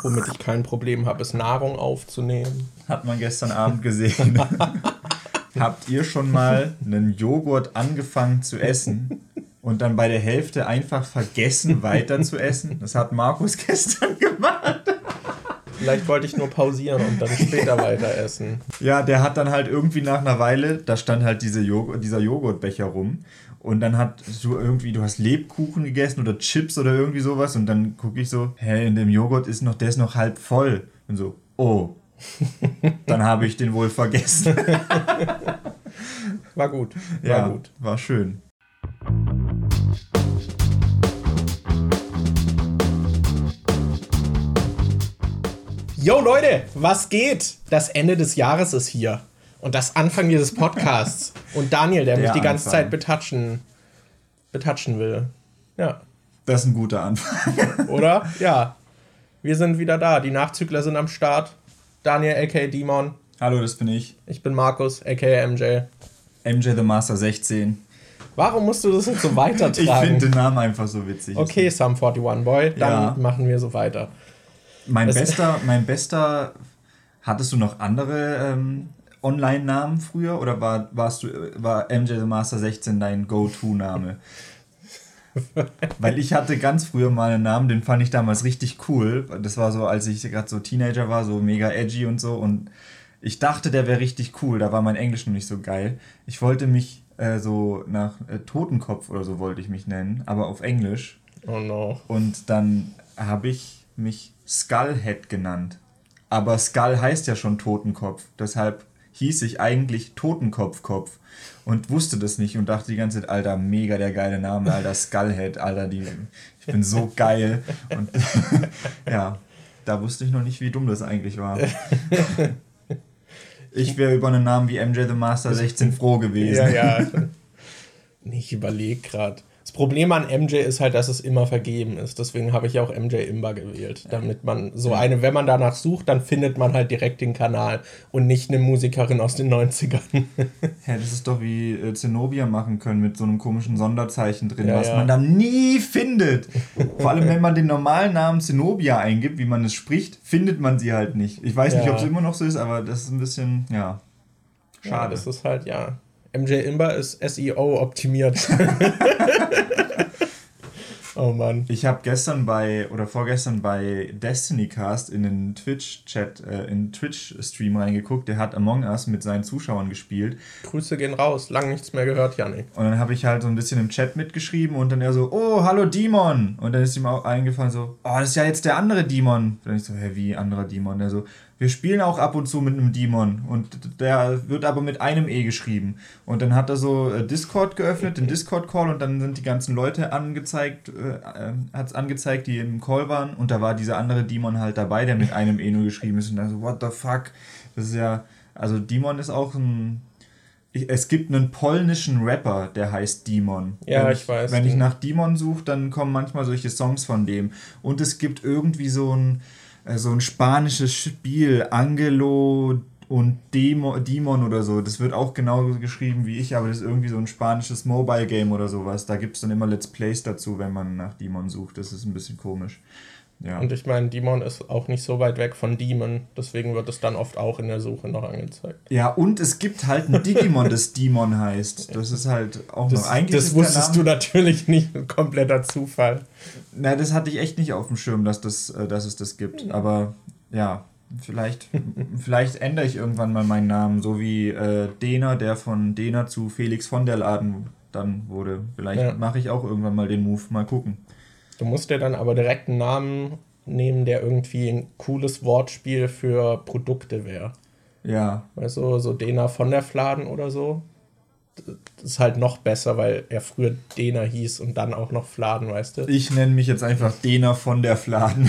Womit ich kein Problem habe, ist Nahrung aufzunehmen. Hat man gestern Abend gesehen. Habt ihr schon mal einen Joghurt angefangen zu essen und dann bei der Hälfte einfach vergessen weiter zu essen? Das hat Markus gestern gemacht. Vielleicht wollte ich nur pausieren und dann später weiter essen. Ja, der hat dann halt irgendwie nach einer Weile, da stand halt dieser Joghurtbecher rum und dann du hast Lebkuchen gegessen oder Chips oder irgendwie sowas und dann gucke ich so, in dem Joghurt der ist noch halb voll. Und so, oh, dann habe ich den wohl vergessen. War gut, war schön. Yo Leute, was geht? Das Ende des Jahres ist hier. Und das Anfang dieses Podcasts. Und Daniel, der mich die ganze Zeit betatschen will. Ja. Das ist ein guter Anfang. Oder? Ja. Wir sind wieder da. Die Nachzügler sind am Start. Daniel, a.k.a. Demon. Hallo, das bin ich. Ich bin Markus, a.k.a. MJ. MJ the Master 16. Warum musst du das jetzt so weitertragen? Ich finde den Namen einfach so witzig. Okay, Sum 41 Boy. Dann machen wir so weiter. Mein bester, hattest du noch andere Online-Namen früher oder war MJ the Master 16 dein Go-To-Name? Weil ich hatte ganz früher mal einen Namen, den fand ich damals richtig cool. Das war so, als ich gerade so Teenager war, so mega edgy und so und ich dachte, der wäre richtig cool, da war mein Englisch noch nicht so geil. Ich wollte mich so nach Totenkopf oder so wollte ich mich nennen, aber auf Englisch. Oh no. Und dann habe ich mich Skullhead genannt. Aber Skull heißt ja schon Totenkopf. Deshalb hieß ich eigentlich Totenkopfkopf. Und wusste das nicht und dachte die ganze Zeit, Alter, mega der geile Name, Alter, Skullhead, Alter, ich bin so geil. Und ja, da wusste ich noch nicht, wie dumm das eigentlich war. Ich wäre über einen Namen wie MJ the Master 16 froh gewesen. Ja. Ich überlege gerade. Das Problem an MJ ist halt, dass es immer vergeben ist. Deswegen habe ich auch MJ Imba gewählt. Damit man wenn man danach sucht, dann findet man halt direkt den Kanal und nicht eine Musikerin aus den 90ern. Das ist doch wie Zenobia machen können mit so einem komischen Sonderzeichen drin, was man dann nie findet. Vor allem, wenn man den normalen Namen Zenobia eingibt, wie man es spricht, findet man sie halt nicht. Ich weiß nicht, ob es immer noch so ist, aber das ist ein bisschen, schade. Ja, das ist halt, MJ Imba ist SEO-optimiert. Oh Mann. Ich habe vorgestern bei Destinycast in den Twitch-Chat, in den Twitch-Stream reingeguckt. Der hat Among Us mit seinen Zuschauern gespielt. Grüße gehen raus. Lang nichts mehr gehört, Janik. Und dann habe ich halt so ein bisschen im Chat mitgeschrieben und dann er so, oh, hallo Demon. Und dann ist ihm auch eingefallen so, oh, das ist ja jetzt der andere Demon. Und dann ich so, wie anderer Demon? Der so, wir spielen auch ab und zu mit einem Demon und der wird aber mit einem E geschrieben. Und dann hat er so Discord geöffnet, den Discord-Call und dann sind die ganzen Leute angezeigt, hat es angezeigt, die im Call waren und da war dieser andere Demon halt dabei, der mit einem E nur geschrieben ist und dann so, what the fuck? Das ist ja, also Demon ist auch es gibt einen polnischen Rapper, der heißt Demon. Ja, ich weiß. Wenn ich nach Demon suche, dann kommen manchmal solche Songs von dem. Und es gibt irgendwie so ein spanisches Spiel, Angelo und Demon oder so. Das wird auch genauso geschrieben wie ich, aber das ist irgendwie so ein spanisches Mobile-Game oder sowas. Da gibt es dann immer Let's Plays dazu, wenn man nach Demon sucht. Das ist ein bisschen komisch. Ja. Und ich meine, Demon ist auch nicht so weit weg von Demon, deswegen wird es dann oft auch in der Suche noch angezeigt. Ja, und es gibt halt ein Digimon, das Demon heißt. Das ist halt auch noch eigentlich. Das wusstest du natürlich nicht, ein kompletter Zufall. Na, das hatte ich echt nicht auf dem Schirm, dass es das gibt. Aber ja, vielleicht ändere ich irgendwann mal meinen Namen, so wie Dena, der von Dena zu Felix von der Laden dann wurde. Vielleicht mache ich auch irgendwann mal den Move, mal gucken. Du musst dir dann aber direkt einen Namen nehmen, der irgendwie ein cooles Wortspiel für Produkte wäre. Ja. Weißt du, so Dena von der Fladen oder so. Das ist halt noch besser, weil er früher Dena hieß und dann auch noch Fladen, weißt du? Ich nenne mich jetzt einfach Dena von der Fladen.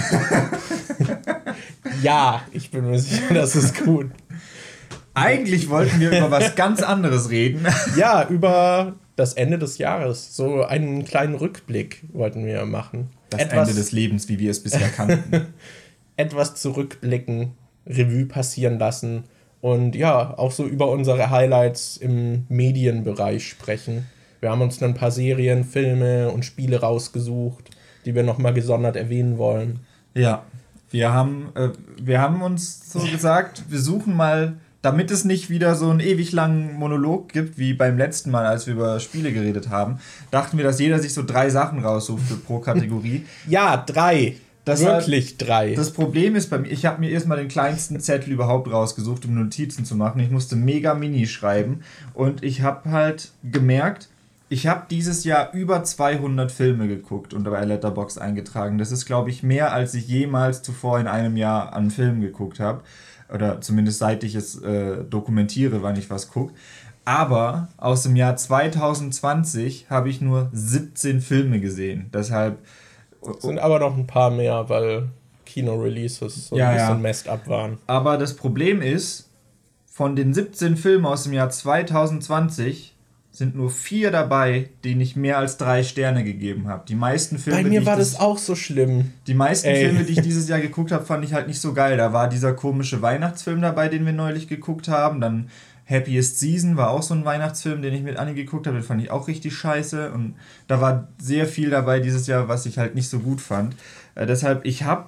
Ja, ich bin mir sicher, das ist gut. Eigentlich wollten wir über was ganz anderes reden. Ja, über das Ende des Jahres. So einen kleinen Rückblick wollten wir machen. Ende des Lebens, wie wir es bisher kannten. Etwas zurückblicken, Revue passieren lassen und ja, auch so über unsere Highlights im Medienbereich sprechen. Wir haben uns ein paar Serien, Filme und Spiele rausgesucht, die wir nochmal gesondert erwähnen wollen. Ja, Wir haben uns so gesagt, wir suchen mal, damit es nicht wieder so einen ewig langen Monolog gibt, wie beim letzten Mal, als wir über Spiele geredet haben, dachten wir, dass jeder sich so 3 Sachen raussucht pro Kategorie. Ja, 3. Wirklich 3. Das Problem ist bei mir, ich habe mir erstmal den kleinsten Zettel überhaupt rausgesucht, um Notizen zu machen. Ich musste mega mini schreiben und ich habe halt gemerkt, ich habe dieses Jahr über 200 Filme geguckt und bei Letterboxd eingetragen. Das ist, glaube ich, mehr, als ich jemals zuvor in einem Jahr an Filmen geguckt habe. Oder zumindest seit ich es dokumentiere, wann ich was gucke. Aber aus dem Jahr 2020 habe ich nur 17 Filme gesehen. Deshalb... sind aber noch ein paar mehr, weil Kino-Releases so ein bisschen messed up waren. Aber das Problem ist, von den 17 Filmen aus dem Jahr 2020 sind nur 4 dabei, denen ich mehr als 3 Sterne gegeben habe. Die meisten Filme, bei mir war das auch so schlimm. Die meisten Filme, die ich dieses Jahr geguckt habe, fand ich halt nicht so geil. Da war dieser komische Weihnachtsfilm dabei, den wir neulich geguckt haben. Dann Happiest Season war auch so ein Weihnachtsfilm, den ich mit Anni geguckt habe. Den fand ich auch richtig scheiße. Und da war sehr viel dabei dieses Jahr, was ich halt nicht so gut fand. Deshalb, ich habe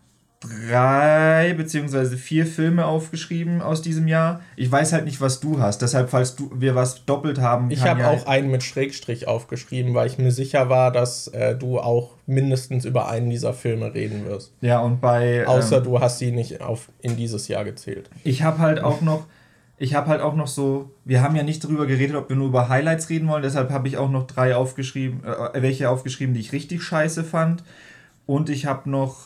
3 bzw. 4 Filme aufgeschrieben aus diesem Jahr. Ich weiß halt nicht, was du hast. Deshalb, falls wir was doppelt haben... Ich habe auch einen mit Schrägstrich aufgeschrieben, weil ich mir sicher war, dass du auch mindestens über einen dieser Filme reden wirst. Ja, und bei... Außer du hast sie nicht in dieses Jahr gezählt. Ich habe halt auch noch so... Wir haben ja nicht darüber geredet, ob wir nur über Highlights reden wollen. Deshalb habe ich auch noch 3 aufgeschrieben, welche aufgeschrieben, die ich richtig scheiße fand. Und ich habe noch...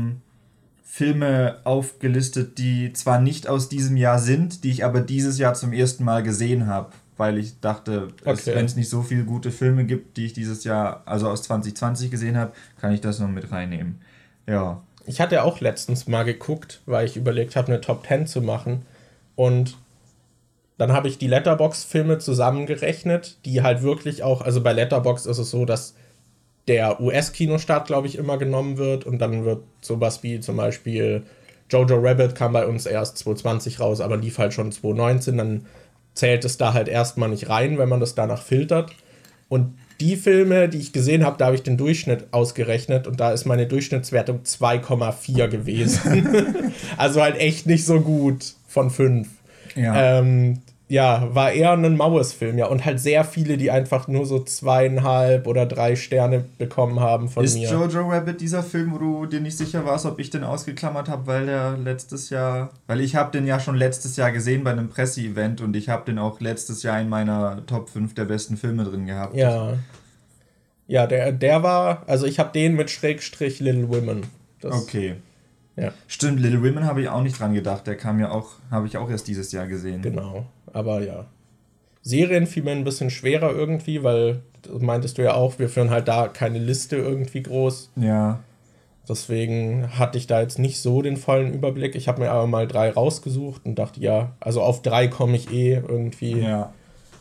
Filme aufgelistet, die zwar nicht aus diesem Jahr sind, die ich aber dieses Jahr zum ersten Mal gesehen habe, weil ich dachte, wenn es nicht so viele gute Filme gibt, die ich dieses Jahr, also aus 2020 gesehen habe, kann ich das noch mit reinnehmen. Ja. Ich hatte auch letztens mal geguckt, weil ich überlegt habe, eine Top 10 zu machen und dann habe ich die Letterboxd-Filme zusammengerechnet, die halt wirklich auch, also bei Letterboxd ist es so, dass der US-Kinostart, glaube ich, immer genommen wird und dann wird sowas wie zum Beispiel Jojo Rabbit kam bei uns erst 2020 raus, aber lief halt schon 2019, dann zählt es da halt erstmal nicht rein, wenn man das danach filtert. Und die Filme, die ich gesehen habe, da habe ich den Durchschnitt ausgerechnet und da ist meine Durchschnittswertung 2,4 gewesen. Also halt echt nicht so gut von 5. Ja. Ja, war eher ein Maues-Film, ja. Und halt sehr viele, die einfach nur so 2,5 oder 3 Sterne bekommen haben von mir. Ist Jojo Rabbit dieser Film, wo du dir nicht sicher warst, ob ich den ausgeklammert habe, weil der letztes Jahr... Weil ich habe den ja schon letztes Jahr gesehen bei einem Presseevent und ich habe den auch letztes Jahr in meiner Top 5 der besten Filme drin gehabt. Ja. Ja, der war... Also ich habe den mit Schrägstrich Little Women. Okay. Ja. Stimmt, Little Women habe ich auch nicht dran gedacht. Der kam ja auch... Habe ich auch erst dieses Jahr gesehen. Genau. Aber ja. Serien fiel mir ein bisschen schwerer irgendwie, weil, das meintest du ja auch, wir führen halt da keine Liste irgendwie groß. Ja. Deswegen hatte ich da jetzt nicht so den vollen Überblick. Ich habe mir aber mal 3 rausgesucht und dachte, ja, also auf 3 komme ich irgendwie. Ja.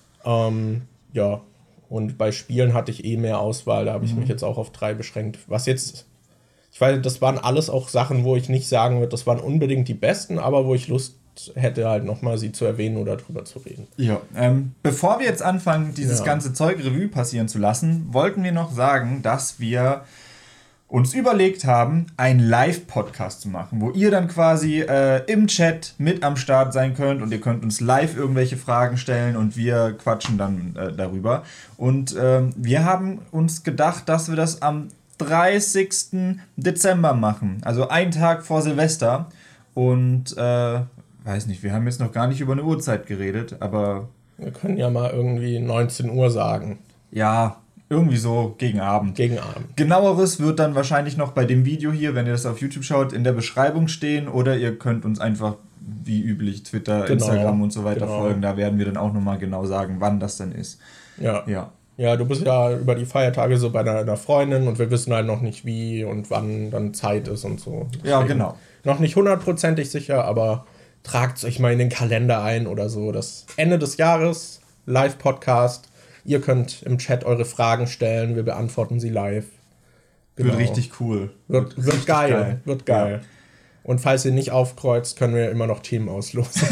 Ja. Und bei Spielen hatte ich mehr Auswahl. Da habe ich mich jetzt auch auf 3 beschränkt. Was jetzt, ich weiß, das waren alles auch Sachen, wo ich nicht sagen würde, das waren unbedingt die besten, aber wo ich Lust hätte halt nochmal sie zu erwähnen oder drüber zu reden. Ja, bevor wir jetzt anfangen, dieses ganze Zeug Revue passieren zu lassen, wollten wir noch sagen, dass wir uns überlegt haben, einen Live-Podcast zu machen, wo ihr dann quasi im Chat mit am Start sein könnt und ihr könnt uns live irgendwelche Fragen stellen und wir quatschen dann darüber. Und wir haben uns gedacht, dass wir das am 30. Dezember machen, also einen Tag vor Silvester und weiß nicht, wir haben jetzt noch gar nicht über eine Uhrzeit geredet, aber... Wir können ja mal irgendwie 19 Uhr sagen. Ja, irgendwie so gegen Abend. Gegen Abend. Genaueres wird dann wahrscheinlich noch bei dem Video hier, wenn ihr das auf YouTube schaut, in der Beschreibung stehen oder ihr könnt uns einfach wie üblich Twitter, Instagram und so weiter folgen. Da werden wir dann auch nochmal genau sagen, wann das dann ist. Ja. Ja, du bist ja über die Feiertage so bei deiner Freundin und wir wissen halt noch nicht wie und wann dann Zeit ist und so. Deswegen ja, genau. Noch nicht 100% sicher, aber... Tragt es euch mal in den Kalender ein oder so. Das Ende des Jahres, Live-Podcast. Ihr könnt im Chat eure Fragen stellen. Wir beantworten sie live. Genau. Wird richtig cool. Wird geil. Wird geil. Ja. Und falls ihr nicht aufkreuzt, können wir immer noch Themen auslosen.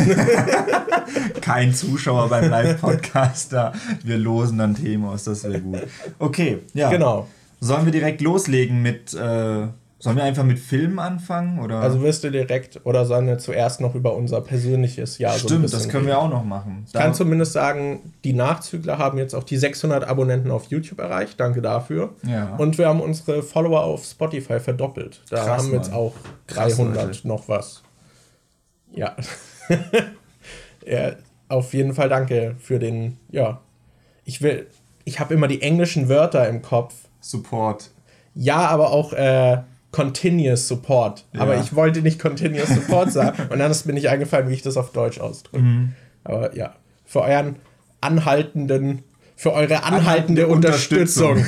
Kein Zuschauer beim Live-Podcast da. Wir losen dann Themen aus. Das wäre gut. Okay, ja. Genau. Sollen wir direkt loslegen mit Sollen wir einfach mit Filmen anfangen? Oder? Also wirst du direkt, oder sollen wir zuerst noch über unser persönliches Jahr so ein bisschen das können wir auch noch machen. Ich kann zumindest sagen, die Nachzügler haben jetzt auch die 600 Abonnenten auf YouTube erreicht. Danke dafür. Ja. Und wir haben unsere Follower auf Spotify verdoppelt. Da Krass, haben wir jetzt Mann. auch Krass, 300 Leute. noch was. Ja. Ja. Auf jeden Fall danke für den, ja. Ich habe immer die englischen Wörter im Kopf. Support. Ja, aber auch Continuous Support. Ja. Aber ich wollte nicht Continuous Support sagen. Und dann ist mir nicht eingefallen, wie ich das auf Deutsch ausdrücke. Aber ja, für eure anhaltende Unterstützung.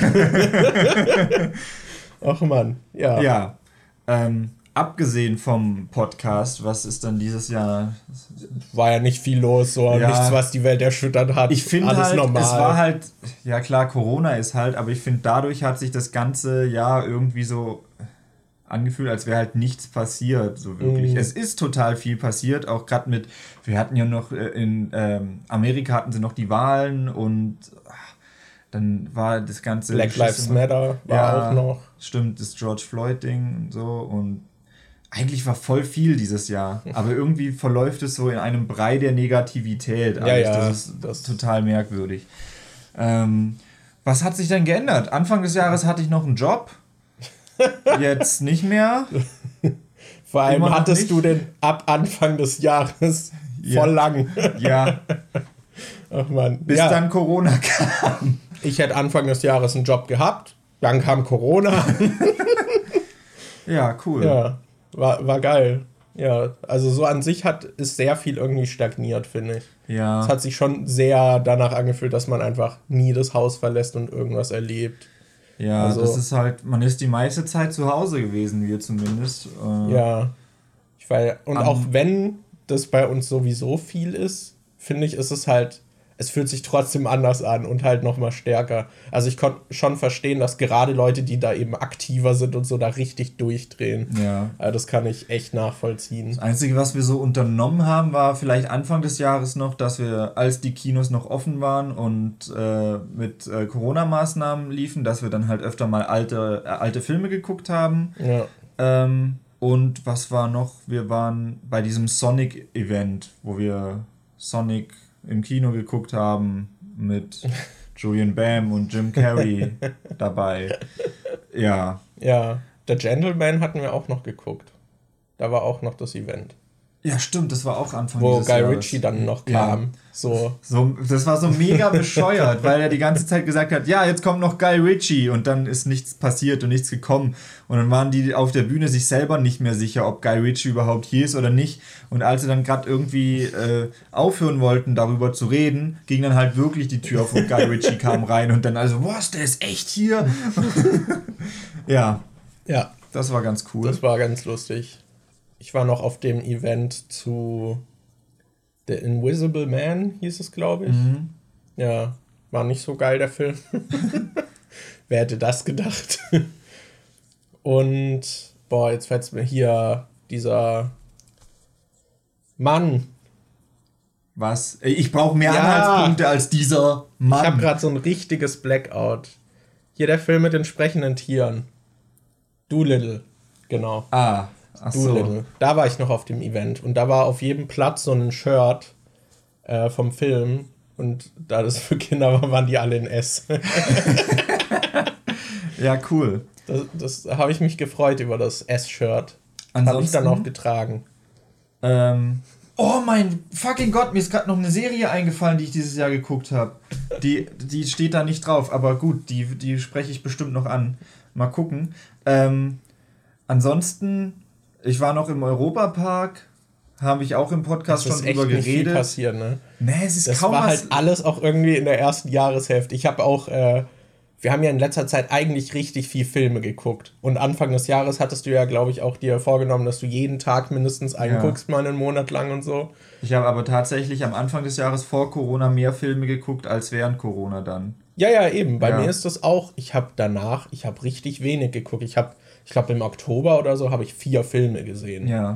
Ach Mann, ja. Ja. Abgesehen vom Podcast, was ist dann dieses Jahr? War ja nicht viel los, so Ja. nichts, was die Welt erschüttert hat. Ich finde alles halt, normal. es war halt, ja klar, Corona ist halt, aber ich finde, dadurch hat sich das ganze Jahr irgendwie so angefühlt, als wäre halt nichts passiert, so wirklich. Es ist total viel passiert, auch gerade wir hatten ja noch in Amerika hatten sie noch die Wahlen und dann war das ganze... Black Lives Matter war auch noch. Stimmt, das George Floyd-Ding und so und eigentlich war voll viel dieses Jahr, aber irgendwie verläuft es so in einem Brei der Negativität. Das ist total merkwürdig. Was hat sich denn geändert? Anfang des Jahres hatte ich noch einen Job, jetzt nicht mehr. Vor allem hattest du den ab Anfang des Jahres voll lang. Ja. Ach man. Bis dann Corona kam. Ich hätte Anfang des Jahres einen Job gehabt, dann kam Corona. Ja, cool. Ja, war geil. Ja, also so an sich ist sehr viel irgendwie stagniert, finde ich. Ja. Es hat sich schon sehr danach angefühlt, dass man einfach nie das Haus verlässt und irgendwas erlebt. Ja, also, das ist halt, man ist die meiste Zeit zu Hause gewesen, wir zumindest. Ja. Und auch wenn das bei uns sowieso viel ist, finde ich, ist es halt, es fühlt sich trotzdem anders an und halt nochmal stärker. Also ich konnte schon verstehen, dass gerade Leute, die da eben aktiver sind und so, da richtig durchdrehen. Ja. Also das kann ich echt nachvollziehen. Das Einzige, was wir so unternommen haben, war vielleicht Anfang des Jahres noch, dass wir, als die Kinos noch offen waren und mit Corona-Maßnahmen liefen, dass wir dann halt öfter mal alte Filme geguckt haben. Ja. Und was war noch? Wir waren bei diesem Sonic-Event, wo wir Sonic im Kino geguckt haben mit Julian Bam und Jim Carrey dabei. Ja. Ja, The Gentleman hatten wir auch noch geguckt. Da war auch noch das Event. Ja, stimmt, das war auch Anfang Wo dieses Guy Jahres. Ritchie dann noch kam. So, das war so mega bescheuert, weil er die ganze Zeit gesagt hat, ja, jetzt kommt noch Guy Ritchie und dann ist nichts passiert und nichts gekommen. Und dann waren die auf der Bühne sich selber nicht mehr sicher, ob Guy Ritchie überhaupt hier ist oder nicht. Und als sie dann gerade irgendwie aufhören wollten, darüber zu reden, ging dann halt wirklich die Tür auf und Guy Ritchie kam rein und dann also, was, der ist echt hier? Ja, das war ganz cool. Das war ganz lustig. Ich war noch auf dem Event zu The Invisible Man, hieß es, glaube ich. Ja, war nicht so geil, der Film. Wer hätte das gedacht? Und, jetzt fällt es mir hier, dieser Mann. Was? Ich brauche mehr Anhaltspunkte als dieser Mann. Ich habe gerade so ein richtiges Blackout. Hier der Film mit den sprechenden Tieren. Doolittle, genau. Ach so. Doolittle. Da war ich noch auf dem Event und da war auf jedem Platz so ein Shirt vom Film und da das für Kinder war, waren die alle in S. Ja, cool. Das habe ich mich gefreut über das S-Shirt. Habe ich dann auch getragen. Oh mein fucking Gott, mir ist gerade noch eine Serie eingefallen, die ich dieses Jahr geguckt habe. Die steht da nicht drauf, aber gut, die spreche ich bestimmt noch an. Mal gucken. Ansonsten, ich war noch im Europapark, habe ich auch im Podcast schon drüber geredet. Nicht viel passiert, ne? Nee, es ist das kaum war was. halt alles auch irgendwie in der ersten Jahreshälfte. Ich habe auch, wir haben ja in letzter Zeit eigentlich richtig viel Filme geguckt. Und Anfang des Jahres hattest du ja, glaube ich, auch dir vorgenommen, dass du jeden Tag mindestens einen guckst, mal einen Monat lang und so. Ich habe aber tatsächlich am Anfang des Jahres vor Corona mehr Filme geguckt als während Corona dann. Ja, eben. Bei mir ist das auch, ich habe richtig wenig geguckt. Ich glaube im Oktober oder so habe ich 4 Filme gesehen. Ja.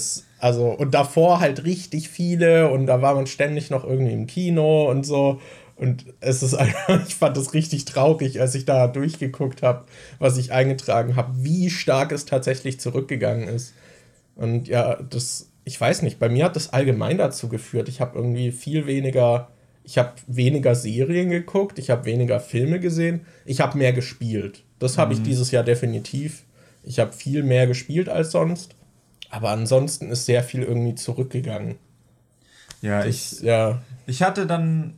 Und davor halt richtig viele und da war man ständig noch irgendwie im Kino und so. Und es ist einfach, ich fand das richtig traurig, als ich da durchgeguckt habe, was ich eingetragen habe, wie stark es tatsächlich zurückgegangen ist. Und ja, ich weiß nicht, bei mir hat das allgemein dazu geführt. Ich habe weniger Serien geguckt, ich habe weniger Filme gesehen, ich habe mehr gespielt. Das habe ich dieses Jahr definitiv. Ich habe viel mehr gespielt als sonst, aber ansonsten ist sehr viel irgendwie zurückgegangen. Ja, ich hatte dann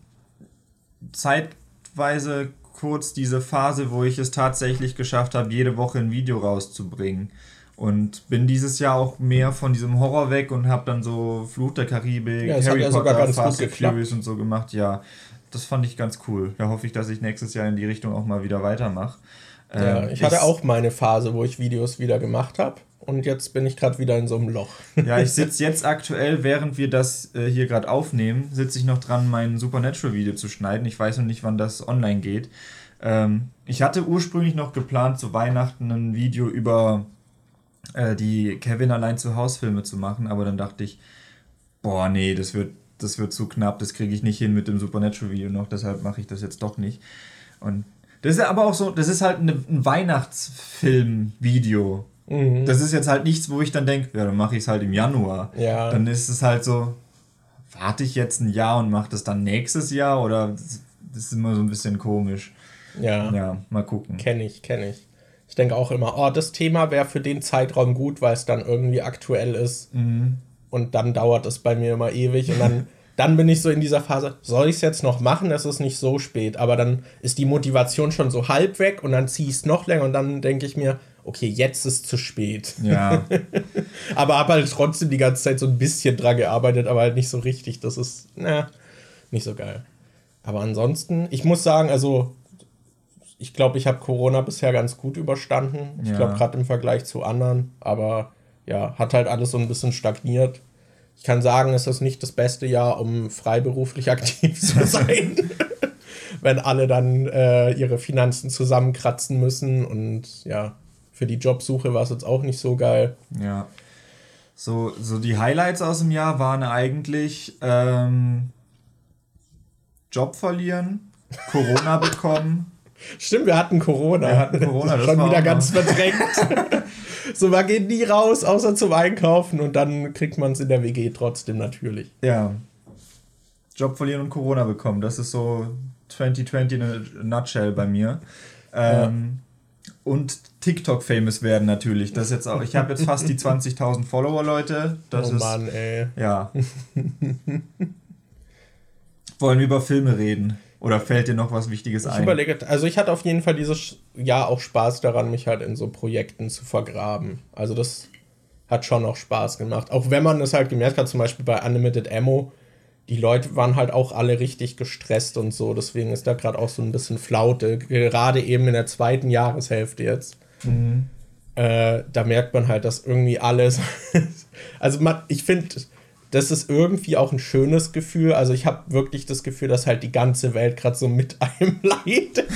zeitweise kurz diese Phase, wo ich es tatsächlich geschafft habe, jede Woche ein Video rauszubringen. Und bin dieses Jahr auch mehr von diesem Horror weg und habe dann so Fluch der Karibik, Harry Potter, Fast and Furious und so gemacht. Ja, das fand ich ganz cool. Da hoffe ich, dass ich nächstes Jahr in die Richtung auch mal wieder weitermache. Ja, ich hatte auch meine Phase, wo ich Videos wieder gemacht habe. Und jetzt bin ich gerade wieder in so einem Loch. Ja, ich sitze jetzt aktuell, während wir das hier gerade aufnehmen, sitze ich noch dran, mein Supernatural-Video zu schneiden. Ich weiß noch nicht, wann das online geht. Ich hatte ursprünglich noch geplant, zu Weihnachten ein Video über die Kevin allein zu Haus-Filme zu machen, aber dann dachte ich, boah, nee, das wird zu knapp, das kriege ich nicht hin mit dem Supernatural-Video noch, deshalb mache ich das jetzt doch nicht. Und das ist aber auch so, das ist halt ein Weihnachtsfilm-Video. Mhm. Das ist jetzt halt nichts, wo ich dann denke, ja, dann mache ich es halt im Januar. Ja. Dann ist es halt so, warte ich jetzt ein Jahr und mache das dann nächstes Jahr oder das ist immer so ein bisschen komisch. Ja, mal gucken. Kenn ich. Ich denke auch immer, das Thema wäre für den Zeitraum gut, weil es dann irgendwie aktuell ist. Mhm. Und dann dauert es bei mir immer ewig. Und dann bin ich so in dieser Phase, soll ich es jetzt noch machen? Es ist nicht so spät. Aber dann ist die Motivation schon so halb weg und dann ziehe ich es noch länger. Und dann denke ich mir, okay, jetzt ist zu spät. Ja. Aber habe halt trotzdem die ganze Zeit so ein bisschen dran gearbeitet, aber halt nicht so richtig. Das ist, nicht so geil. Aber ansonsten, ich muss sagen, also ich glaube, ich habe Corona bisher ganz gut überstanden. Ich glaube, gerade im Vergleich zu anderen. Aber ja, hat halt alles so ein bisschen stagniert. Ich kann sagen, es ist nicht das beste Jahr, um freiberuflich aktiv zu sein. Wenn alle dann ihre Finanzen zusammenkratzen müssen. Und ja, für die Jobsuche war es jetzt auch nicht so geil. Ja. So die Highlights aus dem Jahr waren eigentlich Job verlieren, Corona bekommen. Stimmt, wir hatten Corona. Das schon wieder ganz verdrängt. So, man geht nie raus, außer zum Einkaufen und dann kriegt man es in der WG trotzdem natürlich. Ja. Job verlieren und Corona bekommen, das ist so 2020 in a nutshell bei mir. Und TikTok-famous werden natürlich. Das jetzt auch. Ich habe jetzt fast die 20.000 Follower, Leute. Das ist, Mann, ey. Ja. Wollen wir über Filme reden? Oder fällt dir noch was Wichtiges ein? Ich überlege, also ich hatte auf jeden Fall dieses Jahr auch Spaß daran, mich halt in so Projekten zu vergraben. Also das hat schon auch Spaß gemacht. Auch wenn man es halt gemerkt hat, zum Beispiel bei Unlimited Ammo, die Leute waren halt auch alle richtig gestresst und so. Deswegen ist da gerade auch so ein bisschen Flaute. Gerade eben in der zweiten Jahreshälfte jetzt. Mhm. Da merkt man halt, dass irgendwie alles... Also ich finde... Das ist irgendwie auch ein schönes Gefühl. Also ich habe wirklich das Gefühl, dass halt die ganze Welt gerade so mit einem leidet.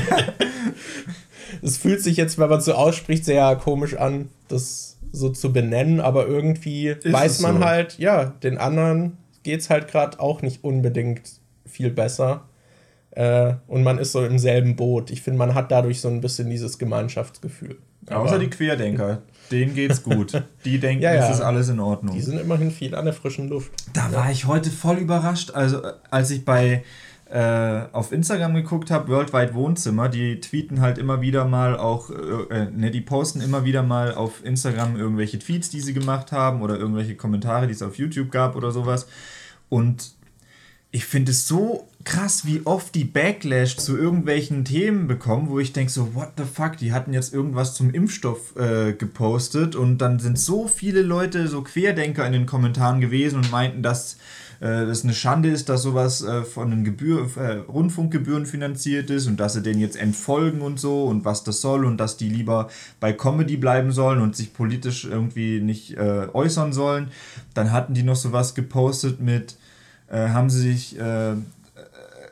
Es fühlt sich jetzt, wenn man es so ausspricht, sehr komisch an, das so zu benennen. Aber irgendwie weiß man so. Halt, ja, den anderen geht's halt gerade auch nicht unbedingt viel besser. Und man ist so im selben Boot. Ich finde, man hat dadurch so ein bisschen dieses Gemeinschaftsgefühl. Außer die Querdenker. Denen geht's gut. Die denken, es ist alles in Ordnung. Die sind immerhin viel an der frischen Luft. Da war ich heute voll überrascht. Also, als ich auf Instagram geguckt habe, Worldwide Wohnzimmer, die tweeten halt immer wieder mal auch, die posten immer wieder mal auf Instagram irgendwelche Tweets, die sie gemacht haben oder irgendwelche Kommentare, die es auf YouTube gab oder sowas. Und ich finde es so krass, wie oft die Backlash zu irgendwelchen Themen bekommen, wo ich denke so, what the fuck, die hatten jetzt irgendwas zum Impfstoff gepostet und dann sind so viele Leute, so Querdenker in den Kommentaren gewesen und meinten, dass das eine Schande ist, dass sowas von den Rundfunkgebühren finanziert ist und dass sie den jetzt entfolgen und so und was das soll und dass die lieber bei Comedy bleiben sollen und sich politisch irgendwie nicht äußern sollen. Dann hatten die noch sowas gepostet mit haben sie sich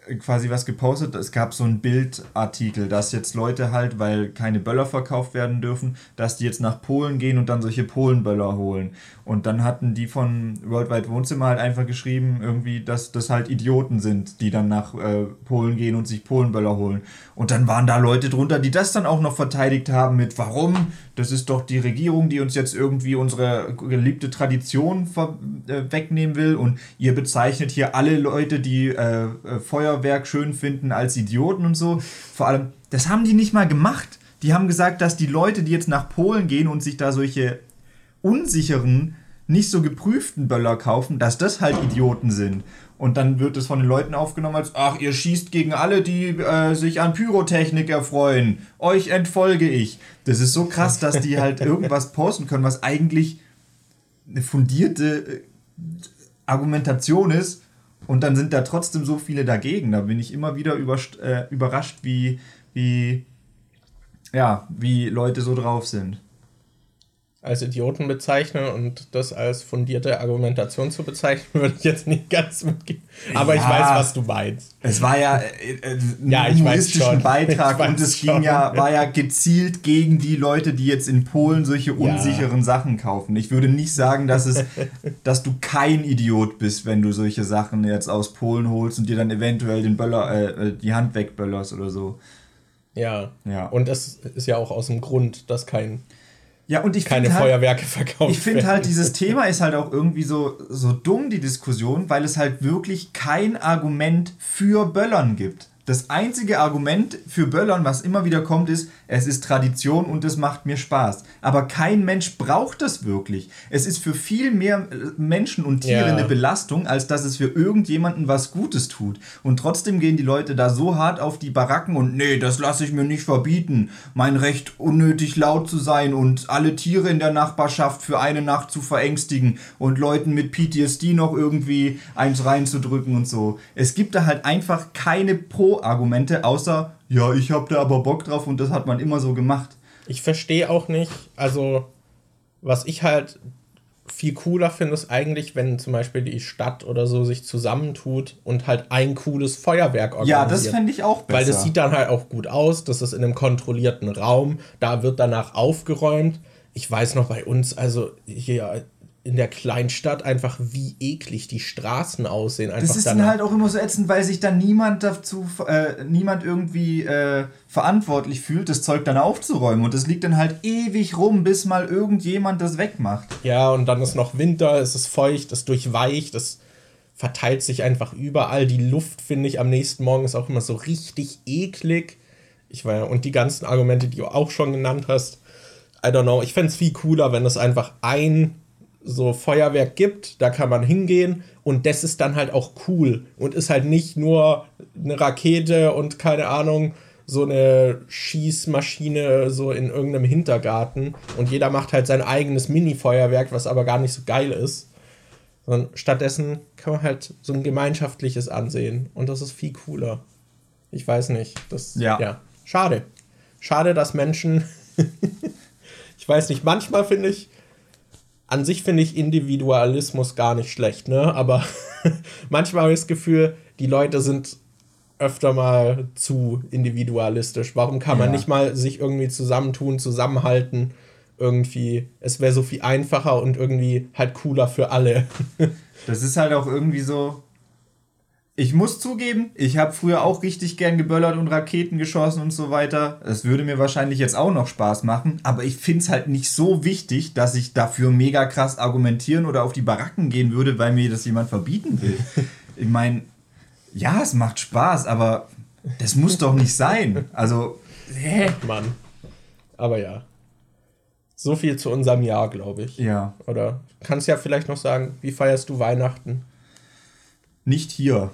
quasi was gepostet. Es gab so einen Bildartikel, dass jetzt Leute halt, weil keine Böller verkauft werden dürfen, dass die jetzt nach Polen gehen und dann solche Polenböller holen. Und dann hatten die von Worldwide Wohnzimmer halt einfach geschrieben, irgendwie, dass das halt Idioten sind, die dann nach Polen gehen und sich Polenböller holen. Und dann waren da Leute drunter, die das dann auch noch verteidigt haben mit, warum? Das ist doch die Regierung, die uns jetzt irgendwie unsere geliebte Tradition wegnehmen will, und ihr bezeichnet hier alle Leute, die Feuerwerk schön finden, als Idioten und so. Vor allem, das haben die nicht mal gemacht. Die haben gesagt, dass die Leute, die jetzt nach Polen gehen und sich da solche unsicheren, nicht so geprüften Böller kaufen, dass das halt Idioten sind. Und dann wird es von den Leuten aufgenommen als, ach, ihr schießt gegen alle, die sich an Pyrotechnik erfreuen. Euch entfolge ich. Das ist so krass, dass die halt irgendwas posten können, was eigentlich eine fundierte Argumentation ist, und dann sind da trotzdem so viele dagegen. Da bin ich immer wieder überrascht, wie Leute so drauf sind. Als Idioten bezeichnen und das als fundierte Argumentation zu bezeichnen, würde ich jetzt nicht ganz mitgehen. Aber ja, ich weiß, was du meinst. Es war ja ein humoristischen Beitrag, und es war ja gezielt gegen die Leute, die jetzt in Polen solche unsicheren Sachen kaufen. Ich würde nicht sagen, dass du kein Idiot bist, wenn du solche Sachen jetzt aus Polen holst und dir dann eventuell den Böller, die Hand wegböllerst oder so. Ja. Und das ist ja auch aus dem Grund, dass keine Feuerwerke verkauft werden. Ich finde halt, dieses Thema ist halt auch irgendwie so dumm, die Diskussion, weil es halt wirklich kein Argument für Böllern gibt. Das einzige Argument für Böllern, was immer wieder kommt, ist, es ist Tradition und es macht mir Spaß. Aber kein Mensch braucht das wirklich. Es ist für viel mehr Menschen und Tiere eine Belastung, als dass es für irgendjemanden was Gutes tut. Und trotzdem gehen die Leute da so hart auf die Baracken und nee, das lasse ich mir nicht verbieten. Mein Recht, unnötig laut zu sein und alle Tiere in der Nachbarschaft für eine Nacht zu verängstigen und Leuten mit PTSD noch irgendwie eins reinzudrücken und so. Es gibt da halt einfach keine Pro-Argumente, außer, ja, ich hab da aber Bock drauf und das hat man immer so gemacht. Ich verstehe auch nicht, also was ich halt viel cooler finde, ist eigentlich, wenn zum Beispiel die Stadt oder so sich zusammentut und halt ein cooles Feuerwerk organisiert. Ja, das fände ich auch besser. Weil das sieht dann halt auch gut aus, das ist in einem kontrollierten Raum, da wird danach aufgeräumt. Ich weiß noch bei uns, also hier in der Kleinstadt, einfach wie eklig die Straßen aussehen. Einfach das ist dann halt auch immer so ätzend, weil sich dann niemand irgendwie verantwortlich fühlt, das Zeug dann aufzuräumen. Und das liegt dann halt ewig rum, bis mal irgendjemand das wegmacht. Ja, und dann ist noch Winter, es ist feucht, es durchweicht, es verteilt sich einfach überall. Die Luft, finde ich, am nächsten Morgen ist auch immer so richtig eklig. Und die ganzen Argumente, die du auch schon genannt hast, I don't know, ich fände es viel cooler, wenn es einfach ein so Feuerwerk gibt, da kann man hingehen und das ist dann halt auch cool und ist halt nicht nur eine Rakete und keine Ahnung, so eine Schießmaschine so in irgendeinem Hintergarten und jeder macht halt sein eigenes Mini-Feuerwerk, was aber gar nicht so geil ist. Sondern stattdessen kann man halt so ein gemeinschaftliches ansehen und das ist viel cooler. Ich weiß nicht, schade. Schade, dass Menschen ich weiß nicht, manchmal finde ich Individualismus gar nicht schlecht, ne? Aber manchmal habe ich das Gefühl, die Leute sind öfter mal zu individualistisch. Warum kann man nicht mal sich irgendwie zusammentun, zusammenhalten? Irgendwie, es wäre so viel einfacher und irgendwie halt cooler für alle. Das ist halt auch irgendwie so. Ich muss zugeben, ich habe früher auch richtig gern geböllert und Raketen geschossen und so weiter. Es würde mir wahrscheinlich jetzt auch noch Spaß machen, aber ich finde es halt nicht so wichtig, dass ich dafür mega krass argumentieren oder auf die Baracken gehen würde, weil mir das jemand verbieten will. Ich meine, ja, es macht Spaß, aber das muss doch nicht sein. Also, Mann. Aber ja. So viel zu unserem Jahr, glaube ich. Ja. Oder kannst ja vielleicht noch sagen, wie feierst du Weihnachten? Nicht hier.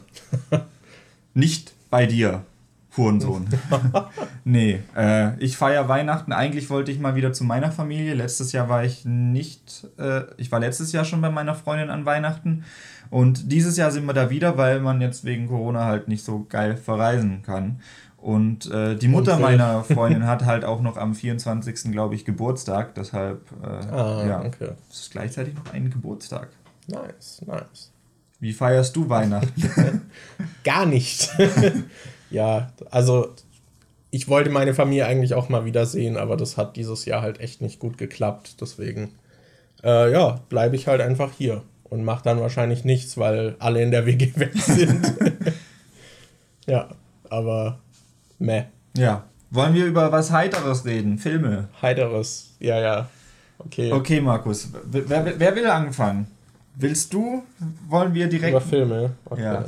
Nicht bei dir, Hurensohn. Nee, ich feiere Weihnachten. Eigentlich wollte ich mal wieder zu meiner Familie. Letztes Jahr war ich nicht. Ich war letztes Jahr schon bei meiner Freundin an Weihnachten. Und dieses Jahr sind wir da wieder, weil man jetzt wegen Corona halt nicht so geil verreisen kann. Und die Mutter meiner Freundin hat halt auch noch am 24. glaube ich Geburtstag. Deshalb, okay. Es ist gleichzeitig noch ein Geburtstag. Nice. Wie feierst du Weihnachten? Gar nicht. Ja, also ich wollte meine Familie eigentlich auch mal wiedersehen, aber das hat dieses Jahr halt echt nicht gut geklappt. Deswegen, ja, bleibe ich halt einfach hier und mache dann wahrscheinlich nichts, weil alle in der WG weg sind. Ja, aber meh. Ja. Wollen wir über was Heiteres reden? Filme? Heiteres, ja. Okay. Okay, Markus. Wer will anfangen? Willst du? Wollen wir direkt... Über Filme? Okay. Ja.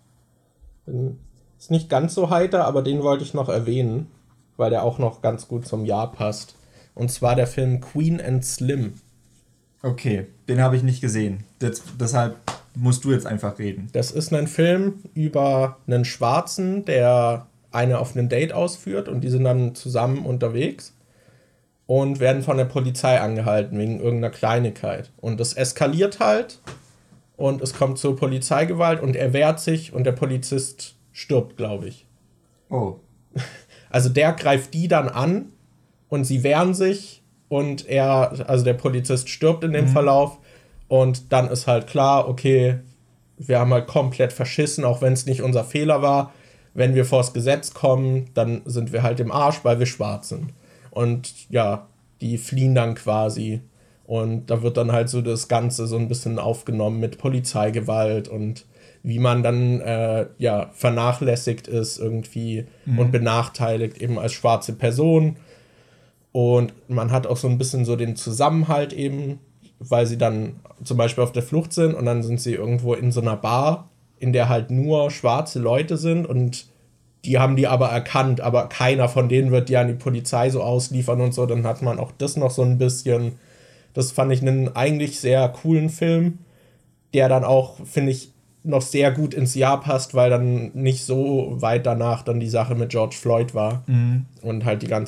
Ist nicht ganz so heiter, aber den wollte ich noch erwähnen, weil der auch noch ganz gut zum Jahr passt. Und zwar der Film Queen and Slim. Okay, den habe ich nicht gesehen. Deshalb musst du jetzt einfach reden. Das ist ein Film über einen Schwarzen, der eine auf ein Date ausführt und die sind dann zusammen unterwegs und werden von der Polizei angehalten wegen irgendeiner Kleinigkeit. Und es eskaliert halt und es kommt zur Polizeigewalt und er wehrt sich und der Polizist stirbt, glaube ich. Oh. Also der greift die dann an und sie wehren sich und also der Polizist stirbt in dem Verlauf und dann ist halt klar, okay, wir haben halt komplett verschissen, auch wenn es nicht unser Fehler war. Wenn wir vors Gesetz kommen, dann sind wir halt im Arsch, weil wir schwarz sind. Und ja, die fliehen dann quasi. Und da wird dann halt so das Ganze so ein bisschen aufgenommen mit Polizeigewalt und wie man dann vernachlässigt ist irgendwie und benachteiligt eben als schwarze Person. Und man hat auch so ein bisschen so den Zusammenhalt eben, weil sie dann zum Beispiel auf der Flucht sind und dann sind sie irgendwo in so einer Bar, in der halt nur schwarze Leute sind und die haben die aber erkannt, aber keiner von denen wird die an die Polizei so ausliefern und so. Dann hat man auch das noch so ein bisschen, das fand ich einen eigentlich sehr coolen Film, der dann auch, finde ich, noch sehr gut ins Jahr passt, weil dann nicht so weit danach dann die Sache mit George Floyd war und halt die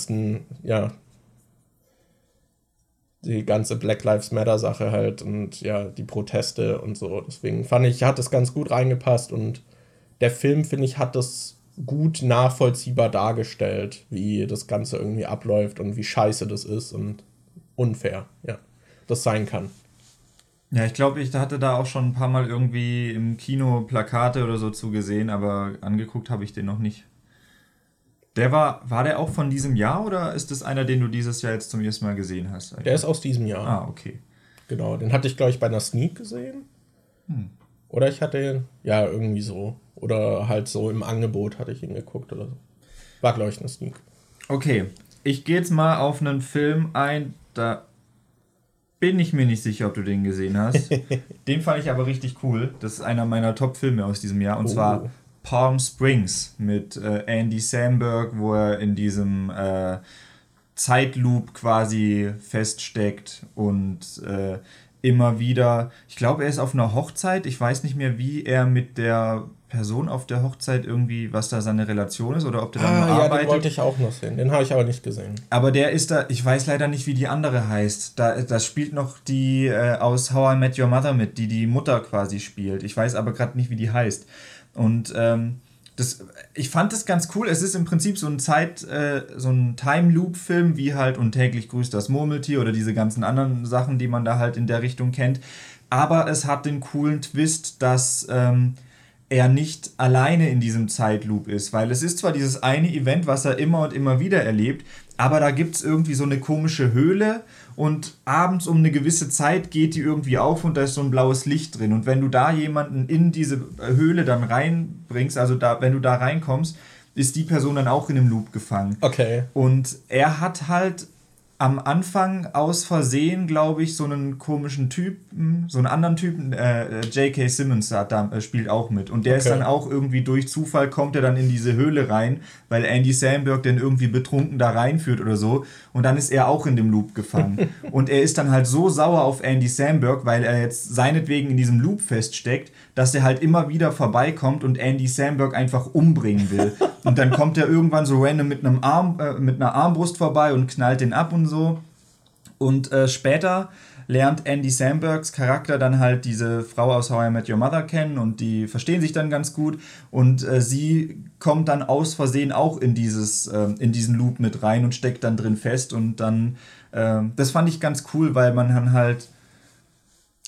ganze Black Lives Matter Sache halt und ja, die Proteste und so. Deswegen fand ich, hat das ganz gut reingepasst und der Film, finde ich, hat das gut nachvollziehbar dargestellt, wie das Ganze irgendwie abläuft und wie scheiße das ist und unfair, ja, das sein kann. Ja, ich glaube, ich hatte da auch schon ein paar Mal irgendwie im Kino Plakate oder so zugesehen, aber angeguckt habe ich den noch nicht. War der auch von diesem Jahr oder ist das einer, den du dieses Jahr jetzt zum ersten Mal gesehen hast? Der ist aus diesem Jahr. Ah, okay. Genau, den hatte ich, glaube ich, bei einer Sneak gesehen. Oder ich hatte ihn, ja, irgendwie so. Oder halt so im Angebot hatte ich ihn geguckt oder so. War, glaube ich, eine Sneak. Okay, ich gehe jetzt mal auf einen Film ein, da bin ich mir nicht sicher, ob du den gesehen hast. Den fand ich aber richtig cool. Das ist einer meiner Top-Filme aus diesem Jahr und zwar Palm Springs mit Andy Samberg, wo er in diesem Zeitloop quasi feststeckt und immer wieder, ich glaube, er ist auf einer Hochzeit, ich weiß nicht mehr, wie er mit der Person auf der Hochzeit irgendwie, was da seine Relation ist oder ob der da nur arbeitet. Ja, den wollte ich auch noch sehen, den habe ich aber nicht gesehen. Aber der ist da, ich weiß leider nicht, wie die andere heißt. Da spielt noch die aus How I Met Your Mother mit, die Mutter quasi spielt. Ich weiß aber gerade nicht, wie die heißt. Und ich fand das ganz cool. Es ist im Prinzip so ein Time-Loop-Film, wie halt Und täglich grüßt das Murmeltier oder diese ganzen anderen Sachen, die man da halt in der Richtung kennt. Aber es hat den coolen Twist, dass er nicht alleine in diesem Zeitloop ist, weil es ist zwar dieses eine Event, was er immer und immer wieder erlebt, aber da gibt es irgendwie so eine komische Höhle und abends um eine gewisse Zeit geht die irgendwie auf und da ist so ein blaues Licht drin und wenn du da jemanden in diese Höhle dann reinbringst, also wenn du da reinkommst, ist die Person dann auch in einem Loop gefangen. Okay. Und er hat halt am Anfang aus Versehen, glaube ich, so einen komischen Typen, so einen anderen Typen, J.K. Simmons spielt auch mit. Und der ist dann auch irgendwie durch Zufall, kommt er dann in diese Höhle rein, weil Andy Samberg den irgendwie betrunken da reinführt oder so. Und dann ist er auch in dem Loop gefangen. Und er ist dann halt so sauer auf Andy Samberg, weil er jetzt seinetwegen in diesem Loop feststeckt, dass er halt immer wieder vorbeikommt und Andy Samberg einfach umbringen will. Und dann kommt er irgendwann so random mit einer Armbrust vorbei und knallt den ab und so. Und später lernt Andy Sambergs Charakter dann halt diese Frau aus How I Met Your Mother kennen und die verstehen sich dann ganz gut. Und sie kommt dann aus Versehen auch in diesen Loop mit rein und steckt dann drin fest. Und dann, das fand ich ganz cool, weil man dann halt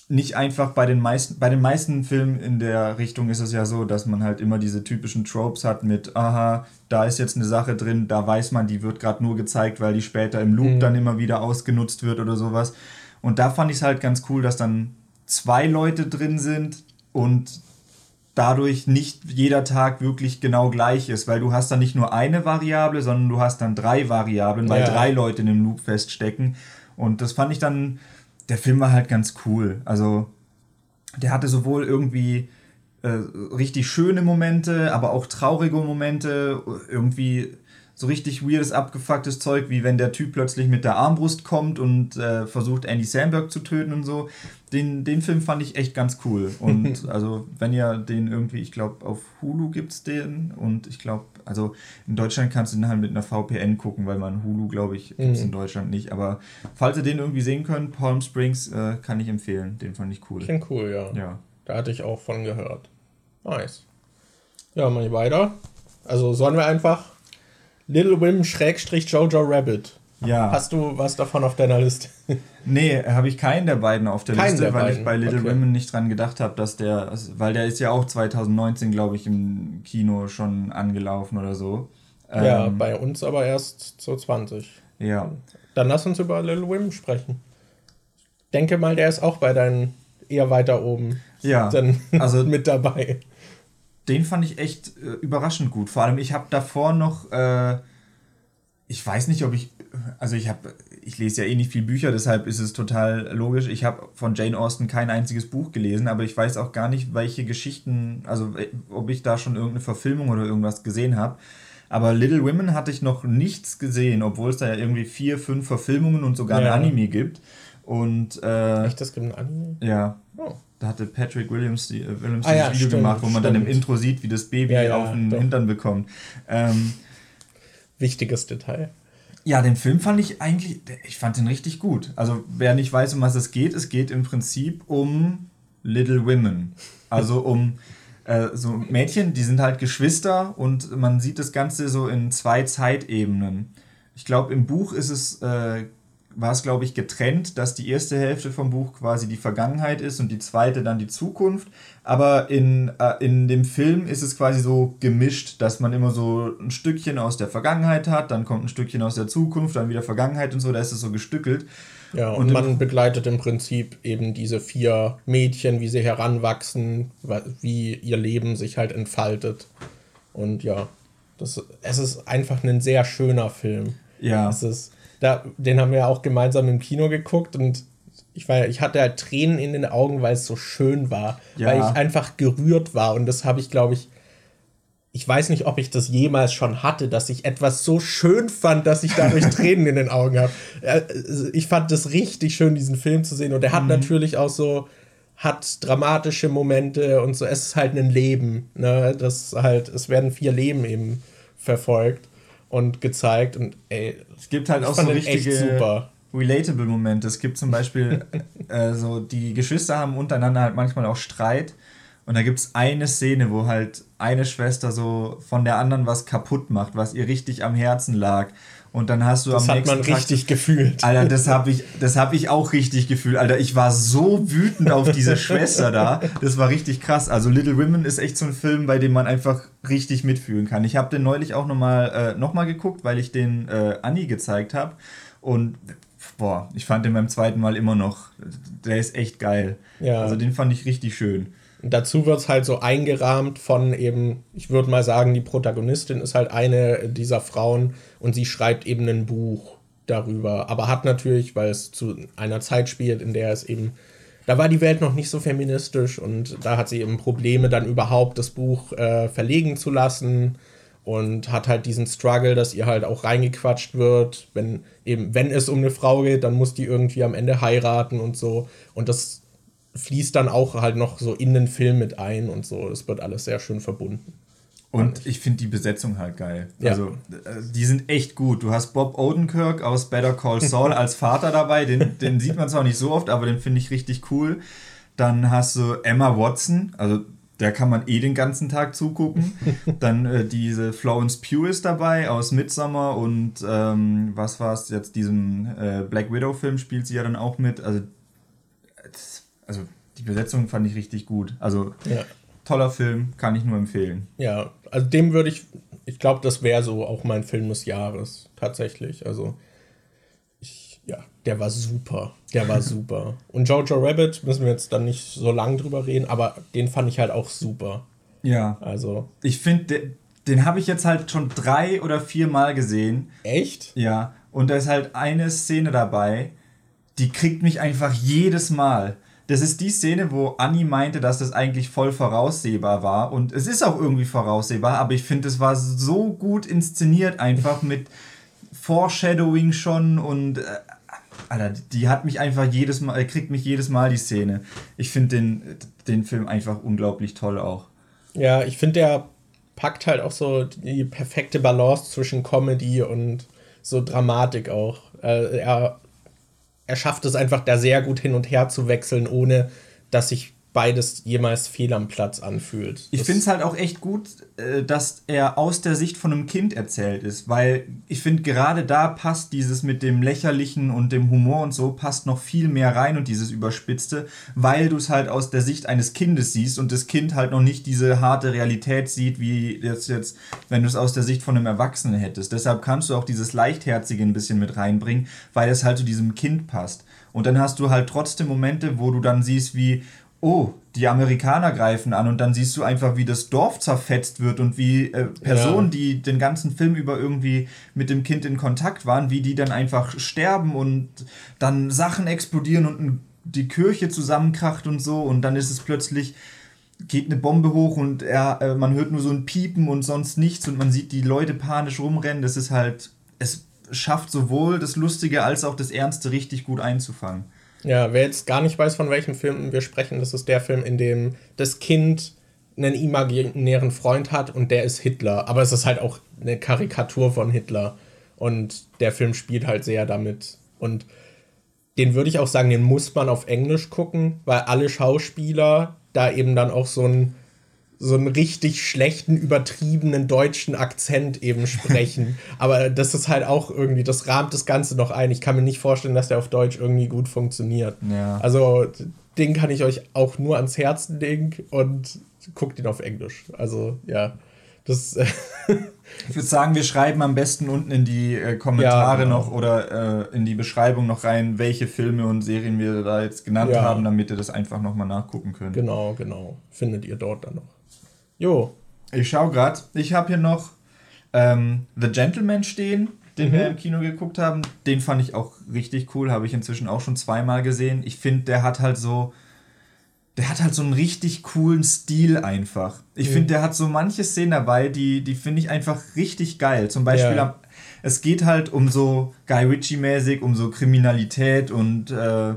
nicht einfach bei den meisten Filmen in der Richtung ist es ja so, dass man halt immer diese typischen Tropes hat mit, aha, da ist jetzt eine Sache drin, da weiß man, die wird gerade nur gezeigt, weil die später im Loop dann immer wieder ausgenutzt wird oder sowas. Und da fand ich es halt ganz cool, dass dann 2 Leute drin sind und dadurch nicht jeder Tag wirklich genau gleich ist, weil du hast dann nicht nur eine Variable, sondern du hast dann 3 Variablen, weil 3 Leute in dem Loop feststecken. Und das fand ich dann, der Film war halt ganz cool. Also der hatte sowohl irgendwie richtig schöne Momente, aber auch traurige Momente, irgendwie so richtig weirdes, abgefucktes Zeug, wie wenn der Typ plötzlich mit der Armbrust kommt und versucht, Andy Samberg zu töten und so. Den Film fand ich echt ganz cool. Und also, wenn ihr den irgendwie, ich glaube, auf Hulu gibt's den und ich glaube, also in Deutschland kannst du den halt mit einer VPN gucken, weil man Hulu, glaube ich, gibt's in Deutschland nicht. Aber falls ihr den irgendwie sehen könnt, Palm Springs, kann ich empfehlen. Den fand ich cool. Klingt cool, ja. Da hatte ich auch von gehört. Nice. Ja, mal weiter. Also sollen wir einfach Little Women / Jojo Rabbit. Ja. Hast du was davon auf deiner Liste? Nee, habe ich keinen der beiden auf der Liste, weil ich bei Little Women nicht dran gedacht habe, dass weil der ist ja auch 2019, glaube ich, im Kino schon angelaufen oder so. Ja, bei uns aber erst 2020. Ja. Dann lass uns über Little Women sprechen. Denke mal, der ist auch bei deinen eher weiter oben dann also mit dabei. Den fand ich echt überraschend gut. Vor allem, ich habe davor noch, ich weiß nicht, ob ich lese ja eh nicht viel Bücher, deshalb ist es total logisch. Ich habe von Jane Austen kein einziges Buch gelesen, aber ich weiß auch gar nicht, welche Geschichten, also ob ich da schon irgendeine Verfilmung oder irgendwas gesehen habe. Aber Little Women hatte ich noch nichts gesehen, obwohl es da ja irgendwie 4, 5 Verfilmungen und sogar ein Anime gibt. Und, echt, das gibt ein Anime? Ja. Oh. Da hatte Patrick Williams dieses Video gemacht, wo man dann im Intro sieht, wie das Baby auf den Hintern bekommt. Wichtiges Detail. Ja, den Film fand ich fand den richtig gut. Also wer nicht weiß, um was es geht im Prinzip um Little Women. Also um so Mädchen, die sind halt Geschwister und man sieht das Ganze so in 2 Zeitebenen. Ich glaube, im Buch war es, glaube ich, getrennt, dass die erste Hälfte vom Buch quasi die Vergangenheit ist und die zweite dann die Zukunft. Aber in dem Film ist es quasi so gemischt, dass man immer so ein Stückchen aus der Vergangenheit hat, dann kommt ein Stückchen aus der Zukunft, dann wieder Vergangenheit und so, da ist es so gestückelt. Ja, und man begleitet im Prinzip eben diese 4 Mädchen, wie sie heranwachsen, wie ihr Leben sich halt entfaltet. Und ja, es ist einfach ein sehr schöner Film. Ja. Den haben wir ja auch gemeinsam im Kino geguckt und ich hatte halt Tränen in den Augen, weil es so schön war. Ja. Weil ich einfach gerührt war und das habe ich, glaube ich weiß nicht, ob ich das jemals schon hatte, dass ich etwas so schön fand, dass ich dadurch Tränen in den Augen habe. Ich fand das richtig schön, diesen Film zu sehen und er hat natürlich auch hat dramatische Momente und so. Es ist halt ein Leben, ne? Es werden 4 Leben eben verfolgt und gezeigt und es gibt halt auch so richtige relatable Momente. Es gibt zum Beispiel so, die Geschwister haben untereinander halt manchmal auch Streit und da gibt es eine Szene, wo halt eine Schwester so von der anderen was kaputt macht, was ihr richtig am Herzen lag. Und dann hast du am nächsten Tag... Das hat man richtig gefühlt. Alter, das hab ich auch richtig gefühlt. Alter, ich war so wütend auf diese Schwester da. Das war richtig krass. Also Little Women ist echt so ein Film, bei dem man einfach richtig mitfühlen kann. Ich habe den neulich auch nochmal geguckt, weil ich den Anni gezeigt habe. Und ich fand den beim zweiten Mal immer noch. Der ist echt geil. Ja. Also den fand ich richtig schön. Und dazu wird es halt so eingerahmt von eben, ich würde mal sagen, die Protagonistin ist halt eine dieser Frauen und sie schreibt eben ein Buch darüber. Aber hat natürlich, weil es zu einer Zeit spielt, in der es eben, da war die Welt noch nicht so feministisch und da hat sie eben Probleme, dann überhaupt das Buch verlegen zu lassen und hat halt diesen Struggle, dass ihr halt auch reingequatscht wird, wenn es um eine Frau geht, dann muss die irgendwie am Ende heiraten und so. Und das fließt dann auch halt noch so in den Film mit ein und so. Das wird alles sehr schön verbunden. Und ich finde die Besetzung halt geil. Ja. Also, die sind echt gut. Du hast Bob Odenkirk aus Better Call Saul als Vater dabei. Den sieht man zwar nicht so oft, aber den finde ich richtig cool. Dann hast du Emma Watson. Also, der kann man den ganzen Tag zugucken. Dann diese Florence Pugh ist dabei aus Midsommar und was war es jetzt? Diesem Black Widow-Film spielt sie ja dann auch mit. Also die Besetzung fand ich richtig gut. Also Ja. toller Film, kann ich nur empfehlen. Ja, also dem würde ich glaube, das wäre so auch mein Film des Jahres, tatsächlich. Also, der war super. Der war super. Und Jojo Rabbit müssen wir jetzt dann nicht so lang drüber reden, aber den fand ich halt auch super. Ja. Also. Ich finde, den habe ich jetzt halt schon 3 oder 4 Mal gesehen. Echt? Ja. Und da ist halt eine Szene dabei, die kriegt mich einfach jedes Mal. Das ist die Szene, wo Anni meinte, dass das eigentlich voll voraussehbar war. Und es ist auch irgendwie voraussehbar, aber ich finde, es war so gut inszeniert, einfach mit Foreshadowing schon und Alter, die hat mich einfach jedes Mal, kriegt mich jedes Mal die Szene. Ich finde den Film einfach unglaublich toll auch. Ja, ich finde, der packt halt auch so die perfekte Balance zwischen Comedy und so Dramatik auch. Er schafft es einfach, da sehr gut hin und her zu wechseln, ohne dass sich beides jemals fehl am Platz anfühlt. Ich finde es halt auch echt gut, dass er aus der Sicht von einem Kind erzählt ist, weil ich finde, gerade da passt dieses mit dem Lächerlichen und dem Humor und so, passt noch viel mehr rein und dieses Überspitzte, weil du es halt aus der Sicht eines Kindes siehst und das Kind halt noch nicht diese harte Realität sieht, wie jetzt wenn du es aus der Sicht von einem Erwachsenen hättest. Deshalb kannst du auch dieses Leichtherzige ein bisschen mit reinbringen, weil es halt zu diesem Kind passt. Und dann hast du halt trotzdem Momente, wo du dann siehst, wie oh, die Amerikaner greifen an und dann siehst du einfach, wie das Dorf zerfetzt wird und wie Personen, die den ganzen Film über irgendwie mit dem Kind in Kontakt waren, wie die dann einfach sterben und dann Sachen explodieren und die Kirche zusammenkracht und so und dann ist es plötzlich, geht eine Bombe hoch und man hört nur so ein Piepen und sonst nichts und man sieht die Leute panisch rumrennen. Das ist halt, es schafft sowohl das Lustige als auch das Ernste richtig gut einzufangen. Ja, wer jetzt gar nicht weiß, von welchem Film wir sprechen, das ist der Film, in dem das Kind einen imaginären Freund hat und der ist Hitler. Aber es ist halt auch eine Karikatur von Hitler. Und der Film spielt halt sehr damit. Und den würde ich auch sagen, den muss man auf Englisch gucken, weil alle Schauspieler da eben dann auch so einen richtig schlechten, übertriebenen deutschen Akzent eben sprechen. Aber das ist halt auch irgendwie, das rahmt das Ganze noch ein. Ich kann mir nicht vorstellen, dass der auf Deutsch irgendwie gut funktioniert. Ja. Also, den kann ich euch auch nur ans Herzen legen und guckt ihn auf Englisch. Also, ja, das... Ich würde sagen, wir schreiben am besten unten in die Kommentare genau. noch oder in die Beschreibung noch rein, welche Filme und Serien wir da jetzt genannt haben, damit ihr das einfach nochmal nachgucken könnt. Genau. Findet ihr dort dann noch. Jo. Ich schau gerade, ich habe hier noch The Gentleman stehen, den wir im Kino geguckt haben. Den fand ich auch richtig cool, habe ich inzwischen auch schon 2-mal gesehen. Ich finde, der hat halt so einen richtig coolen Stil einfach. Ich finde, der hat so manche Szenen dabei, die finde ich einfach richtig geil. Zum Beispiel, es geht halt um so Guy Ritchie-mäßig, um so Kriminalität und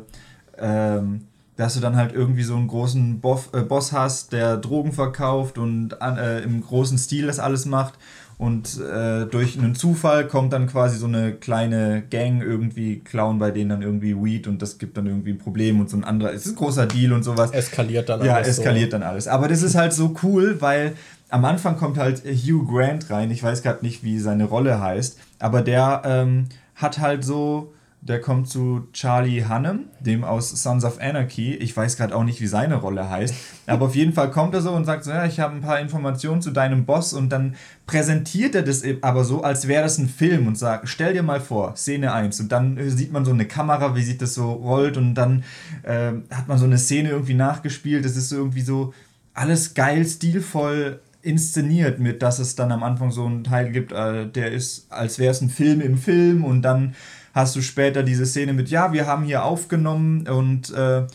dass du dann halt irgendwie so einen großen Boss hast, der Drogen verkauft und im großen Stil das alles macht. Und durch einen Zufall kommt dann quasi so eine kleine Gang irgendwie, klauen bei denen dann irgendwie Weed und das gibt dann irgendwie ein Problem und so ein anderer, es ist ein großer Deal und sowas. Eskaliert dann alles. Aber das ist halt so cool, weil am Anfang kommt halt Hugh Grant rein, ich weiß gerade nicht, wie seine Rolle heißt, aber der hat halt so... Der kommt zu Charlie Hunnam, dem aus Sons of Anarchy. Ich weiß gerade auch nicht, wie seine Rolle heißt. Aber auf jeden Fall kommt er so und sagt so, ja, ich habe ein paar Informationen zu deinem Boss. Und dann präsentiert er das aber so, als wäre das ein Film und sagt, stell dir mal vor, Szene 1. Und dann sieht man so eine Kamera, wie sich das so rollt. Und dann hat man so eine Szene irgendwie nachgespielt. Das ist so irgendwie so alles geil, stilvoll inszeniert, mit dass es dann am Anfang so einen Teil gibt, der ist, als wäre es ein Film im Film. Und dann hast du später diese Szene mit, ja, wir haben hier aufgenommen und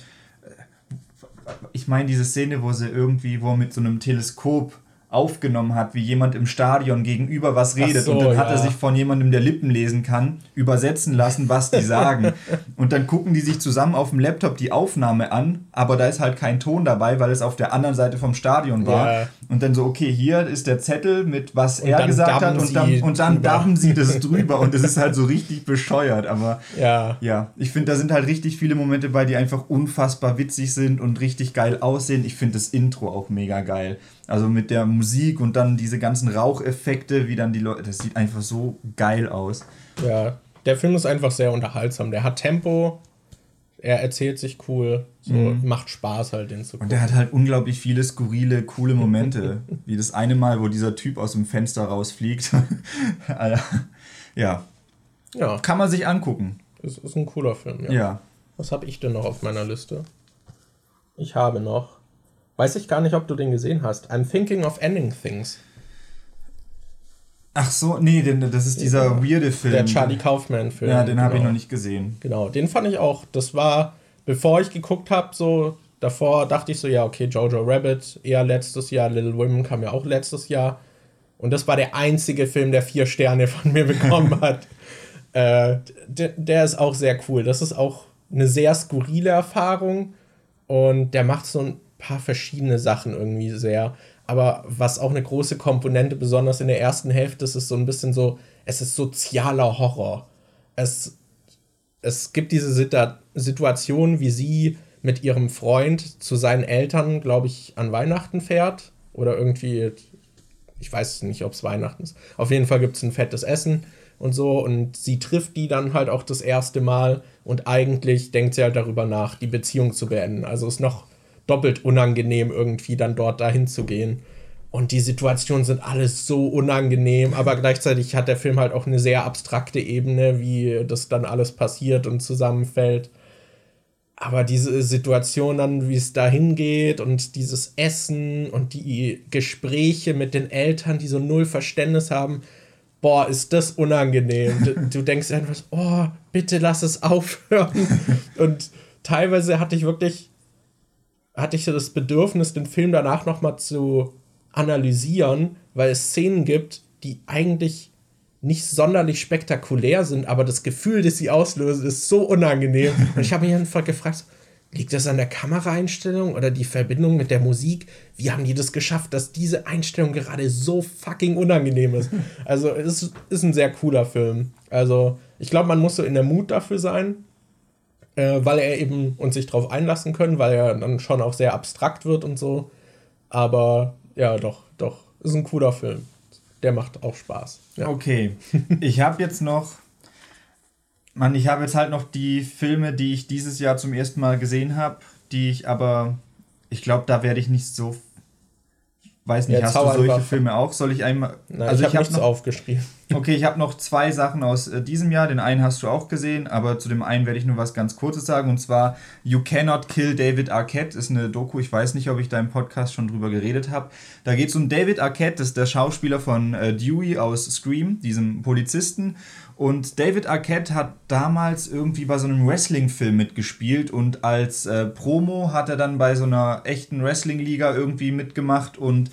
ich meine diese Szene, wo er mit so einem Teleskop aufgenommen hat, wie jemand im Stadion gegenüber was redet und dann hat er sich von jemandem, der Lippen lesen kann, übersetzen lassen, was die sagen. Und dann gucken die sich zusammen auf dem Laptop die Aufnahme an, aber da ist halt kein Ton dabei, weil es auf der anderen Seite vom Stadion war. Ja. Und dann so, okay, hier ist der Zettel mit was er gesagt hat und dann dabben sie das drüber und das ist halt so richtig bescheuert. Aber ja, ich finde, da sind halt richtig viele Momente bei, die einfach unfassbar witzig sind und richtig geil aussehen. Ich finde das Intro auch mega geil. Also mit der Musik und dann diese ganzen Raucheffekte, wie dann die Leute, das sieht einfach so geil aus. Ja, der Film ist einfach sehr unterhaltsam. Der hat Tempo, Er erzählt sich cool. So, macht Spaß halt, den zu gucken. Und der hat halt unglaublich viele skurrile, coole Momente. Wie das eine Mal, wo dieser Typ aus dem Fenster rausfliegt. Alter. Ja. Kann man sich angucken. Ist ein cooler Film, ja. Was habe ich denn noch auf meiner Liste? Ich habe noch... Weiß ich gar nicht, ob du den gesehen hast. I'm Thinking of Ending Things. Ach so, nee, das ist dieser weirde Film. Der Charlie Kaufman-Film. Ja, den habe ich noch nicht gesehen. Genau, den fand ich auch. Das war, bevor ich geguckt habe, so... Davor dachte ich so, ja, okay, Jojo Rabbit, eher letztes Jahr. Little Women kam ja auch letztes Jahr. Und das war der einzige Film, der 4 Sterne von mir bekommen hat. Der ist auch sehr cool. Das ist auch eine sehr skurrile Erfahrung. Und der macht so ein paar verschiedene Sachen irgendwie sehr. Aber was auch eine große Komponente, besonders in der ersten Hälfte, ist so ein bisschen so, es ist sozialer Horror. Es gibt diese Situation, wie sie mit ihrem Freund zu seinen Eltern, glaube ich, an Weihnachten fährt. Oder irgendwie, ich weiß nicht, ob es Weihnachten ist. Auf jeden Fall gibt es ein fettes Essen und so. Und sie trifft die dann halt auch das erste Mal. Und eigentlich denkt sie halt darüber nach, die Beziehung zu beenden. Also ist noch doppelt unangenehm, irgendwie dann dort dahin zu gehen. Und die Situationen sind alles so unangenehm. Aber gleichzeitig hat der Film halt auch eine sehr abstrakte Ebene, wie das dann alles passiert und zusammenfällt. Aber diese Situation dann, wie es dahin geht und dieses Essen und die Gespräche mit den Eltern, die so null Verständnis haben, boah, ist das unangenehm. Du denkst einfach, oh, bitte lass es aufhören. Und teilweise hatte ich so das Bedürfnis, den Film danach nochmal zu analysieren, weil es Szenen gibt, die eigentlich nicht sonderlich spektakulär sind, aber das Gefühl, das sie auslösen, ist so unangenehm. Und ich habe mich einfach gefragt, liegt das an der Kameraeinstellung oder die Verbindung mit der Musik? Wie haben die das geschafft, dass diese Einstellung gerade so fucking unangenehm ist? Also es ist ein sehr cooler Film. Also ich glaube, man muss so in der Mut dafür sein, weil er eben und sich drauf einlassen können, weil er dann schon auch sehr abstrakt wird und so. Aber ja, doch, ist ein cooler Film. Der macht auch Spaß. Ja. Okay, ich habe jetzt halt noch die Filme, die ich dieses Jahr zum ersten Mal gesehen habe, ich glaube, da werde ich nicht so, weiß nicht, hast du solche Filme auch? Soll ich einmal... Nein, also ich habe nichts aufgeschrieben. Okay, ich habe noch 2 Sachen aus diesem Jahr, den einen hast du auch gesehen, aber zu dem einen werde ich nur was ganz Kurzes sagen, und zwar You Cannot Kill David Arquette, ist eine Doku, ich weiß nicht, ob ich da im Podcast schon drüber geredet habe. Da geht es um David Arquette, das ist der Schauspieler von Dewey aus Scream, diesem Polizisten. Und David Arquette hat damals irgendwie bei so einem Wrestling-Film mitgespielt und als Promo hat er dann bei so einer echten Wrestling-Liga irgendwie mitgemacht und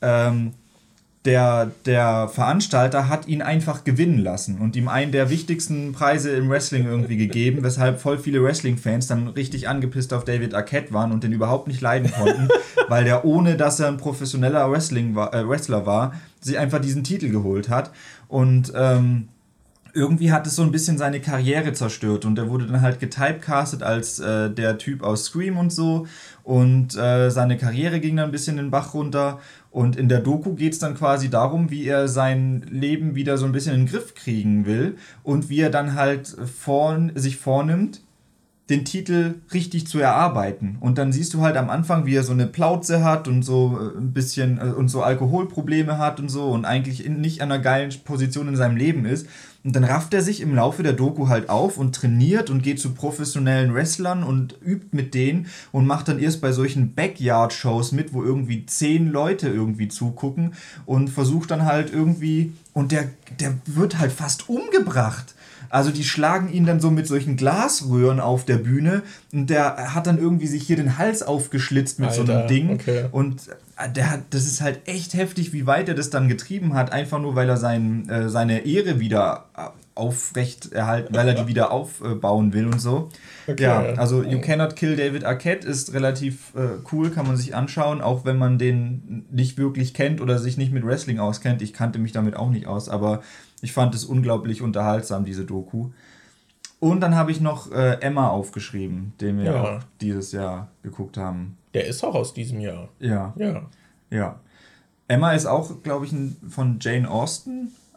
der Veranstalter hat ihn einfach gewinnen lassen und ihm einen der wichtigsten Preise im Wrestling irgendwie gegeben, weshalb voll viele Wrestling-Fans dann richtig angepisst auf David Arquette waren und den überhaupt nicht leiden konnten, weil der, ohne dass er ein professioneller Wrestler war, sich einfach diesen Titel geholt hat. Und irgendwie hat es so ein bisschen seine Karriere zerstört und er wurde dann halt getypecastet als der Typ aus Scream und so und seine Karriere ging dann ein bisschen den Bach runter und in der Doku geht es dann quasi darum, wie er sein Leben wieder so ein bisschen in den Griff kriegen will und wie er dann halt sich vornimmt, den Titel richtig zu erarbeiten. Und dann siehst du halt am Anfang, wie er so eine Plauze hat und so ein bisschen und so Alkoholprobleme hat und so und eigentlich nicht an einer geilen Position in seinem Leben ist. Und dann rafft er sich im Laufe der Doku halt auf und trainiert und geht zu professionellen Wrestlern und übt mit denen und macht dann erst bei solchen Backyard-Shows mit, wo irgendwie 10 Leute irgendwie zugucken und versucht dann halt irgendwie, und der wird halt fast umgebracht. Also die schlagen ihn dann so mit solchen Glasröhren auf der Bühne und der hat dann irgendwie sich hier den Hals aufgeschlitzt mit so einem Ding. Okay. Und das ist halt echt heftig, wie weit er das dann getrieben hat, einfach nur, weil er seine Ehre wieder aufrecht erhalten, weil er die wieder aufbauen will und so. Okay. Ja, also You Cannot Kill David Arquette ist relativ cool, kann man sich anschauen, auch wenn man den nicht wirklich kennt oder sich nicht mit Wrestling auskennt. Ich kannte mich damit auch nicht aus, aber ich fand es unglaublich unterhaltsam, diese Doku. Und dann habe ich noch Emma aufgeschrieben, den wir auch dieses Jahr geguckt haben. Der ist auch aus diesem Jahr. Ja. Emma ist auch, glaube ich, von Jane Austen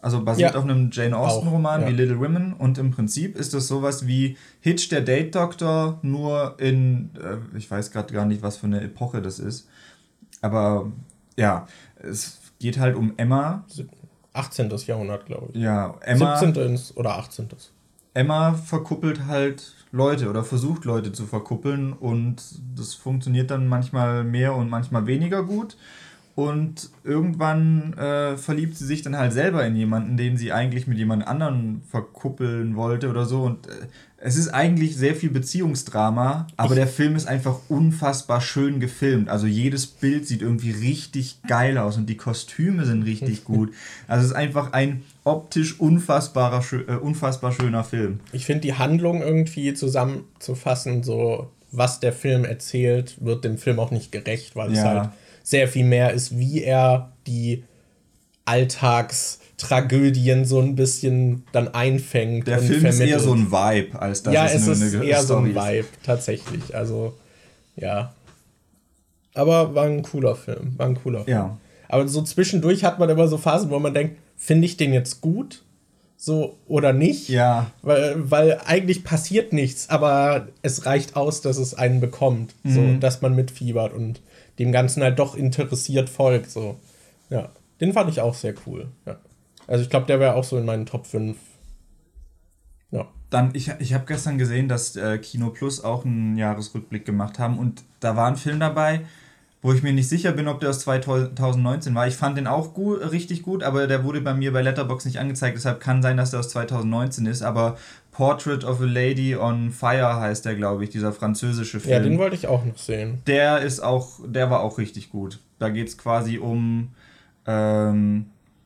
also basiert auf einem Jane Austen-Roman ja. wie Little Women. Und im Prinzip ist das sowas wie Hitch, der Date-Doktor, nur in, ich weiß gerade gar nicht, was für eine Epoche das ist. Aber ja, es geht halt um Emma. 18. Jahrhundert, glaube ich. Ja, Emma. 17. oder 18. Emma verkuppelt halt Leute oder versucht Leute zu verkuppeln und das funktioniert dann manchmal mehr und manchmal weniger gut. Und irgendwann verliebt sie sich dann halt selber in jemanden, den sie eigentlich mit jemand anderen verkuppeln wollte oder so. Und es ist eigentlich sehr viel Beziehungsdrama, aber der Film ist einfach unfassbar schön gefilmt. Also jedes Bild sieht irgendwie richtig geil aus und die Kostüme sind richtig gut. Also es ist einfach ein optisch unfassbar schöner Film. Ich finde, die Handlung irgendwie zusammenzufassen, so was der Film erzählt, wird dem Film auch nicht gerecht, weil es halt sehr viel mehr ist, wie er die Alltagstragödien so ein bisschen dann einfängt. Der Film vermittelt. Ist eher so ein Vibe, als dass es ist eher so ein Vibe, tatsächlich. Also, ja. Aber war ein cooler Film. Ja. Aber so zwischendurch hat man immer so Phasen, wo man denkt, finde ich den jetzt gut? So, oder nicht? Ja. Weil eigentlich passiert nichts, aber es reicht aus, dass es einen bekommt. So, dass man mitfiebert und dem Ganzen halt doch interessiert folgt. So. Ja, den fand ich auch sehr cool. Ja. Also ich glaube, der wäre auch so in meinen Top 5. Ja. Dann, ich habe gestern gesehen, dass Kino Plus auch einen Jahresrückblick gemacht haben und da war ein Film dabei, wo ich mir nicht sicher bin, ob der aus 2019 war. Ich fand den auch richtig gut, aber der wurde bei mir bei Letterboxd nicht angezeigt, deshalb kann sein, dass der aus 2019 ist, aber Portrait of a Lady on Fire heißt der, glaube ich, dieser französische Film. Ja, den wollte ich auch noch sehen. Der war auch richtig gut. Da geht es quasi um eine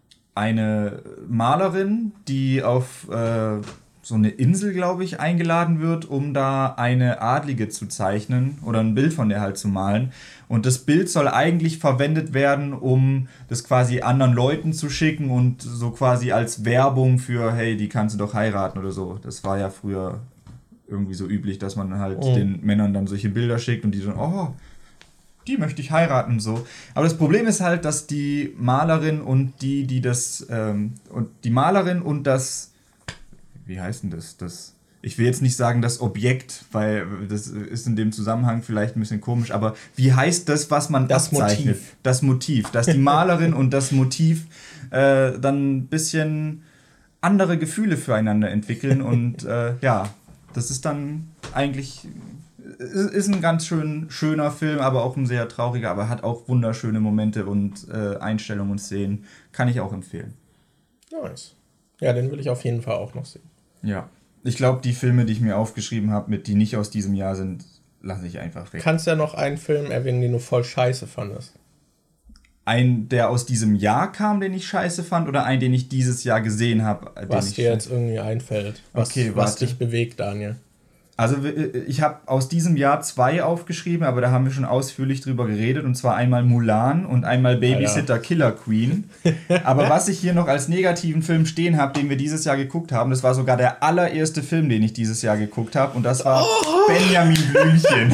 Malerin, die auf so eine Insel, glaube ich, eingeladen wird, um da eine Adlige zu zeichnen oder ein Bild von der halt zu malen. Und das Bild soll eigentlich verwendet werden, um das quasi anderen Leuten zu schicken und so quasi als Werbung für, hey, die kannst du doch heiraten oder so. Das war ja früher irgendwie so üblich, dass man halt den Männern dann solche Bilder schickt und die dann, oh, die möchte ich heiraten und so. Aber das Problem ist halt, dass die Malerin und die das, und die Malerin und das, wie heißt denn das? Ich will jetzt nicht sagen das Objekt, weil das ist in dem Zusammenhang vielleicht ein bisschen komisch, aber wie heißt das, was man abzeichnet? Das Motiv. Dass die Malerin und das Motiv dann ein bisschen andere Gefühle füreinander entwickeln und ja, das ist dann eigentlich, ist ein ganz schöner Film, aber auch ein sehr trauriger, aber hat auch wunderschöne Momente und Einstellungen und Szenen. Kann ich auch empfehlen. Nice. Ja, den will ich auf jeden Fall auch noch sehen. Ja. Ich glaube, die Filme, die ich mir aufgeschrieben habe, die nicht aus diesem Jahr sind, lasse ich einfach weg. Kannst du ja noch einen Film erwähnen, den du voll scheiße fandest? Ein, der aus diesem Jahr kam, den ich scheiße fand, oder einen, den ich dieses Jahr gesehen habe? Was dir jetzt irgendwie einfällt. Was dich bewegt, Daniel. Also ich habe aus diesem Jahr 2 aufgeschrieben, aber da haben wir schon ausführlich drüber geredet. Und zwar einmal Mulan und einmal Babysitter Killer Queen. Aber was ich hier noch als negativen Film stehen habe, den wir dieses Jahr geguckt haben, das war sogar der allererste Film, den ich dieses Jahr geguckt habe. Und das war Benjamin Blümchen.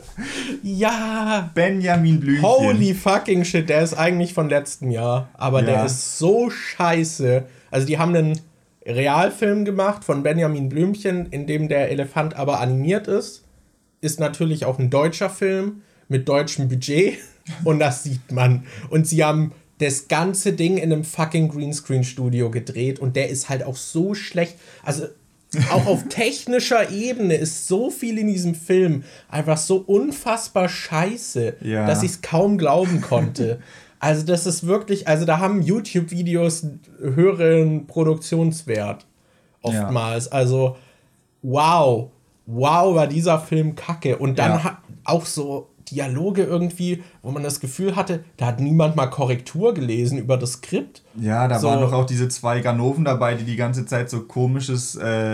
Ja! Benjamin Blümchen. Holy fucking shit, der ist eigentlich von letztem Jahr. Aber der ist so scheiße. Also die haben einen Realfilm gemacht von Benjamin Blümchen, in dem der Elefant aber animiert ist. Ist natürlich auch ein deutscher Film mit deutschem Budget. Und das sieht man. Und sie haben das ganze Ding in einem fucking Greenscreen-Studio gedreht. Und der ist halt auch so schlecht. Also auch auf technischer Ebene ist so viel in diesem Film einfach so unfassbar scheiße, dass ich es kaum glauben konnte. Also das ist wirklich, also da haben YouTube-Videos einen höheren Produktionswert oftmals. Ja. Also wow, war dieser Film kacke. Und dann auch so Dialoge irgendwie, wo man das Gefühl hatte, da hat niemand mal Korrektur gelesen über das Skript. Ja, da waren doch auch diese 2 Ganoven dabei, die ganze Zeit so komisches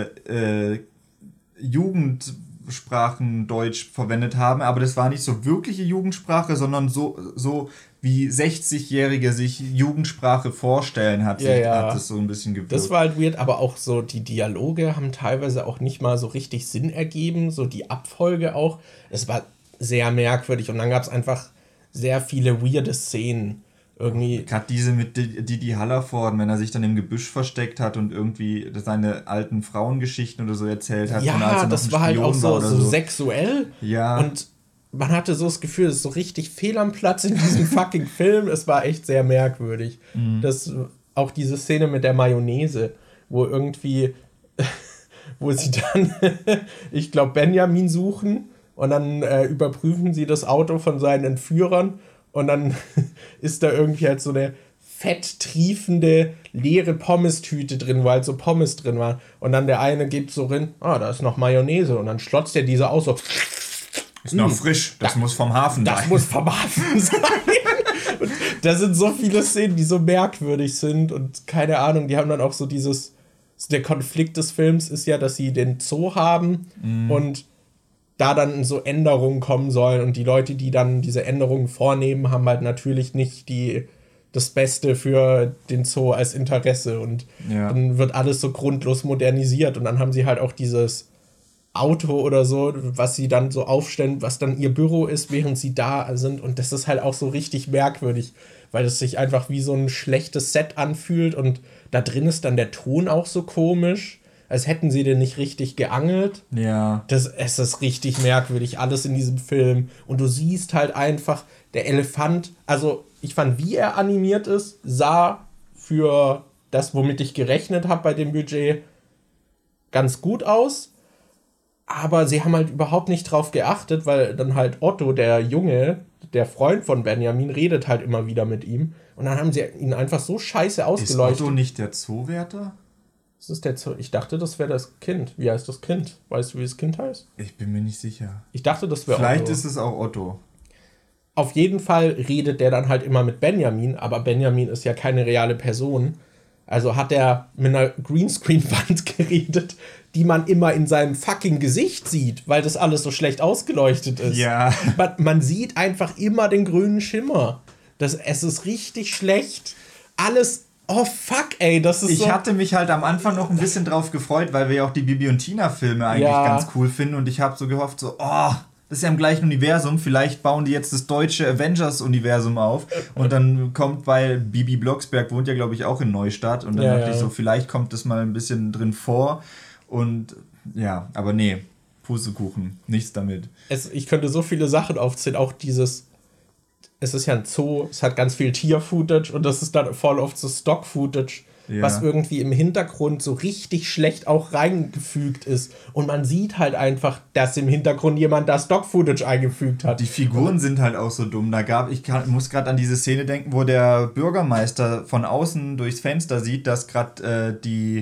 Jugendsprachendeutsch verwendet haben, aber das war nicht so wirkliche Jugendsprache, sondern so wie 60-Jährige sich Jugendsprache vorstellen, hat es so ein bisschen gewirkt. Das war halt weird, aber auch so die Dialoge haben teilweise auch nicht mal so richtig Sinn ergeben, so die Abfolge auch. Es war sehr merkwürdig und dann gab es einfach sehr viele weirde Szenen. irgendwie... Gerade diese mit Didi Hallervorden, wenn er sich dann im Gebüsch versteckt hat und irgendwie seine alten Frauengeschichten oder so erzählt hat. Ja, als er das noch war halt auch so so sexuell. Ja. Und man hatte so das Gefühl, es ist so richtig fehl am Platz in diesem fucking Film. Es war echt sehr merkwürdig. Das, auch diese Szene mit der Mayonnaise, wo irgendwie, wo sie dann, ich glaube, Benjamin suchen und dann überprüfen sie das Auto von seinen Entführern und dann ist da irgendwie halt so eine fetttriefende, leere Pommes-Tüte drin, wo halt so Pommes drin waren. Und dann der eine geht so rein, da ist noch Mayonnaise. Und dann schlotzt er diese aus so... Ist noch frisch, das muss vom Hafen sein. Das muss vom Hafen sein. Und da sind so viele Szenen, die so merkwürdig sind und keine Ahnung, die haben dann auch so der Konflikt des Films ist ja, dass sie den Zoo haben und da dann so Änderungen kommen sollen und die Leute, die dann diese Änderungen vornehmen, haben halt natürlich nicht das Beste für den Zoo als Interesse und dann wird alles so grundlos modernisiert und dann haben sie halt auch dieses Auto oder so, was sie dann so aufstellen, was dann ihr Büro ist, während sie da sind und das ist halt auch so richtig merkwürdig, weil es sich einfach wie so ein schlechtes Set anfühlt und da drin ist dann der Ton auch so komisch, als hätten sie den nicht richtig geangelt. Ja. Es ist richtig merkwürdig, alles in diesem Film und du siehst halt einfach, der Elefant, also ich fand, wie er animiert ist, sah für das, womit ich gerechnet habe bei dem Budget, ganz gut aus. Aber sie haben halt überhaupt nicht drauf geachtet, weil dann halt Otto, der Junge, der Freund von Benjamin, redet halt immer wieder mit ihm. Und dann haben sie ihn einfach so scheiße ausgeleuchtet. Ist Otto nicht der Zoowärter? Das ist der ich dachte, das wäre das Kind. Wie heißt das Kind? Weißt du, wie das Kind heißt? Ich bin mir nicht sicher. Ich dachte, das wäre Otto. Vielleicht ist es auch Otto. Auf jeden Fall redet der dann halt immer mit Benjamin, aber Benjamin ist ja keine reale Person. Also hat er mit einer Greenscreen-Wand geredet, die man immer in seinem fucking Gesicht sieht, weil das alles so schlecht ausgeleuchtet ist. Ja. Man sieht einfach immer den grünen Schimmer. Es ist richtig schlecht. Alles, oh fuck, ey, das ist Ich hatte mich halt am Anfang noch ein bisschen drauf gefreut, weil wir ja auch die Bibi und Tina-Filme eigentlich ganz cool finden und ich habe so gehofft, das ist ja im gleichen Universum, vielleicht bauen die jetzt das deutsche Avengers-Universum auf und dann kommt, weil Bibi Blocksberg wohnt ja, glaube ich, auch in Neustadt und dann dachte ich so, vielleicht kommt das mal ein bisschen drin vor und ja, aber nee, Pustekuchen, nichts damit. Ich könnte so viele Sachen aufzählen, auch dieses, es ist ja ein Zoo, es hat ganz viel Tier-Footage und das ist dann voll oft so Stock-Footage, was irgendwie im Hintergrund so richtig schlecht auch reingefügt ist. Und man sieht halt einfach, dass im Hintergrund jemand da Stock-Footage eingefügt hat. Die Figuren sind halt auch so dumm. Muss gerade an diese Szene denken, wo der Bürgermeister von außen durchs Fenster sieht, dass gerade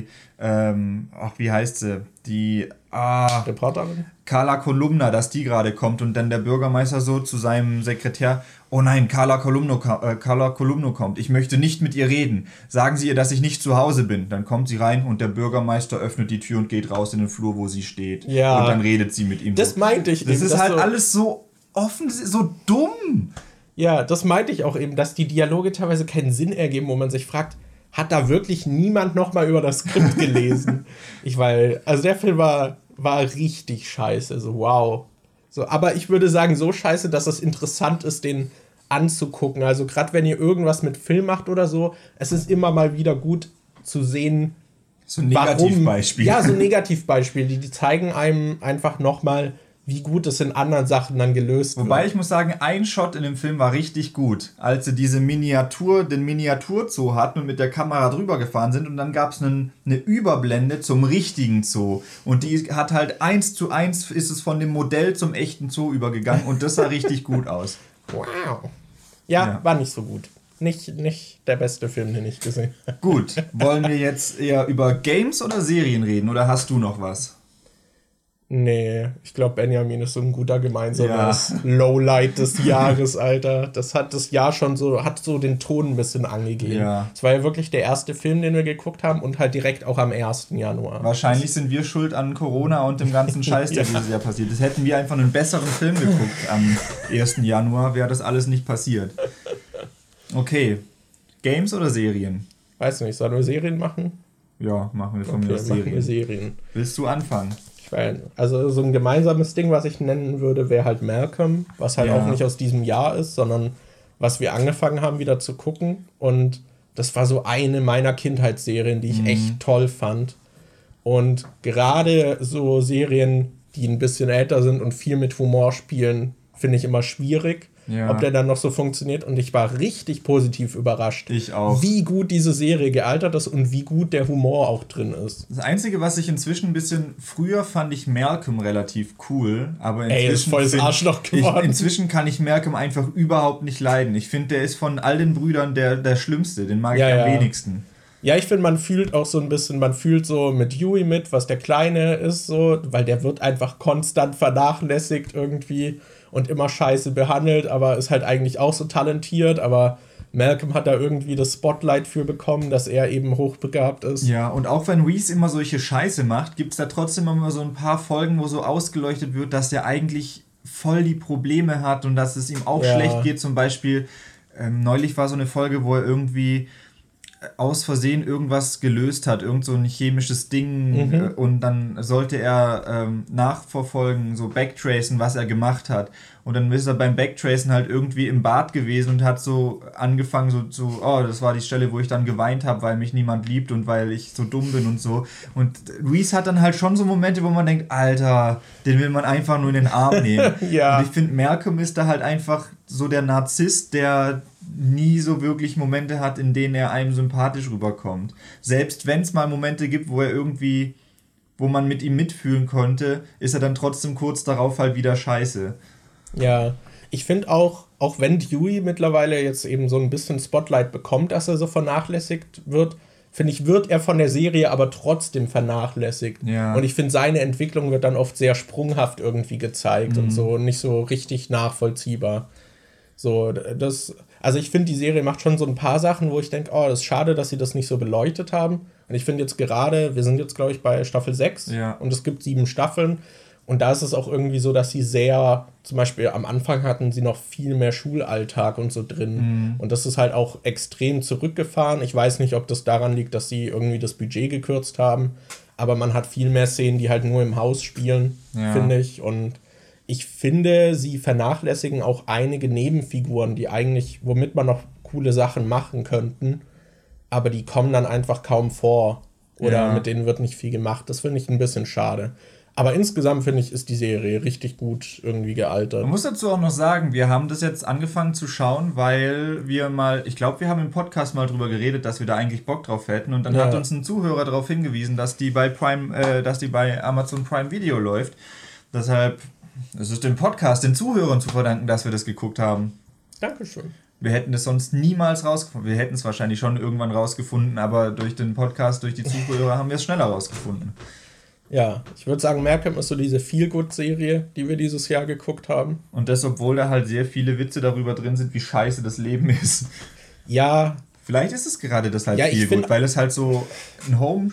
wie heißt sie? Die Reporterin? Carla Kolumna, dass die gerade kommt und dann der Bürgermeister so zu seinem Sekretär: Oh nein, Carla Kolumna kommt. Ich möchte nicht mit ihr reden. Sagen Sie ihr, dass ich nicht zu Hause bin. Dann kommt sie rein und der Bürgermeister öffnet die Tür und geht raus in den Flur, wo sie steht. Ja. Und dann redet sie mit ihm. Das meinte ich Das eben. ist halt so alles so offen, so dumm. Ja, das meinte ich auch eben, dass die Dialoge teilweise keinen Sinn ergeben, wo man sich fragt, hat da wirklich niemand nochmal über das Skript gelesen? Also der Film war richtig scheiße, so wow. So, aber ich würde sagen, so scheiße, dass es interessant ist, den anzugucken. Also gerade wenn ihr irgendwas mit Film macht oder so, es ist immer mal wieder gut zu sehen, so ein Negativbeispiel. Ja, so ein Negativbeispiel. Die zeigen einem einfach nochmal, wie gut es in anderen Sachen dann gelöst wird. Wobei ich muss sagen, ein Shot in dem Film war richtig gut, als sie den Miniaturzoo hatten und mit der Kamera drüber gefahren sind und dann gab es eine Überblende zum richtigen Zoo und die hat halt 1:1 ist es von dem Modell zum echten Zoo übergegangen und das sah richtig gut aus. Wow. Ja, war nicht so gut. Nicht der beste Film, den ich gesehen habe. Gut, wollen wir jetzt eher über Games oder Serien reden oder hast du noch was? Nee, ich glaube, Benjamin ist so ein guter gemeinsames Lowlight des Jahres, Alter. Das hat das Jahr schon hat so den Ton ein bisschen angegeben. Ja. Es war ja wirklich der erste Film, den wir geguckt haben und halt direkt auch am 1. Januar. Wahrscheinlich sind wir schuld an Corona und dem ganzen Scheiß, der dieses Jahr passiert ist. Hätten wir einfach einen besseren Film geguckt am 1. Januar, wäre das alles nicht passiert. Okay, Games oder Serien? Weiß nicht, sollen wir Serien machen? Ja, machen wir von mir aus Serien. Willst du anfangen? Also so ein gemeinsames Ding, was ich nennen würde, wäre halt Malcolm, was halt auch nicht aus diesem Jahr ist, sondern was wir angefangen haben, wieder zu gucken. Und das war so eine meiner Kindheitsserien, die ich echt toll fand. Und gerade so Serien, die ein bisschen älter sind und viel mit Humor spielen, finde ich immer schwierig, ob der dann noch so funktioniert. Und ich war richtig positiv überrascht, ich auch, wie gut diese Serie gealtert ist und wie gut der Humor auch drin ist. Das Einzige, was ich inzwischen ein bisschen... Früher fand ich Malcolm relativ cool, aber inzwischen... ist voll das Arschloch geworden. Inzwischen kann ich Malcolm einfach überhaupt nicht leiden. Ich finde, der ist von all den Brüdern der Schlimmste. Den mag ich am wenigsten. Ja, ich finde, man fühlt auch so ein bisschen, man fühlt so mit Huey mit, was der Kleine ist, so, weil der wird einfach konstant vernachlässigt irgendwie und immer scheiße behandelt, aber ist halt eigentlich auch so talentiert, aber Malcolm hat da irgendwie das Spotlight für bekommen, dass er eben hochbegabt ist. Ja, und auch wenn Reese immer solche Scheiße macht, gibt es da trotzdem immer so ein paar Folgen, wo so ausgeleuchtet wird, dass er eigentlich voll die Probleme hat und dass es ihm auch schlecht geht. Zum Beispiel, neulich war so eine Folge, wo er irgendwie aus Versehen irgendwas gelöst hat, irgend so ein chemisches Ding, und dann sollte er nachverfolgen, so backtracen, was er gemacht hat. Und dann ist er beim Backtracen halt irgendwie im Bad gewesen und hat so angefangen das war die Stelle, wo ich dann geweint habe, weil mich niemand liebt und weil ich so dumm bin und so. Und Reese hat dann halt schon so Momente, wo man denkt, Alter, den will man einfach nur in den Arm nehmen. Ja. Und ich finde, Malcolm ist da halt einfach so der Narzisst, der nie so wirklich Momente hat, in denen er einem sympathisch rüberkommt. Selbst wenn es mal Momente gibt, wo man mit ihm mitfühlen konnte, ist er dann trotzdem kurz darauf halt wieder scheiße. Ja, ich finde auch wenn Dewey mittlerweile jetzt eben so ein bisschen Spotlight bekommt, dass er so vernachlässigt wird, finde ich, wird er von der Serie aber trotzdem vernachlässigt. Ja. Und ich finde, seine Entwicklung wird dann oft sehr sprunghaft irgendwie gezeigt und so nicht so richtig nachvollziehbar. So, also ich finde, die Serie macht schon so ein paar Sachen, wo ich denke, oh, das ist schade, dass sie das nicht so beleuchtet haben. Und ich finde jetzt gerade, wir sind jetzt, glaube ich, bei Staffel 6 und es gibt 7 Staffeln. Und da ist es auch irgendwie so, dass sie sehr, zum Beispiel am Anfang hatten sie noch viel mehr Schulalltag und so drin. Und das ist halt auch extrem zurückgefahren. Ich weiß nicht, ob das daran liegt, dass sie irgendwie das Budget gekürzt haben. Aber man hat viel mehr Szenen, die halt nur im Haus spielen, finde ich. Und ich finde, sie vernachlässigen auch einige Nebenfiguren, die eigentlich, womit man noch coole Sachen machen könnten. Aber die kommen dann einfach kaum vor. Oder mit denen wird nicht viel gemacht. Das finde ich ein bisschen schade. Aber insgesamt, finde ich, ist die Serie richtig gut irgendwie gealtert. Man muss dazu auch noch sagen, wir haben das jetzt angefangen zu schauen, weil ich glaube, wir haben im Podcast mal drüber geredet, dass wir da eigentlich Bock drauf hätten. Und dann hat uns ein Zuhörer darauf hingewiesen, dass die bei Amazon Prime Video läuft. Deshalb, es ist dem Podcast, den Zuhörern zu verdanken, dass wir das geguckt haben. Dankeschön. Wir hätten es sonst niemals rausgefunden. Wir hätten es wahrscheinlich schon irgendwann rausgefunden, aber durch den Podcast, durch die Zuhörer haben wir es schneller rausgefunden. Ja, ich würde sagen, Malcolm ist so diese Feel-Good-Serie, die wir dieses Jahr geguckt haben. Und das, obwohl da halt sehr viele Witze darüber drin sind, wie scheiße das Leben ist. Ja. Vielleicht ist es gerade das halt Feel-Good, weil es halt so ein Home,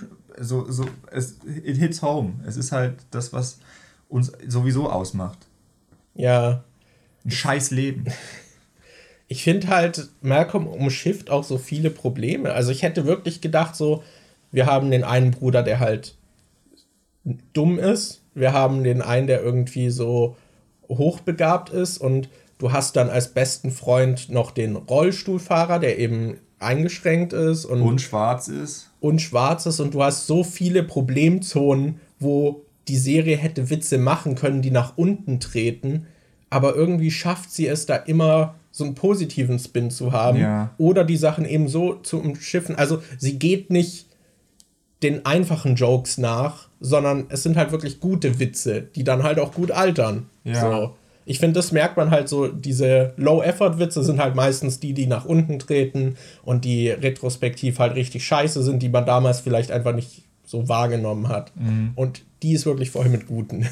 it hits home. Es ist halt das, was uns sowieso ausmacht. Ja. Ein scheiß Leben. Ich finde halt, Malcolm umschifft auch so viele Probleme. Also ich hätte wirklich gedacht, so, wir haben den einen Bruder, der halt dumm ist. Wir haben den einen, der irgendwie so hochbegabt ist. Und du hast dann als besten Freund noch den Rollstuhlfahrer, der eben eingeschränkt ist. Und schwarz ist. Und schwarz ist. Und du hast so viele Problemzonen, wo die Serie hätte Witze machen können, die nach unten treten. Aber irgendwie schafft sie es da immer, so einen positiven Spin zu haben. Ja. Oder die Sachen eben so zu umschiffen. Also sie geht nicht den einfachen Jokes nach, sondern es sind halt wirklich gute Witze, die dann halt auch gut altern. Ja. So. Ich finde, das merkt man halt so, diese Low-Effort-Witze sind halt meistens die nach unten treten und die retrospektiv halt richtig scheiße sind, die man damals vielleicht einfach nicht so wahrgenommen hat. Und die ist wirklich voll mit guten.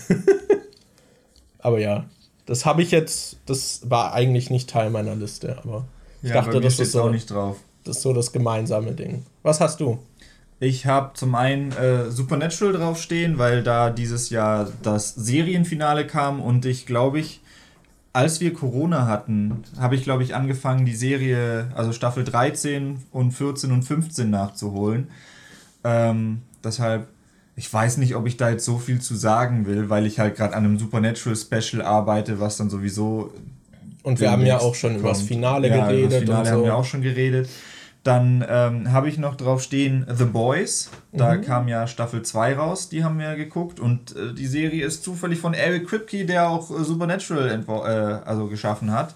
Aber ja, das war eigentlich nicht Teil meiner Liste, aber ich dachte, das ist so, auch nicht drauf. Das ist so das gemeinsame Ding. Was hast du? Ich habe zum einen Supernatural draufstehen, weil da dieses Jahr das Serienfinale kam und als wir Corona hatten, habe ich, glaube ich, angefangen, die Serie, also Staffel 13 und 14 und 15 nachzuholen. Deshalb, ich weiß nicht, ob ich da jetzt so viel zu sagen will, weil ich halt gerade an einem Supernatural-Special arbeite, was dann sowieso Und wir haben ja auch schon über das Finale geredet. Über das Finale und so. haben wir auch schon geredet. Dann habe ich noch drauf stehen The Boys. Da kam ja Staffel 2 raus, die haben wir geguckt. Und die Serie ist zufällig von Eric Kripke, der auch Supernatural geschaffen hat.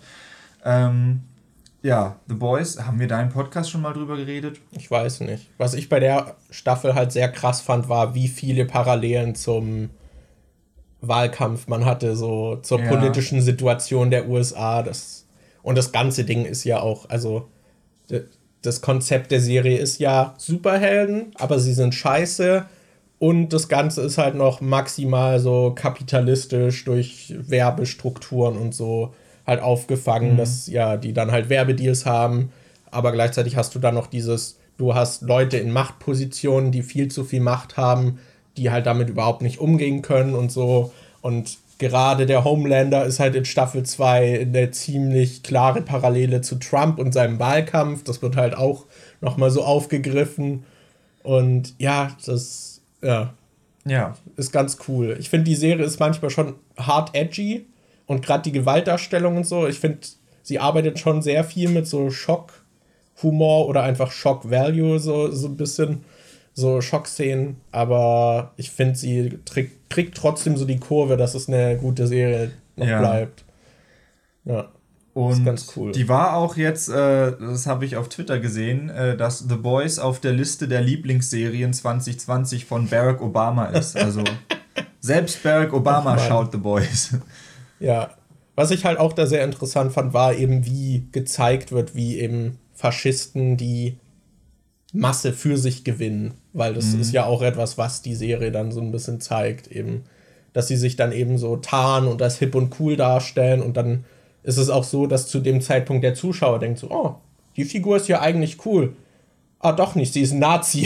Ja, The Boys, haben wir da im Podcast schon mal drüber geredet? Ich weiß nicht. Was ich bei der Staffel halt sehr krass fand, war, wie viele Parallelen zum Wahlkampf man hatte, so zur politischen Situation der USA. Und das ganze Ding ist ja auch, also das Konzept der Serie ist ja Superhelden, aber sie sind scheiße und das Ganze ist halt noch maximal so kapitalistisch durch Werbestrukturen und so halt aufgefangen, dass ja die dann halt Werbedeals haben, aber gleichzeitig hast du dann noch du hast Leute in Machtpositionen, die viel zu viel Macht haben, die halt damit überhaupt nicht umgehen können und so. Und gerade der Homelander ist halt in Staffel 2 eine ziemlich klare Parallele zu Trump und seinem Wahlkampf. Das wird halt auch nochmal so aufgegriffen. Und ja, das ist ganz cool. Ich finde, die Serie ist manchmal schon hart edgy. Und gerade die Gewaltdarstellung und so, ich finde, sie arbeitet schon sehr viel mit so Schockhumor oder einfach Shock-Value, so ein bisschen. So Schockszenen, aber ich finde, sie kriegt trotzdem so die Kurve, dass es eine gute Serie noch bleibt. Ja, und ist ganz cool. Die war auch jetzt, das habe ich auf Twitter gesehen, dass The Boys auf der Liste der Lieblingsserien 2020 von Barack Obama ist. Also selbst Barack Obama schaut The Boys. Ja, was ich halt auch da sehr interessant fand, war eben, wie gezeigt wird, wie eben Faschisten die Masse für sich gewinnen, weil das ist ja auch etwas, was die Serie dann so ein bisschen zeigt, eben, dass sie sich dann eben so tarnen und das hip und cool darstellen und dann ist es auch so, dass zu dem Zeitpunkt der Zuschauer denkt so, oh, die Figur ist ja eigentlich cool. Ah, doch nicht, sie ist ein Nazi.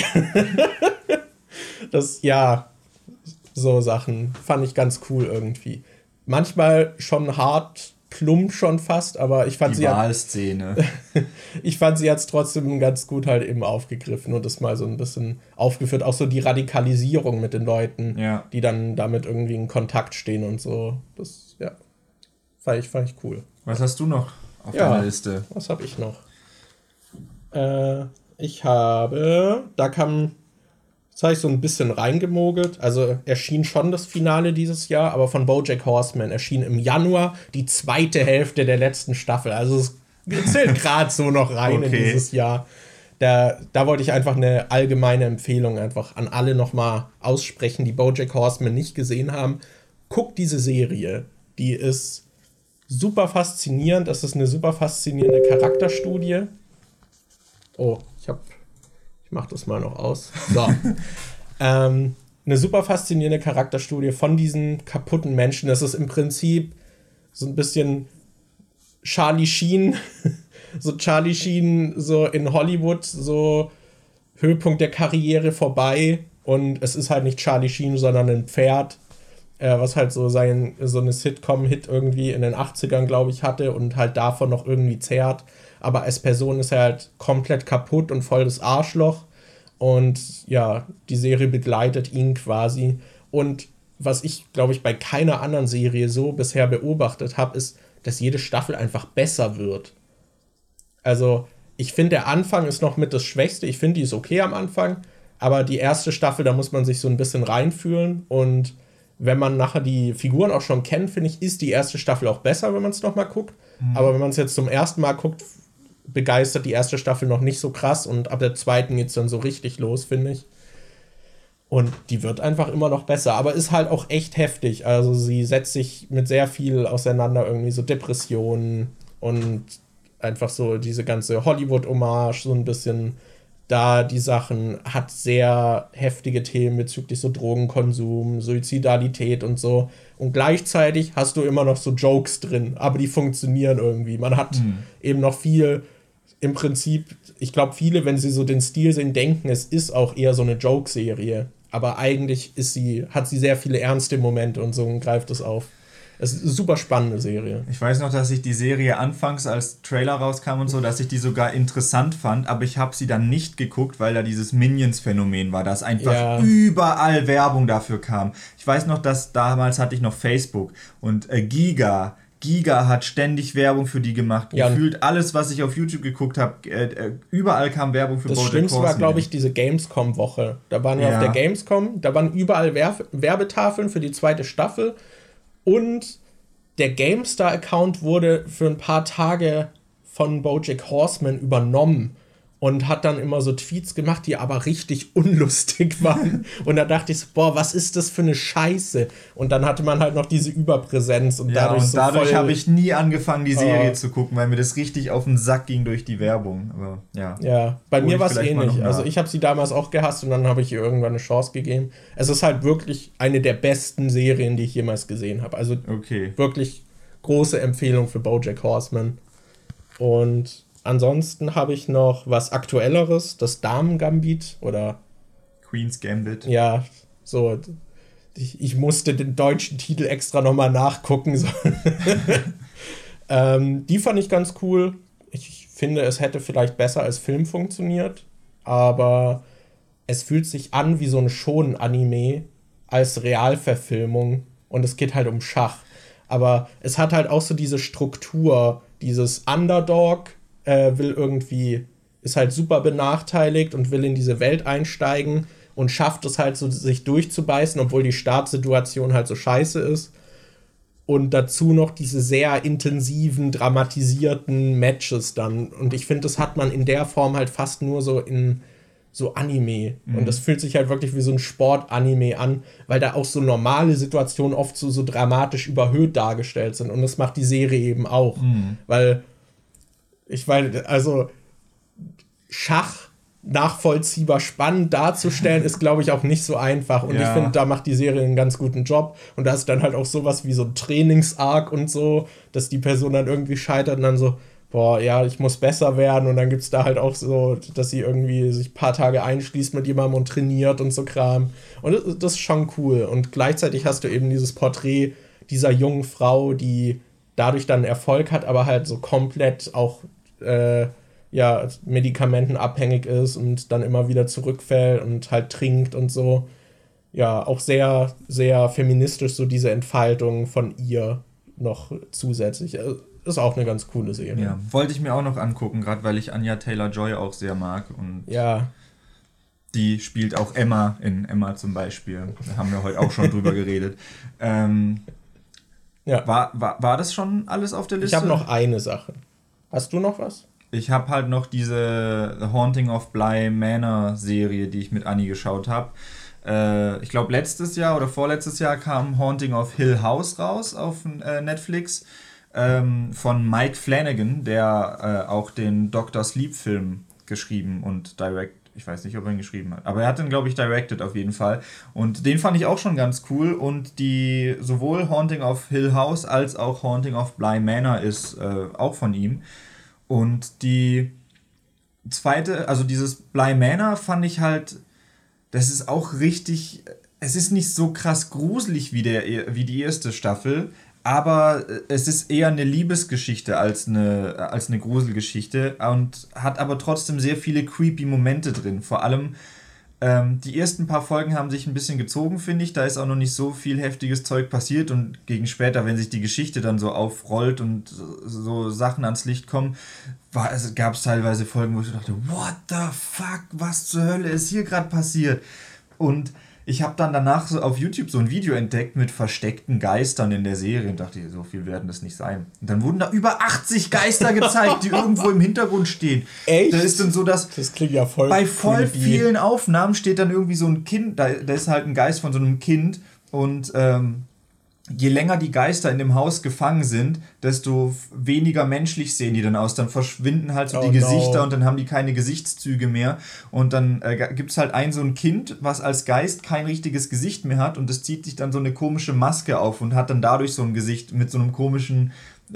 So Sachen fand ich ganz cool irgendwie. Manchmal schon hart, plump schon fast, aber ich fand die Wahlszene. Ich fand sie jetzt trotzdem ganz gut halt eben aufgegriffen und das mal so ein bisschen aufgeführt. Auch so die Radikalisierung mit den Leuten, die dann damit irgendwie in Kontakt stehen und so. Das, fand ich cool. Was hast du noch auf deiner Liste? Was habe ich noch? Das habe ich so ein bisschen reingemogelt. Also erschien schon das Finale dieses Jahr, aber von BoJack Horseman erschien im Januar die zweite Hälfte der letzten Staffel. Also es zählt gerade so noch rein in dieses Jahr. Da wollte ich einfach eine allgemeine Empfehlung einfach an alle nochmal aussprechen, die BoJack Horseman nicht gesehen haben. Guckt diese Serie. Die ist super faszinierend. Das ist eine super faszinierende Charakterstudie. Oh, ich mach das mal noch aus. So. Eine super faszinierende Charakterstudie von diesen kaputten Menschen. Das ist im Prinzip so ein bisschen Charlie Sheen. So Charlie Sheen so in Hollywood, so Höhepunkt der Karriere vorbei. Und es ist halt nicht Charlie Sheen, sondern ein Pferd, was halt so eine Sitcom-Hit irgendwie in den 80ern, glaube ich, hatte und halt davon noch irgendwie zehrt. Aber als Person ist er halt komplett kaputt und voll das Arschloch. Und ja, die Serie begleitet ihn quasi. Und was ich, glaube ich, bei keiner anderen Serie so bisher beobachtet habe, ist, dass jede Staffel einfach besser wird. Also, ich finde, der Anfang ist noch mit das Schwächste. Ich finde, die ist okay am Anfang. Aber die erste Staffel, da muss man sich so ein bisschen reinfühlen. Und wenn man nachher die Figuren auch schon kennt, finde ich, ist die erste Staffel auch besser, wenn man es nochmal guckt. Aber wenn man es jetzt zum ersten Mal guckt, begeistert die erste Staffel noch nicht so krass. Und ab der zweiten geht es dann so richtig los, finde ich. Und die wird einfach immer noch besser. Aber ist halt auch echt heftig. Also sie setzt sich mit sehr viel auseinander. Irgendwie so Depressionen und einfach so diese ganze Hollywood-Hommage so ein bisschen. Da die Sachen, hat sehr heftige Themen bezüglich so Drogenkonsum, Suizidalität und so. Und gleichzeitig hast du immer noch so Jokes drin, aber die funktionieren irgendwie. Man hat eben noch viel, im Prinzip, ich glaube, viele, wenn sie so den Stil sehen, denken, es ist auch eher so eine Joke-Serie. Aber eigentlich hat sie sehr viele ernste Momente und so und greift es auf. Es ist eine super spannende Serie. Ich weiß noch, dass ich die Serie anfangs, als Trailer rauskam und so, dass ich die sogar interessant fand, aber ich habe sie dann nicht geguckt, weil da dieses Minions-Phänomen war, dass einfach überall Werbung dafür kam. Ich weiß noch, dass damals hatte ich noch Facebook und Giga Giga hat ständig Werbung für die gemacht. Ja. Gefühlt alles, was ich auf YouTube geguckt habe, überall kam Werbung für BoJack Horseman. Das Schlimmste war, glaube ich, diese Gamescom-Woche. Da waren wir auf der Gamescom, da waren überall Werbetafeln für die 2. Staffel und der GameStar-Account wurde für ein paar Tage von BoJack Horseman übernommen und hat dann immer so Tweets gemacht, die aber richtig unlustig waren. Und da dachte ich so, boah, was ist das für eine Scheiße? Und dann hatte man halt noch diese Überpräsenz. Und dadurch habe ich nie angefangen, die Serie zu gucken, weil mir das richtig auf den Sack ging durch die Werbung. Aber, ja, bei mir war es ähnlich. Also ich habe sie damals auch gehasst und dann habe ich ihr irgendwann eine Chance gegeben. Es ist halt wirklich eine der besten Serien, die ich jemals gesehen habe. Also wirklich große Empfehlung für BoJack Horseman. Und ansonsten habe ich noch was Aktuelleres, das Damen-Gambit oder Queen's Gambit. Ja, so. Ich musste den deutschen Titel extra nochmal nachgucken. So. Die fand ich ganz cool. Ich finde, es hätte vielleicht besser als Film funktioniert, aber es fühlt sich an wie so ein Shonen-Anime als Realverfilmung und es geht halt um Schach. Aber es hat halt auch so diese Struktur, dieses Underdog ist halt super benachteiligt und will in diese Welt einsteigen und schafft es halt so, sich durchzubeißen, obwohl die Startsituation halt so scheiße ist. Und dazu noch diese sehr intensiven, dramatisierten Matches dann. Und ich finde, das hat man in der Form halt fast nur so in so Anime. Und das fühlt sich halt wirklich wie so ein Sport-Anime an, weil da auch so normale Situationen oft so dramatisch überhöht dargestellt sind. Und das macht die Serie eben auch. Weil also Schach nachvollziehbar spannend darzustellen, ist, glaube ich, auch nicht so einfach. Und ich finde, da macht die Serie einen ganz guten Job. Und da ist dann halt auch sowas wie so ein Trainings-Arc und so, dass die Person dann irgendwie scheitert und dann so, boah, ja, ich muss besser werden. Und dann gibt es da halt auch so, dass sie irgendwie sich ein paar Tage einschließt mit jemandem und trainiert und so Kram. Und das ist schon cool. Und gleichzeitig hast du eben dieses Porträt dieser jungen Frau, die dadurch dann Erfolg hat, aber halt so komplett auch medikamentenabhängig ist und dann immer wieder zurückfällt und halt trinkt und so. Ja, auch sehr, sehr feministisch so diese Entfaltung von ihr noch zusätzlich. Ist auch eine ganz coole Serie. Ja, wollte ich mir auch noch angucken, gerade weil ich Anya Taylor-Joy auch sehr mag. Und die spielt auch Emma in Emma zum Beispiel. Da haben wir heute auch schon drüber geredet. War das schon alles auf der Liste? Ich habe noch eine Sache. Hast du noch was? Ich habe halt noch diese The Haunting of Bly Manor Serie, die ich mit Anni geschaut habe. Ich glaube, letztes Jahr oder vorletztes Jahr kam Haunting of Hill House raus auf Netflix von Mike Flanagan, der auch den Dr. Sleep-Film geschrieben und ich weiß nicht, ob er ihn geschrieben hat, aber er hat den, glaube ich, directed auf jeden Fall. Und den fand ich auch schon ganz cool. Und sowohl Haunting of Hill House als auch Haunting of Bly Manor ist auch von ihm. Und die zweite, also dieses Bly Manor fand ich halt, das ist auch richtig, es ist nicht so krass gruselig wie die erste Staffel, aber es ist eher eine Liebesgeschichte als eine Gruselgeschichte und hat aber trotzdem sehr viele creepy Momente drin. Vor allem die ersten paar Folgen haben sich ein bisschen gezogen, finde ich. Da ist auch noch nicht so viel heftiges Zeug passiert und gegen später, wenn sich die Geschichte dann so aufrollt und so Sachen ans Licht kommen, gab es teilweise Folgen, wo ich dachte, what the fuck, was zur Hölle ist hier gerade passiert? Und ich habe dann danach so auf YouTube so ein Video entdeckt mit versteckten Geistern in der Serie und dachte, so viel werden das nicht sein. Und dann wurden da über 80 Geister gezeigt, die irgendwo im Hintergrund stehen. Echt? Da ist dann so, dass das klingt ja voll bei voll vielen Aufnahmen steht dann irgendwie so ein Kind, da ist halt ein Geist von so einem Kind und je länger die Geister in dem Haus gefangen sind, desto weniger menschlich sehen die dann aus. Dann verschwinden halt so die Gesichter und dann haben die keine Gesichtszüge mehr. Und dann gibt es halt so ein Kind, was als Geist kein richtiges Gesicht mehr hat und das zieht sich dann so eine komische Maske auf und hat dann dadurch so ein Gesicht mit so einem komischen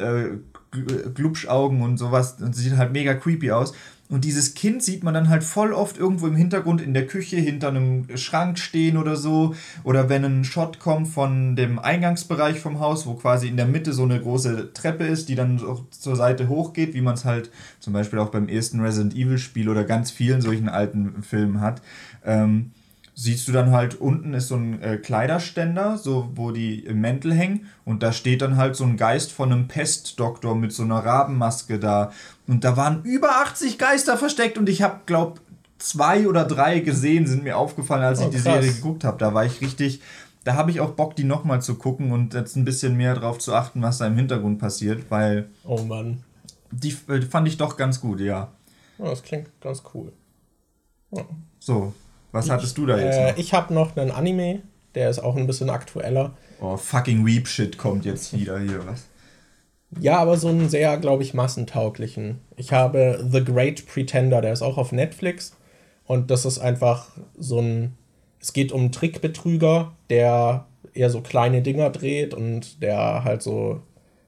Glubschaugen und sowas. Und sieht halt mega creepy aus. Und dieses Kind sieht man dann halt voll oft irgendwo im Hintergrund in der Küche hinter einem Schrank stehen oder so. Oder wenn ein Shot kommt von dem Eingangsbereich vom Haus, wo quasi in der Mitte so eine große Treppe ist, die dann auch zur Seite hochgeht, wie man es halt zum Beispiel auch beim ersten Resident Evil Spiel oder ganz vielen solchen alten Filmen hat. siehst du dann halt, unten ist so ein Kleiderständer, so wo die Mäntel hängen und da steht dann halt so ein Geist von einem Pestdoktor mit so einer Rabenmaske da. Und da waren über 80 Geister versteckt und ich habe, glaub, 2 oder 3 gesehen, sind mir aufgefallen, als ich die Serie geguckt habe. Da war ich richtig, da habe ich auch Bock, die nochmal zu gucken und jetzt ein bisschen mehr drauf zu achten, was da im Hintergrund passiert, weil Oh Mann. die fand ich doch ganz gut, ja. Ja, das klingt ganz cool. Ja. So, was hattest du da jetzt noch? Ich habe noch einen Anime, der ist auch ein bisschen aktueller. Oh, fucking Weep-Shit kommt jetzt wieder hier, was? Ja, aber so einen sehr, glaube ich, massentauglichen. Ich habe The Great Pretender, der ist auch auf Netflix. Und das ist einfach so ein... Es geht um einen Trickbetrüger, der eher so kleine Dinger dreht und der halt so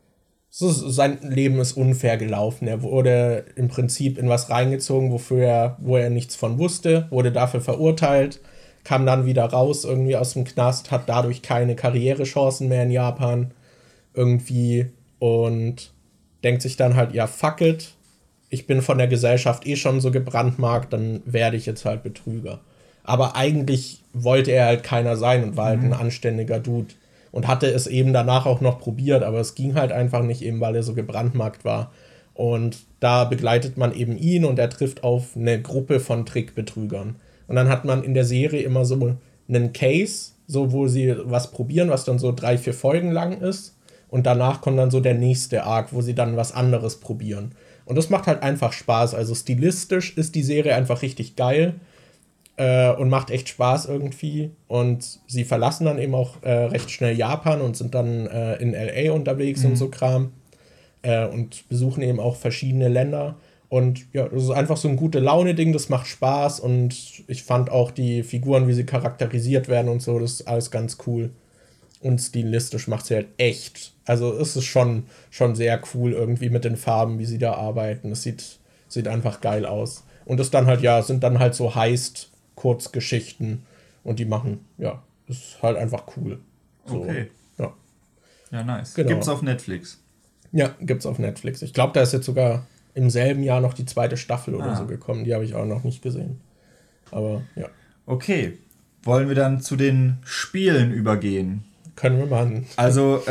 sein Leben ist unfair gelaufen. Er wurde im Prinzip in was reingezogen, wo er nichts von wusste, wurde dafür verurteilt, kam dann wieder raus irgendwie aus dem Knast, hat dadurch keine Karrierechancen mehr in Japan irgendwie und denkt sich dann halt, ja, fuck it, ich bin von der Gesellschaft eh schon so gebrandmarkt, dann werde ich jetzt halt Betrüger. Aber eigentlich wollte er halt keiner sein und war halt ein anständiger Dude. Und hatte es eben danach auch noch probiert, aber es ging halt einfach nicht, eben weil er so gebrandmarkt war. Und da begleitet man eben ihn und er trifft auf eine Gruppe von Trickbetrügern. Und dann hat man in der Serie immer so einen Case, so wo sie was probieren, was dann so 3-4 Folgen lang ist. Und danach kommt dann so der nächste Arc, wo sie dann was anderes probieren. Und das macht halt einfach Spaß. Also stilistisch ist die Serie einfach richtig geil. Und macht echt Spaß irgendwie. Und sie verlassen dann eben auch recht schnell Japan und sind dann in L.A. unterwegs und so Kram. Und besuchen eben auch verschiedene Länder. Und ja, das ist einfach so ein gute Laune-Ding, das macht Spaß. Und ich fand auch die Figuren, wie sie charakterisiert werden und so, das ist alles ganz cool. Und stilistisch macht sie halt echt. Also es ist schon sehr cool irgendwie mit den Farben, wie sie da arbeiten. Es sieht einfach geil aus. Und das dann halt, ja, sind dann halt so Heist-Kurzgeschichten und die machen, ja, ist halt einfach cool. So, okay. Ja. Ja, nice. Genau. Gibt's auf Netflix? Ja, gibt's auf Netflix. Ich glaube, da ist jetzt sogar im selben Jahr noch die 2. Staffel oder so gekommen. Die habe ich auch noch nicht gesehen. Aber ja. Okay. Wollen wir dann zu den Spielen übergehen? Können wir machen. Also,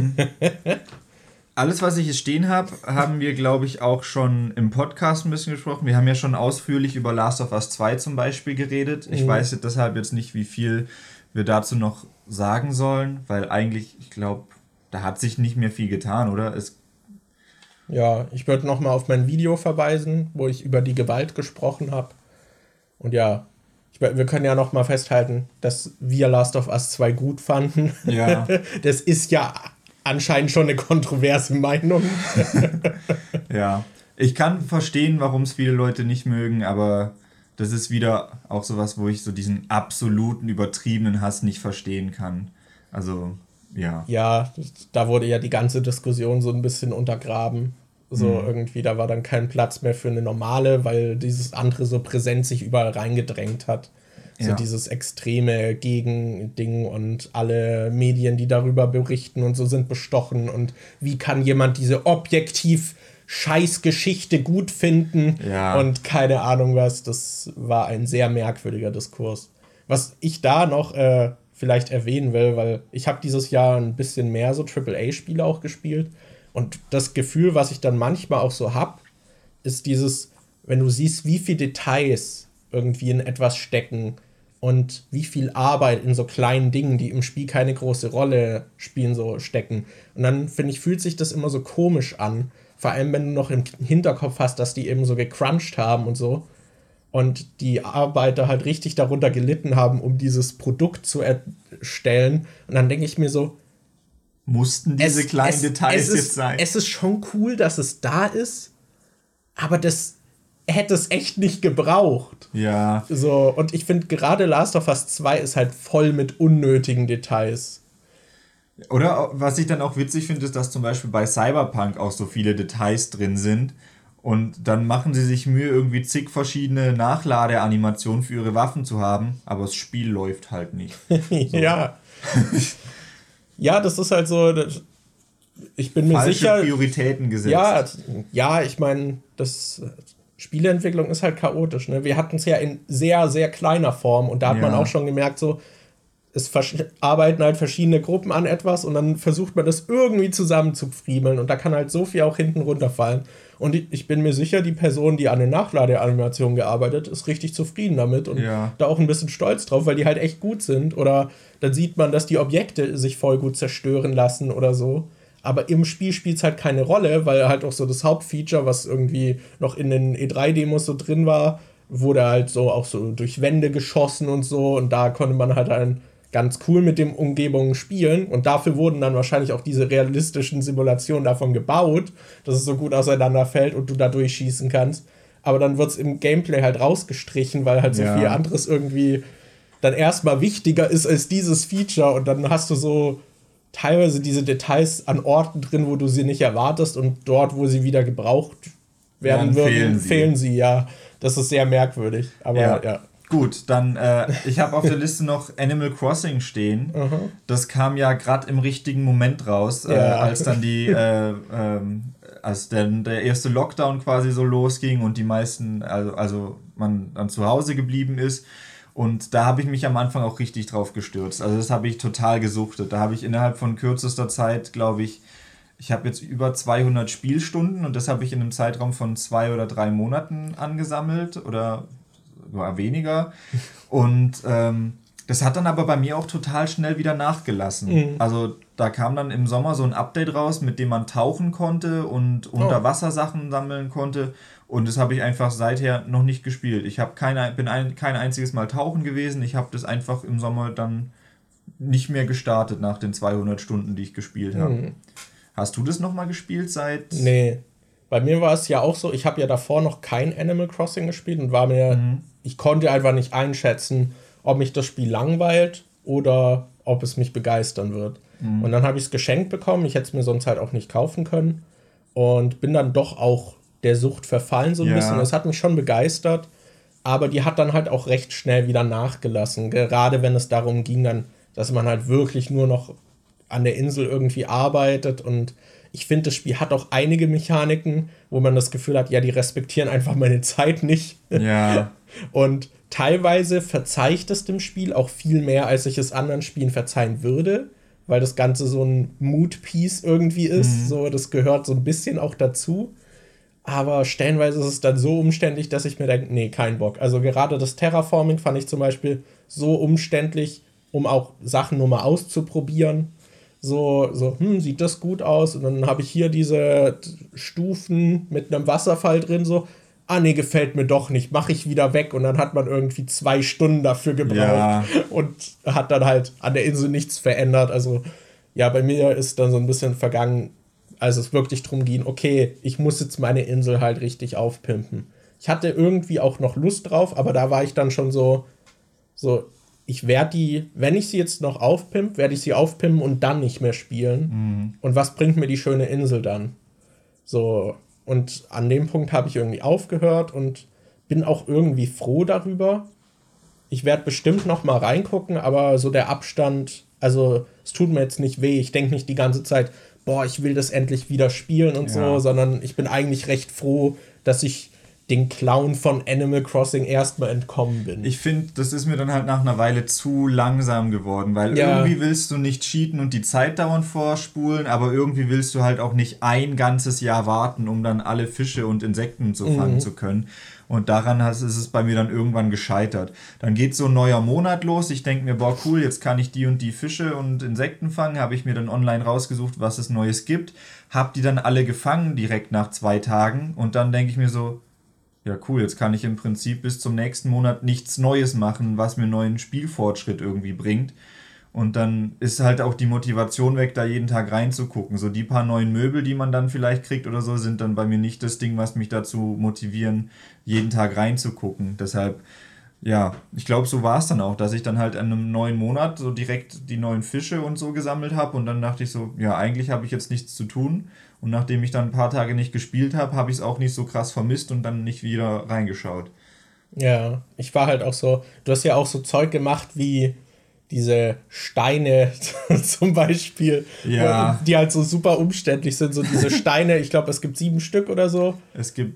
alles, was ich hier stehen habe, haben wir, glaube ich, auch schon im Podcast ein bisschen gesprochen. Wir haben ja schon ausführlich über Last of Us 2 zum Beispiel geredet. Ich weiß deshalb jetzt nicht, wie viel wir dazu noch sagen sollen, weil eigentlich, ich glaube, da hat sich nicht mehr viel getan, oder? Ja, ich würde noch mal auf mein Video verweisen, wo ich über die Gewalt gesprochen habe. Und ja, wir können ja noch mal festhalten, dass wir Last of Us 2 gut fanden. Ja. Das ist ja anscheinend schon eine kontroverse Meinung. Ja, ich kann verstehen, warum es viele Leute nicht mögen, aber das ist wieder auch sowas, wo ich so diesen absoluten, übertriebenen Hass nicht verstehen kann. Also, ja. Ja, da wurde ja die ganze Diskussion so ein bisschen untergraben. So irgendwie, da war dann kein Platz mehr für eine normale, weil dieses andere so präsent sich überall reingedrängt hat. So dieses extreme Gegending und alle Medien, die darüber berichten und so, sind bestochen. Und wie kann jemand diese objektiv Scheißgeschichte gut finden? Ja. Und keine Ahnung was. Das war ein sehr merkwürdiger Diskurs. Was ich da noch vielleicht erwähnen will, weil ich habe dieses Jahr ein bisschen mehr so AAA-Spiele auch gespielt. Und das Gefühl, was ich dann manchmal auch so habe, ist dieses, wenn du siehst, wie viele Details irgendwie in etwas stecken und wie viel Arbeit in so kleinen Dingen, die im Spiel keine große Rolle spielen, so stecken. Und dann, finde ich, fühlt sich das immer so komisch an. Vor allem, wenn du noch im Hinterkopf hast, dass die eben so gecrunched haben und so. Und die Arbeiter halt richtig darunter gelitten haben, um dieses Produkt zu erstellen. Und dann denke ich mir so, mussten diese kleinen Details jetzt sein. Es ist schon cool, dass es da ist, aber das hätte es echt nicht gebraucht. Ja. So, und ich finde, gerade Last of Us 2 ist halt voll mit unnötigen Details. Oder was ich dann auch witzig finde, ist, dass zum Beispiel bei Cyberpunk auch so viele Details drin sind. Und dann machen sie sich Mühe, irgendwie zig verschiedene Nachladeanimationen für ihre Waffen zu haben, aber das Spiel läuft halt nicht. So. Ja. Ja, das ist halt so, ich bin mir falsche sicher... Prioritäten gesetzt. Ja, ich meine, das Spieleentwicklung ist halt chaotisch, ne? Wir hatten es ja in sehr, sehr kleiner Form und da hat man auch schon gemerkt, so, es arbeiten halt verschiedene Gruppen an etwas und dann versucht man das irgendwie zusammen zu friemeln und da kann halt so viel auch hinten runterfallen. Und ich bin mir sicher, die Person, die an den Nachladeanimationen gearbeitet, ist richtig zufrieden damit und da auch ein bisschen stolz drauf, weil die halt echt gut sind. Oder dann sieht man, dass die Objekte sich voll gut zerstören lassen oder so. Aber im Spiel spielt es halt keine Rolle, weil halt auch so das Hauptfeature, was irgendwie noch in den E3-Demos so drin war, wurde halt so auch so durch Wände geschossen und so. Und da konnte man halt dann ganz cool mit den Umgebungen spielen. Und dafür wurden dann wahrscheinlich auch diese realistischen Simulationen davon gebaut, dass es so gut auseinanderfällt und du da durchschießen kannst. Aber dann wird es im Gameplay halt rausgestrichen, weil halt so viel anderes irgendwie dann erstmal wichtiger ist als dieses Feature. Und dann hast du so teilweise diese Details an Orten drin, wo du sie nicht erwartest und dort, wo sie wieder gebraucht werden würden, fehlen sie. Ja, das ist sehr merkwürdig. Aber ja. Gut, dann, ich habe auf der Liste noch Animal Crossing stehen. Das kam ja gerade im richtigen Moment raus, als dann als der erste Lockdown quasi so losging und die meisten, also man dann zu Hause geblieben ist. Und da habe ich mich am Anfang auch richtig drauf gestürzt. Also das habe ich total gesuchtet. Da habe ich innerhalb von kürzester Zeit, glaube ich habe jetzt über 200 Spielstunden und das habe ich in einem Zeitraum von 2 oder 3 Monaten angesammelt oder weniger. Und das hat dann aber bei mir auch total schnell wieder nachgelassen. Also da kam dann im Sommer so ein Update raus, mit dem man tauchen konnte und Unterwassersachen sammeln konnte. Und das habe ich einfach seither noch nicht gespielt. Ich habe kein einziges Mal tauchen gewesen. Ich habe das einfach im Sommer dann nicht mehr gestartet nach den 200 Stunden, die ich gespielt habe. Hast du das nochmal gespielt seit... Nee. Bei mir war es ja auch so, ich habe ja davor noch kein Animal Crossing gespielt und war mir, ich konnte einfach nicht einschätzen, ob mich das Spiel langweilt oder ob es mich begeistern wird. Und dann habe ich es geschenkt bekommen, ich hätte es mir sonst halt auch nicht kaufen können und bin dann doch auch der Sucht verfallen so ein bisschen. Das hat mich schon begeistert, aber die hat dann halt auch recht schnell wieder nachgelassen, gerade wenn es darum ging dann, dass man halt wirklich nur noch an der Insel irgendwie arbeitet und ich finde, das Spiel hat auch einige Mechaniken, wo man das Gefühl hat, ja, die respektieren einfach meine Zeit nicht. Ja. Und teilweise verzeiht es dem Spiel auch viel mehr, als ich es anderen Spielen verzeihen würde, weil das Ganze so ein Mood-Piece irgendwie ist. So, das gehört so ein bisschen auch dazu. Aber stellenweise ist es dann so umständlich, dass ich mir denke, nee, kein Bock. Also gerade das Terraforming fand ich zum Beispiel so umständlich, um auch Sachen nur mal auszuprobieren. So, sieht das gut aus? Und dann habe ich hier diese Stufen mit einem Wasserfall drin, so, nee, gefällt mir doch nicht, mache ich wieder weg. Und dann hat man irgendwie 2 Stunden dafür gebraucht und hat dann halt an der Insel nichts verändert. Also, ja, bei mir ist dann so ein bisschen vergangen, als es wirklich darum ging, okay, ich muss jetzt meine Insel halt richtig aufpimpen. Ich hatte irgendwie auch noch Lust drauf, aber da war ich dann schon so, ich werde die, wenn ich sie jetzt noch aufpimpe, werde ich sie aufpimpen und dann nicht mehr spielen. Und was bringt mir die schöne Insel dann? So, und an dem Punkt habe ich irgendwie aufgehört und bin auch irgendwie froh darüber. Ich werde bestimmt noch mal reingucken, aber so der Abstand, also es tut mir jetzt nicht weh. Ich denke nicht die ganze Zeit, boah, ich will das endlich wieder spielen und so, sondern ich bin eigentlich recht froh, dass ich den Clown von Animal Crossing erstmal entkommen bin. Ich finde, das ist mir dann halt nach einer Weile zu langsam geworden, weil irgendwie willst du nicht cheaten und die Zeit dauernd vorspulen, aber irgendwie willst du halt auch nicht ein ganzes Jahr warten, um dann alle Fische und Insekten so fangen zu können. Und daran ist es bei mir dann irgendwann gescheitert. Dann geht so ein neuer Monat los. Ich denke mir, boah, cool, jetzt kann ich die und die Fische und Insekten fangen. Habe ich mir dann online rausgesucht, was es Neues gibt. Habe die dann alle gefangen direkt nach 2 Tagen. Und dann denke ich mir so, ja cool, jetzt kann ich im Prinzip bis zum nächsten Monat nichts Neues machen, was mir neuen Spielfortschritt irgendwie bringt. Und dann ist halt auch die Motivation weg, da jeden Tag reinzugucken. So die paar neuen Möbel, die man dann vielleicht kriegt oder so, sind dann bei mir nicht das Ding, was mich dazu motivieren, jeden Tag reinzugucken. Deshalb, ja, ich glaube, so war es dann auch, dass ich dann halt an einem neuen Monat so direkt die neuen Fische und so gesammelt habe. Und dann dachte ich so, ja, eigentlich habe ich jetzt nichts zu tun. Und nachdem ich dann ein paar Tage nicht gespielt habe, habe ich es auch nicht so krass vermisst und dann nicht wieder reingeschaut. Ja, ich war halt auch so, du hast ja auch so Zeug gemacht wie diese Steine zum Beispiel, die halt so super umständlich sind. So diese Steine, ich glaube, es gibt 7 Stück oder so. Es gibt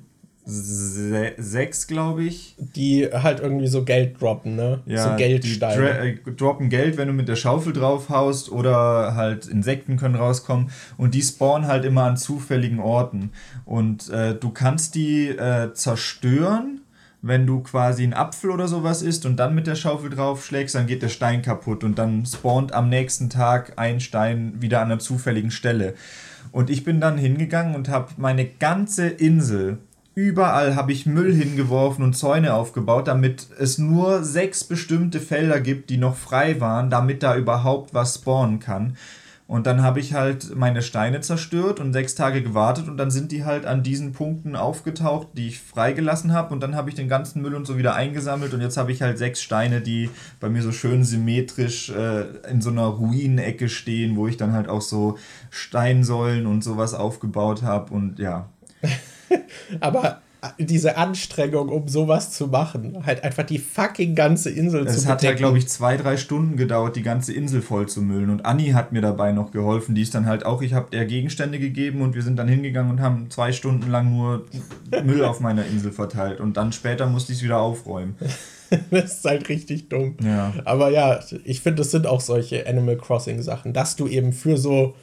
6, glaube ich. Die halt irgendwie so Geld droppen, ne? Ja, so Geldsteine. Die droppen Geld, wenn du mit der Schaufel draufhaust, oder halt Insekten können rauskommen, und die spawnen halt immer an zufälligen Orten. Und du kannst die zerstören, wenn du quasi einen Apfel oder sowas isst und dann mit der Schaufel draufschlägst, dann geht der Stein kaputt und dann spawnt am nächsten Tag ein Stein wieder an einer zufälligen Stelle. Und ich bin dann hingegangen und habe meine ganze Insel, überall habe ich Müll hingeworfen und Zäune aufgebaut, damit es nur 6 bestimmte Felder gibt, die noch frei waren, damit da überhaupt was spawnen kann. Und dann habe ich halt meine Steine zerstört und 6 Tage gewartet und dann sind die halt an diesen Punkten aufgetaucht, die ich freigelassen habe, und dann habe ich den ganzen Müll und so wieder eingesammelt und jetzt habe ich halt 6 Steine, die bei mir so schön symmetrisch in so einer Ruinenecke stehen, wo ich dann halt auch so Steinsäulen und sowas aufgebaut habe und ja. Aber diese Anstrengung, um sowas zu machen, halt einfach die fucking ganze Insel zu bedecken. Es hat halt, glaube ich, 2-3 Stunden gedauert, die ganze Insel voll zu müllen. Und Anni hat mir dabei noch geholfen. Die ist dann halt auch, ich habe der Gegenstände gegeben und wir sind dann hingegangen und haben 2 Stunden lang nur Müll auf meiner Insel verteilt. Und dann später musste ich es wieder aufräumen. Das ist halt richtig dumm. Ja. Aber ja, ich finde, das sind auch solche Animal Crossing Sachen, dass du eben für so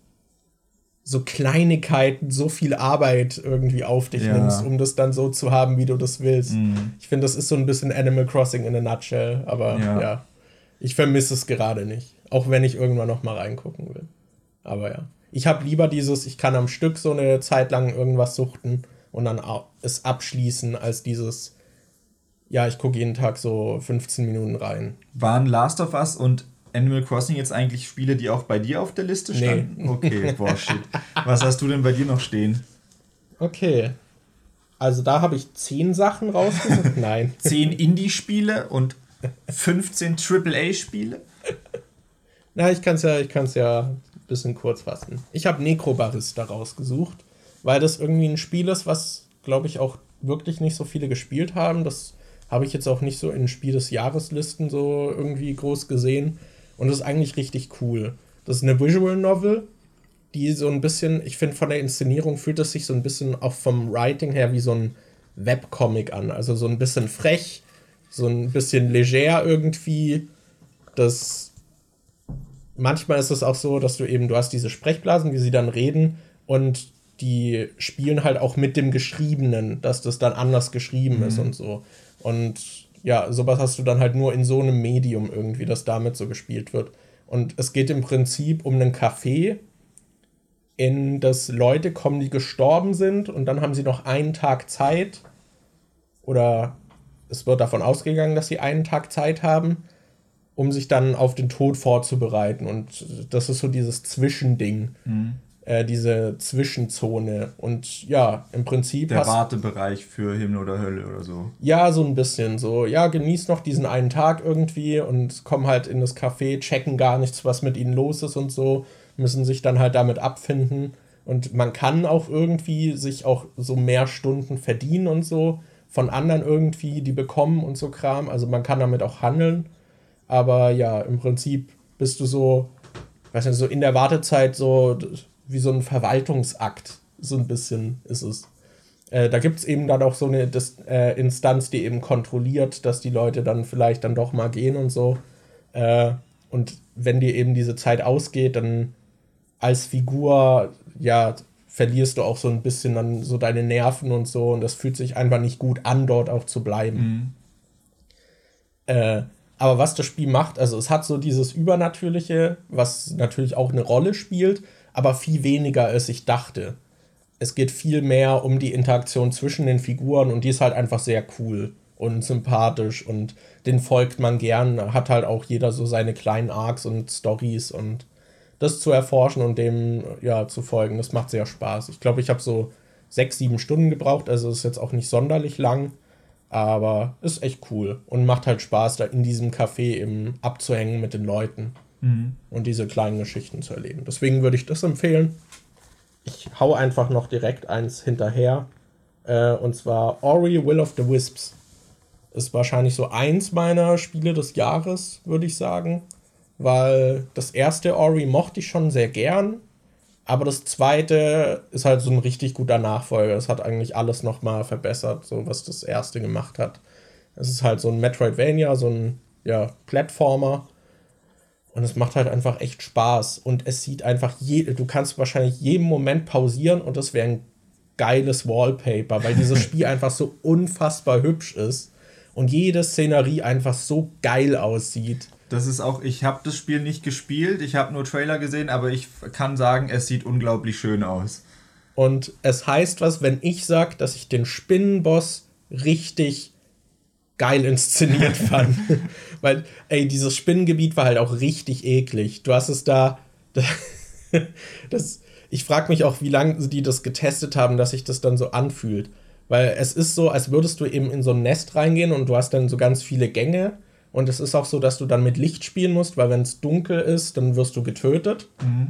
Kleinigkeiten so viel Arbeit irgendwie auf dich nimmst, um das dann so zu haben, wie du das willst. Ich finde, das ist so ein bisschen Animal Crossing in a nutshell, aber ja, ich vermisse es gerade nicht, auch wenn ich irgendwann noch mal reingucken will. Aber ja, ich habe lieber ich kann am Stück so eine Zeit lang irgendwas suchten und dann es abschließen, als dieses, ja, ich gucke jeden Tag so 15 Minuten rein. Waren Last of Us und Animal Crossing jetzt eigentlich Spiele, die auch bei dir auf der Liste standen? Nee. Okay, boah, shit. Was hast du denn bei dir noch stehen? Okay. Also da habe ich 10 Sachen rausgesucht. Nein. 10 Indie-Spiele und 15 AAA-Spiele? Na, ich kann's ja ein bisschen kurz fassen. Ich habe Necrobarista rausgesucht, weil das irgendwie ein Spiel ist, was, glaube ich, auch wirklich nicht so viele gespielt haben. Das habe ich jetzt auch nicht so in Spiel des Jahreslisten so irgendwie groß gesehen. Und das ist eigentlich richtig cool. Das ist eine Visual Novel, die so ein bisschen, ich finde, von der Inszenierung fühlt es sich so ein bisschen auch vom Writing her wie so ein Webcomic an. Also so ein bisschen frech, so ein bisschen leger irgendwie. Manchmal ist es auch so, dass du hast diese Sprechblasen, wie sie dann reden, und die spielen halt auch mit dem Geschriebenen, dass das dann anders geschrieben ist und so. Und ja, sowas hast du dann halt nur in so einem Medium irgendwie, das damit so gespielt wird. Und es geht im Prinzip um einen Café, in das Leute kommen, die gestorben sind, und dann haben sie noch einen Tag Zeit, oder es wird davon ausgegangen, dass sie einen Tag Zeit haben, um sich dann auf den Tod vorzubereiten. Und das ist so dieses Zwischending. Diese Zwischenzone. Und ja, im Prinzip der Wartebereich für Himmel oder Hölle oder so. Ja, so ein bisschen so. Ja, genieß noch diesen einen Tag irgendwie und kommen halt in das Café, checken gar nichts, was mit ihnen los ist und so, müssen sich dann halt damit abfinden. Und man kann auch irgendwie sich auch so mehr Stunden verdienen und so von anderen irgendwie, die bekommen und so Kram. Also man kann damit auch handeln. Aber ja, im Prinzip bist du so, weiß nicht, so in der Wartezeit so wie so ein Verwaltungsakt, so ein bisschen ist es. Da gibt es eben dann auch so eine Instanz, die eben kontrolliert, dass die Leute dann vielleicht dann doch mal gehen und so. Und wenn dir eben diese Zeit ausgeht, dann als Figur, ja, verlierst du auch so ein bisschen dann so deine Nerven und so, und das fühlt sich einfach nicht gut an, dort auch zu bleiben. Aber was das Spiel macht, also es hat so dieses Übernatürliche, was natürlich auch eine Rolle spielt, aber viel weniger, als ich dachte. Es geht viel mehr um die Interaktion zwischen den Figuren, und die ist halt einfach sehr cool und sympathisch, und den folgt man gern, hat halt auch jeder so seine kleinen Arcs und Storys, und das zu erforschen und dem ja zu folgen, das macht sehr Spaß. Ich glaube, ich habe so 6-7 Stunden gebraucht, also ist jetzt auch nicht sonderlich lang, aber ist echt cool und macht halt Spaß, da in diesem Café eben abzuhängen mit den Leuten und diese kleinen Geschichten zu erleben. Deswegen würde ich das empfehlen. Ich hau einfach noch direkt eins hinterher, und zwar Ori Will of the Wisps. Ist wahrscheinlich so eins meiner Spiele des Jahres, würde ich sagen, weil das erste Ori mochte ich schon sehr gern, Aber das zweite ist halt so ein richtig guter Nachfolger. Das hat eigentlich alles nochmal verbessert, so was das erste gemacht hat. Es ist halt so ein Metroidvania, so ein Plattformer. Und es macht halt einfach echt Spaß. Und es sieht einfach, du kannst wahrscheinlich jeden Moment pausieren und das wäre ein geiles Wallpaper, weil dieses Spiel einfach so unfassbar hübsch ist und jede Szenerie einfach so geil aussieht. Das ist auch, ich habe das Spiel nicht gespielt, ich habe nur Trailer gesehen, aber ich kann sagen, es sieht unglaublich schön aus. Und es heißt was, wenn ich sage, dass ich den Spinnenboss richtig geil inszeniert fand. Weil, dieses Spinnengebiet war halt auch richtig eklig. Du hast es da ich frage mich auch, wie lange die das getestet haben, dass sich das dann so anfühlt. Weil es ist so, als würdest du eben in so ein Nest reingehen und du hast dann so ganz viele Gänge. Und es ist auch so, dass du dann mit Licht spielen musst, weil wenn es dunkel ist, dann wirst du getötet.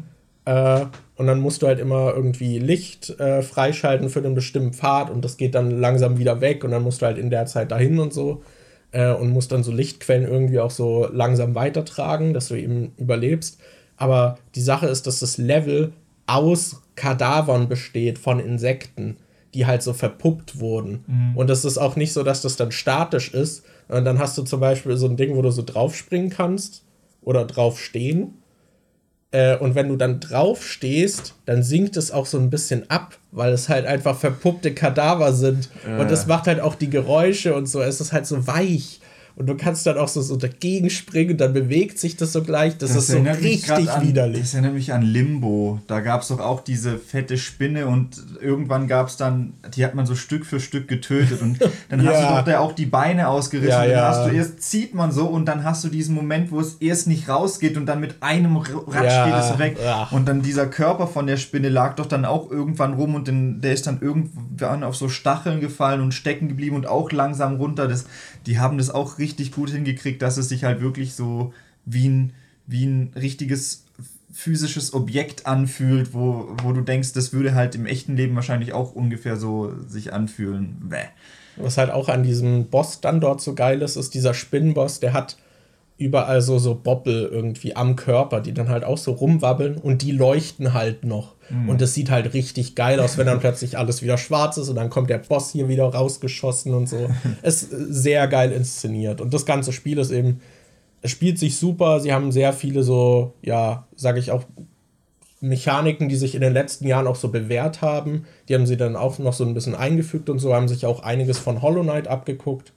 Und dann musst du halt immer irgendwie Licht freischalten für einen bestimmten Pfad und das geht dann langsam wieder weg und dann musst du halt in der Zeit dahin und so. Und musst dann so Lichtquellen irgendwie auch so langsam weitertragen, dass du eben überlebst. Aber die Sache ist, dass das Level aus Kadavern besteht von Insekten, die halt so verpuppt wurden. Und das ist auch nicht so, dass das dann statisch ist. Und dann hast du zum Beispiel so ein Ding, wo du so draufspringen kannst oder draufstehen. Und wenn du dann drauf stehst, dann sinkt es auch so ein bisschen ab, weil es halt einfach verpuppte Kadaver sind. Und es macht halt auch die Geräusche und so. Es ist halt so weich. Und du kannst dann auch so dagegen springen, dann bewegt sich das so gleich. Das ist so richtig widerlich. Das erinnert mich an Limbo. Da gab es doch auch diese fette Spinne und irgendwann gab es dann, die hat man so Stück für Stück getötet und dann hast du doch da auch die Beine ausgerissen. Ja, dann hast du erst zieht man so und dann hast du diesen Moment, wo es erst nicht rausgeht und dann mit einem Ratsch geht es weg. Und dann dieser Körper von der Spinne lag doch dann auch irgendwann rum und der ist dann irgendwann auf so Stacheln gefallen und stecken geblieben und auch langsam runter. Die haben das auch richtig gut hingekriegt, dass es sich halt wirklich so wie ein richtiges physisches Objekt anfühlt, wo du denkst, das würde halt im echten Leben wahrscheinlich auch ungefähr so sich anfühlen. Bäh. Was halt auch an diesem Boss dann dort so geil ist dieser Spinnenboss, der hat überall so Boppel irgendwie am Körper, die dann halt auch so rumwabbeln und die leuchten halt noch. Und das sieht halt richtig geil aus, wenn dann plötzlich alles wieder schwarz ist und dann kommt der Boss hier wieder rausgeschossen und so. Es ist sehr geil inszeniert. Und das ganze Spiel ist eben, es spielt sich super. Sie haben sehr viele so, sage ich auch, Mechaniken, die sich in den letzten Jahren auch so bewährt haben. Die haben sie dann auch noch so ein bisschen eingefügt und so, haben sich auch einiges von Hollow Knight abgeguckt.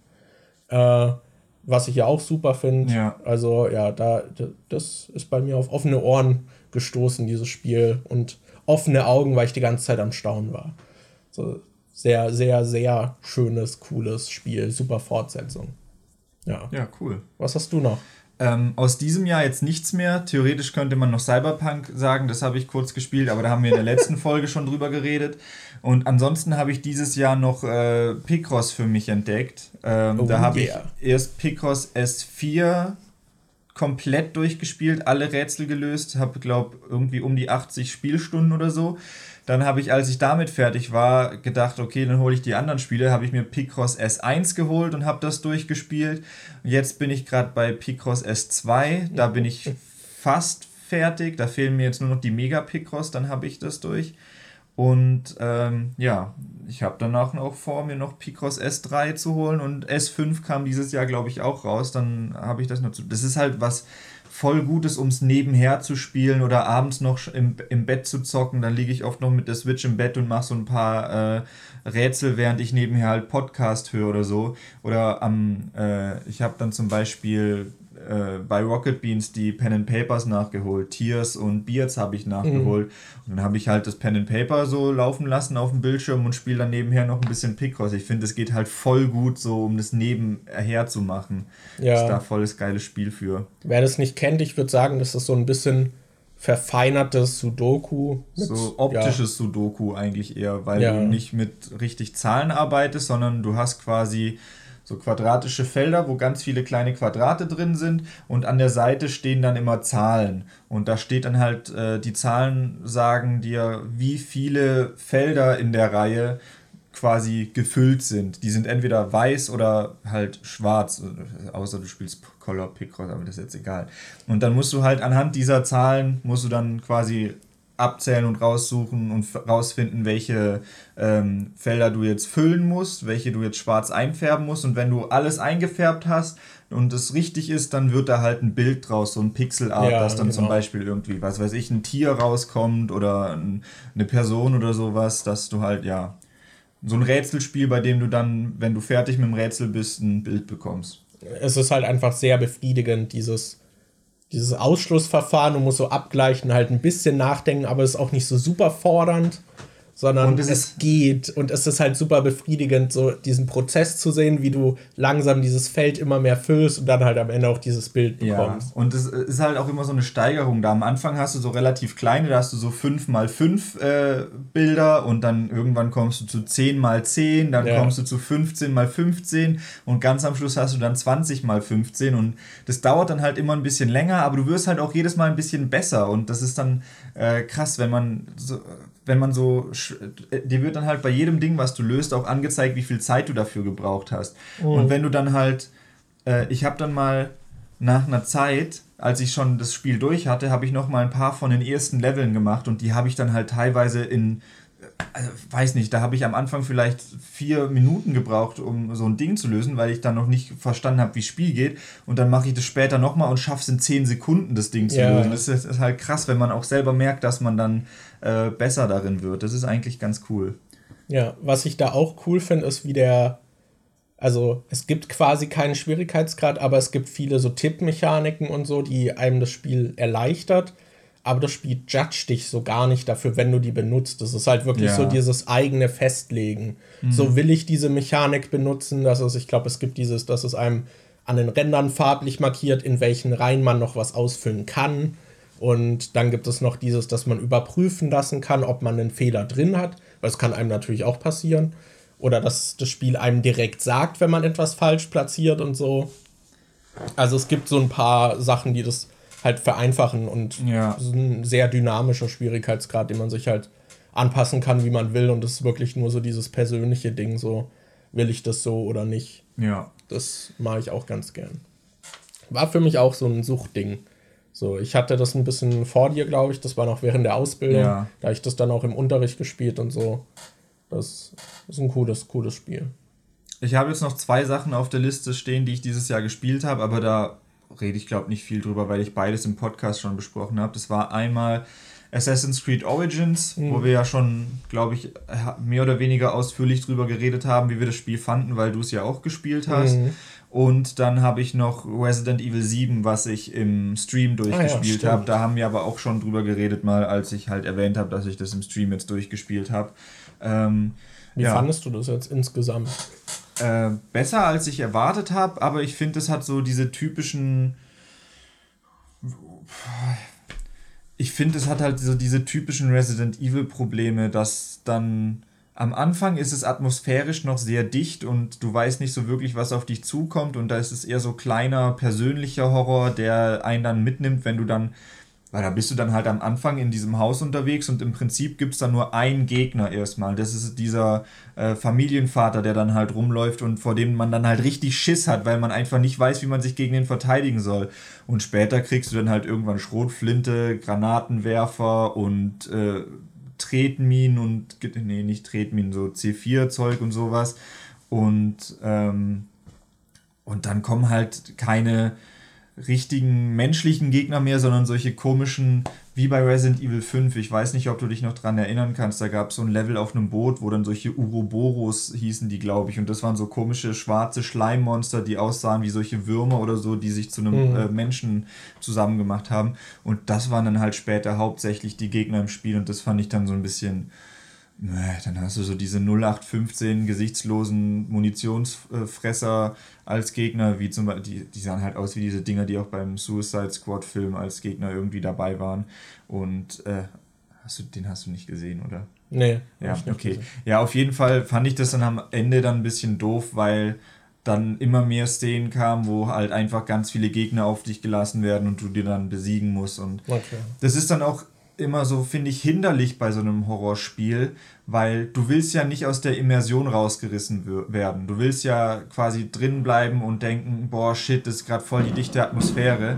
Was ich ja auch super finde. Ja. Also, das ist bei mir auf offene Ohren gestoßen, dieses Spiel. Und offene Augen, weil ich die ganze Zeit am Staunen war. So sehr, sehr, sehr schönes, cooles Spiel. Super Fortsetzung. Ja, cool. Was hast du noch? Aus diesem Jahr jetzt nichts mehr. Theoretisch könnte man noch Cyberpunk sagen, das habe ich kurz gespielt, aber da haben wir in der letzten Folge schon drüber geredet. Und ansonsten habe ich dieses Jahr noch Picross für mich entdeckt. Da habe ich erst Picross S4 komplett durchgespielt, alle Rätsel gelöst, habe, glaube irgendwie um die 80 Spielstunden oder so. Dann habe ich, als ich damit fertig war, gedacht, okay, dann hole ich die anderen Spiele, habe ich mir Picross S1 geholt und habe das durchgespielt. Jetzt bin ich gerade bei Picross S2, da bin ich fast fertig, da fehlen mir jetzt nur noch die Mega Picross, dann habe ich das durch. Und ich habe danach noch vor, mir noch Picross S3 zu holen und S5 kam dieses Jahr, glaube ich, auch raus. Dann habe ich das noch zu. Das ist halt was voll Gutes, um es nebenher zu spielen oder abends noch im Bett zu zocken. Dann liege ich oft noch mit der Switch im Bett und mache so ein paar Rätsel, während ich nebenher halt Podcast höre oder so. Oder ich habe dann zum Beispiel bei Rocket Beans die Pen and Papers nachgeholt. Tears und Beards habe ich nachgeholt. Und dann habe ich halt das Pen and Paper so laufen lassen auf dem Bildschirm und spiele dann nebenher noch ein bisschen Picross. Ich finde, es geht halt voll gut so, um das nebenher zu machen. Ja. Ist da voll das geile Spiel für. Wer das nicht kennt, ich würde sagen, das ist so ein bisschen verfeinertes Sudoku. So optisches Sudoku eigentlich eher, weil du nicht mit richtig Zahlen arbeitest, sondern du hast quasi so quadratische Felder, wo ganz viele kleine Quadrate drin sind und an der Seite stehen dann immer Zahlen. Und da steht dann halt, die Zahlen sagen dir, wie viele Felder in der Reihe quasi gefüllt sind. Die sind entweder weiß oder halt schwarz, außer du spielst Color Picross, aber das ist jetzt egal. Und dann musst du halt anhand dieser Zahlen, musst du dann quasi abzählen und raussuchen und rausfinden, welche Felder du jetzt füllen musst, welche du jetzt schwarz einfärben musst. Und wenn du alles eingefärbt hast und es richtig ist, dann wird da halt ein Bild draus, so ein Pixelart, dass dann zum Beispiel irgendwie, was weiß ich, ein Tier rauskommt oder eine Person oder sowas, dass du halt, ja, so ein Rätselspiel, bei dem du dann, wenn du fertig mit dem Rätsel bist, ein Bild bekommst. Es ist halt einfach sehr befriedigend, dieses Ausschlussverfahren. Du musst so abgleichen, halt ein bisschen nachdenken, aber es ist auch nicht so super fordernd, sondern es geht. Und es ist halt super befriedigend, so diesen Prozess zu sehen, wie du langsam dieses Feld immer mehr füllst und dann halt am Ende auch dieses Bild bekommst. Ja, und es ist halt auch immer so eine Steigerung da. Am Anfang hast du so relativ kleine, da hast du so 5x5 Bilder und dann irgendwann kommst du zu 10x10, dann kommst du zu 15x15 und ganz am Schluss hast du dann 20x15 und das dauert dann halt immer ein bisschen länger, aber du wirst halt auch jedes Mal ein bisschen besser und das ist dann krass, dir wird dann halt bei jedem Ding, was du löst, auch angezeigt, wie viel Zeit du dafür gebraucht hast. Und wenn du dann halt, ich habe dann mal nach einer Zeit, als ich schon das Spiel durch hatte, habe ich noch mal ein paar von den ersten Leveln gemacht und die habe ich dann halt teilweise weiß nicht, da habe ich am Anfang vielleicht 4 Minuten gebraucht, um so ein Ding zu lösen, weil ich dann noch nicht verstanden habe, wie das Spiel geht. Und dann mache ich das später nochmal und schaffe es in 10 Sekunden, das Ding zu lösen. Das ist halt krass, wenn man auch selber merkt, dass man dann besser darin wird. Das ist eigentlich ganz cool. Ja, was ich da auch cool finde, ist, also es gibt quasi keinen Schwierigkeitsgrad, aber es gibt viele so Tippmechaniken und so, die einem das Spiel erleichtert. Aber das Spiel judgt dich so gar nicht dafür, wenn du die benutzt. Das ist halt wirklich so dieses eigene Festlegen. So will ich diese Mechanik benutzen. Ich glaube, es gibt dass es einem an den Rändern farblich markiert, in welchen Reihen man noch was ausfüllen kann. Und dann gibt es noch dass man überprüfen lassen kann, ob man einen Fehler drin hat. Weil es kann einem natürlich auch passieren. Oder dass das Spiel einem direkt sagt, wenn man etwas falsch platziert und so. Also es gibt so ein paar Sachen, die das halt vereinfachen und ein sehr dynamischer Schwierigkeitsgrad, den man sich halt anpassen kann, wie man will. Und das ist wirklich nur so dieses persönliche Ding, so will ich das so oder nicht. Ja. Das mache ich auch ganz gern. War für mich auch so ein Suchtding. So, ich hatte das ein bisschen vor dir, glaube ich. Das war noch während der Ausbildung. Ja. Da habe ich das dann auch im Unterricht gespielt und so. Das ist ein cooles Spiel. Ich habe jetzt noch 2 Sachen auf der Liste stehen, die ich dieses Jahr gespielt habe, aber da rede ich, glaube nicht viel drüber, weil ich beides im Podcast schon besprochen habe. Das war einmal Assassin's Creed Origins, wo wir ja schon, glaube ich, mehr oder weniger ausführlich drüber geredet haben, wie wir das Spiel fanden, weil du es ja auch gespielt hast. Und dann habe ich noch Resident Evil 7, was ich im Stream durchgespielt habe. Da haben wir aber auch schon drüber geredet, mal als ich halt erwähnt habe, dass ich das im Stream jetzt durchgespielt habe. Wie fandest du das jetzt insgesamt? Besser als ich erwartet habe, aber ich finde, es hat so diese typischen. Ich finde, es hat halt so diese typischen Resident Evil Probleme, dass dann am Anfang ist es atmosphärisch noch sehr dicht und du weißt nicht so wirklich, was auf dich zukommt und da ist es eher so kleiner, persönlicher Horror, der einen dann mitnimmt, wenn du dann. Weil da bist du dann halt am Anfang in diesem Haus unterwegs und im Prinzip gibt es dann nur einen Gegner erstmal. Das ist dieser Familienvater, der dann halt rumläuft und vor dem man dann halt richtig Schiss hat, weil man einfach nicht weiß, wie man sich gegen den verteidigen soll. Und später kriegst du dann halt irgendwann Schrotflinte, Granatenwerfer und Tretminen und, nicht Tretminen, so C4-Zeug und sowas. Und dann kommen halt keine richtigen menschlichen Gegner mehr, sondern solche komischen, wie bei Resident Evil 5. Ich weiß nicht, ob du dich noch dran erinnern kannst, da gab es so ein Level auf einem Boot, wo dann solche Uroboros hießen die, glaube ich, und das waren so komische schwarze Schleimmonster, die aussahen wie solche Würmer oder so, die sich zu einem Menschen zusammengemacht haben und das waren dann halt später hauptsächlich die Gegner im Spiel und das fand ich dann so ein bisschen. Dann hast du so diese 0815 gesichtslosen Munitionsfresser als Gegner, wie zum Beispiel, die sahen halt aus wie diese Dinger, die auch beim Suicide Squad Film als Gegner irgendwie dabei waren. Und den hast du nicht gesehen, oder? Nee. Ja, okay. Ja, auf jeden Fall fand ich das dann am Ende dann ein bisschen doof, weil dann immer mehr Szenen kamen, wo halt einfach ganz viele Gegner auf dich gelassen werden und du die dann besiegen musst. Und das ist dann auch immer so, finde ich, hinderlich bei so einem Horrorspiel, weil du willst ja nicht aus der Immersion rausgerissen werden. Du willst ja quasi drin bleiben und denken, boah, shit, das ist gerade voll die dichte Atmosphäre.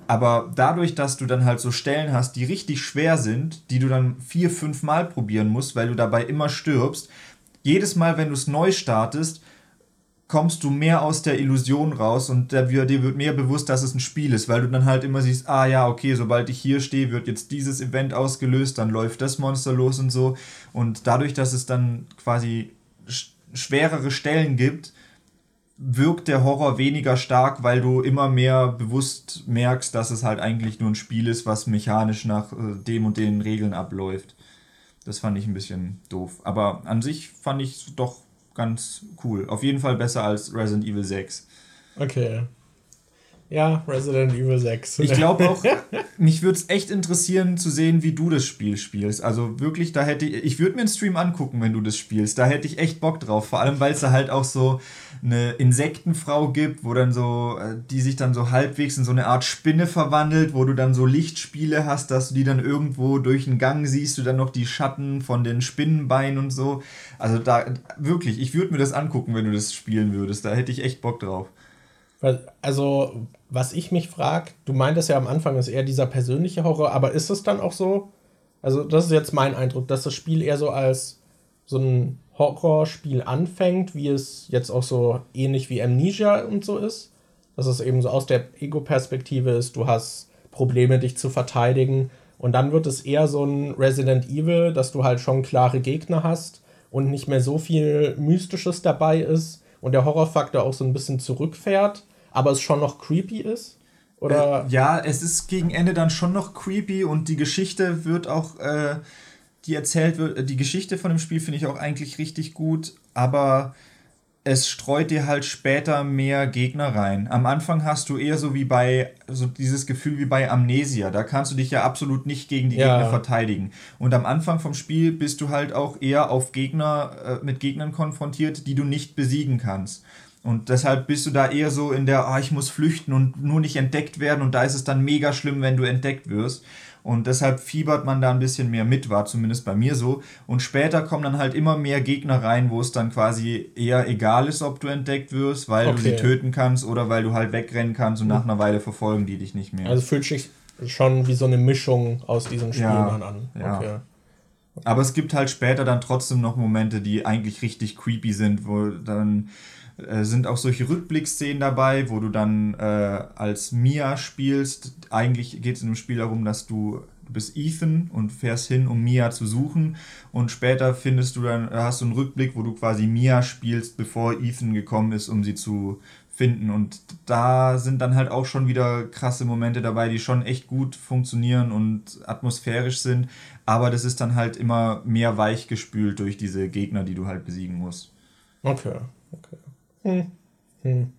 Aber dadurch, dass du dann halt so Stellen hast, die richtig schwer sind, die du dann 4-5 Mal probieren musst, weil du dabei immer stirbst, jedes Mal, wenn du es neu startest, kommst du mehr aus der Illusion raus und dir wird mehr bewusst, dass es ein Spiel ist, weil du dann halt immer siehst, ah ja, okay, sobald ich hier stehe, wird jetzt dieses Event ausgelöst, dann läuft das Monster los und so. Und dadurch, dass es dann quasi schwerere Stellen gibt, wirkt der Horror weniger stark, weil du immer mehr bewusst merkst, dass es halt eigentlich nur ein Spiel ist, was mechanisch nach dem und den Regeln abläuft. Das fand ich ein bisschen doof. Aber an sich fand ich es doch ganz cool. Auf jeden Fall besser als Resident Evil 6. Okay. Ja, Resident Evil 6. Ich glaube auch, mich würde es echt interessieren zu sehen, wie du das Spiel spielst. Also wirklich, ich würde mir einen Stream angucken, wenn du das spielst. Da hätte ich echt Bock drauf. Vor allem, weil es da halt auch so eine Insektenfrau gibt, wo dann so, die sich dann so halbwegs in so eine Art Spinne verwandelt, wo du dann so Lichtspiele hast, dass du die dann irgendwo durch den Gang siehst, du dann noch die Schatten von den Spinnenbeinen und so. Also da, wirklich, ich würde mir das angucken, wenn du das spielen würdest. Da hätte ich echt Bock drauf. Also, was ich mich frage, du meintest ja am Anfang, ist eher dieser persönliche Horror, aber ist es dann auch so, also das ist jetzt mein Eindruck, dass das Spiel eher so als so ein Horrorspiel anfängt, wie es jetzt auch so ähnlich wie Amnesia und so ist, dass es eben so aus der Ego-Perspektive ist, du hast Probleme, dich zu verteidigen und dann wird es eher so ein Resident Evil, dass du halt schon klare Gegner hast und nicht mehr so viel Mystisches dabei ist und der Horrorfaktor auch so ein bisschen zurückfährt, aber es schon noch creepy ist? Oder? Ja, es ist gegen Ende dann schon noch creepy und die Geschichte wird auch, die erzählt wird, die Geschichte von dem Spiel finde ich auch eigentlich richtig gut, aber es streut dir halt später mehr Gegner rein. Am Anfang hast du eher so dieses Gefühl wie bei Amnesia. Da kannst du dich ja absolut nicht gegen die Gegner verteidigen. Und am Anfang vom Spiel bist du halt auch eher auf mit Gegnern konfrontiert, die du nicht besiegen kannst. Und deshalb bist du da eher so in der, ich muss flüchten und nur nicht entdeckt werden. Und da ist es dann mega schlimm, wenn du entdeckt wirst. Und deshalb fiebert man da ein bisschen mehr mit, war zumindest bei mir so. Und später kommen dann halt immer mehr Gegner rein, wo es dann quasi eher egal ist, ob du entdeckt wirst, weil du sie töten kannst oder weil du halt wegrennen kannst und nach einer Weile verfolgen die dich nicht mehr. Also fühlt sich schon wie so eine Mischung aus diesen Spielen an. Ja. Okay. Aber es gibt halt später dann trotzdem noch Momente, die eigentlich richtig creepy sind, wo dann sind auch solche Rückblickszenen dabei, wo du dann als Mia spielst. Eigentlich geht es in dem Spiel darum, dass du bist Ethan und fährst hin, um Mia zu suchen. Und später hast du einen Rückblick, wo du quasi Mia spielst, bevor Ethan gekommen ist, um sie zu finden. Und da sind dann halt auch schon wieder krasse Momente dabei, die schon echt gut funktionieren und atmosphärisch sind. Aber das ist dann halt immer mehr weichgespült durch diese Gegner, die du halt besiegen musst. Okay. Okay.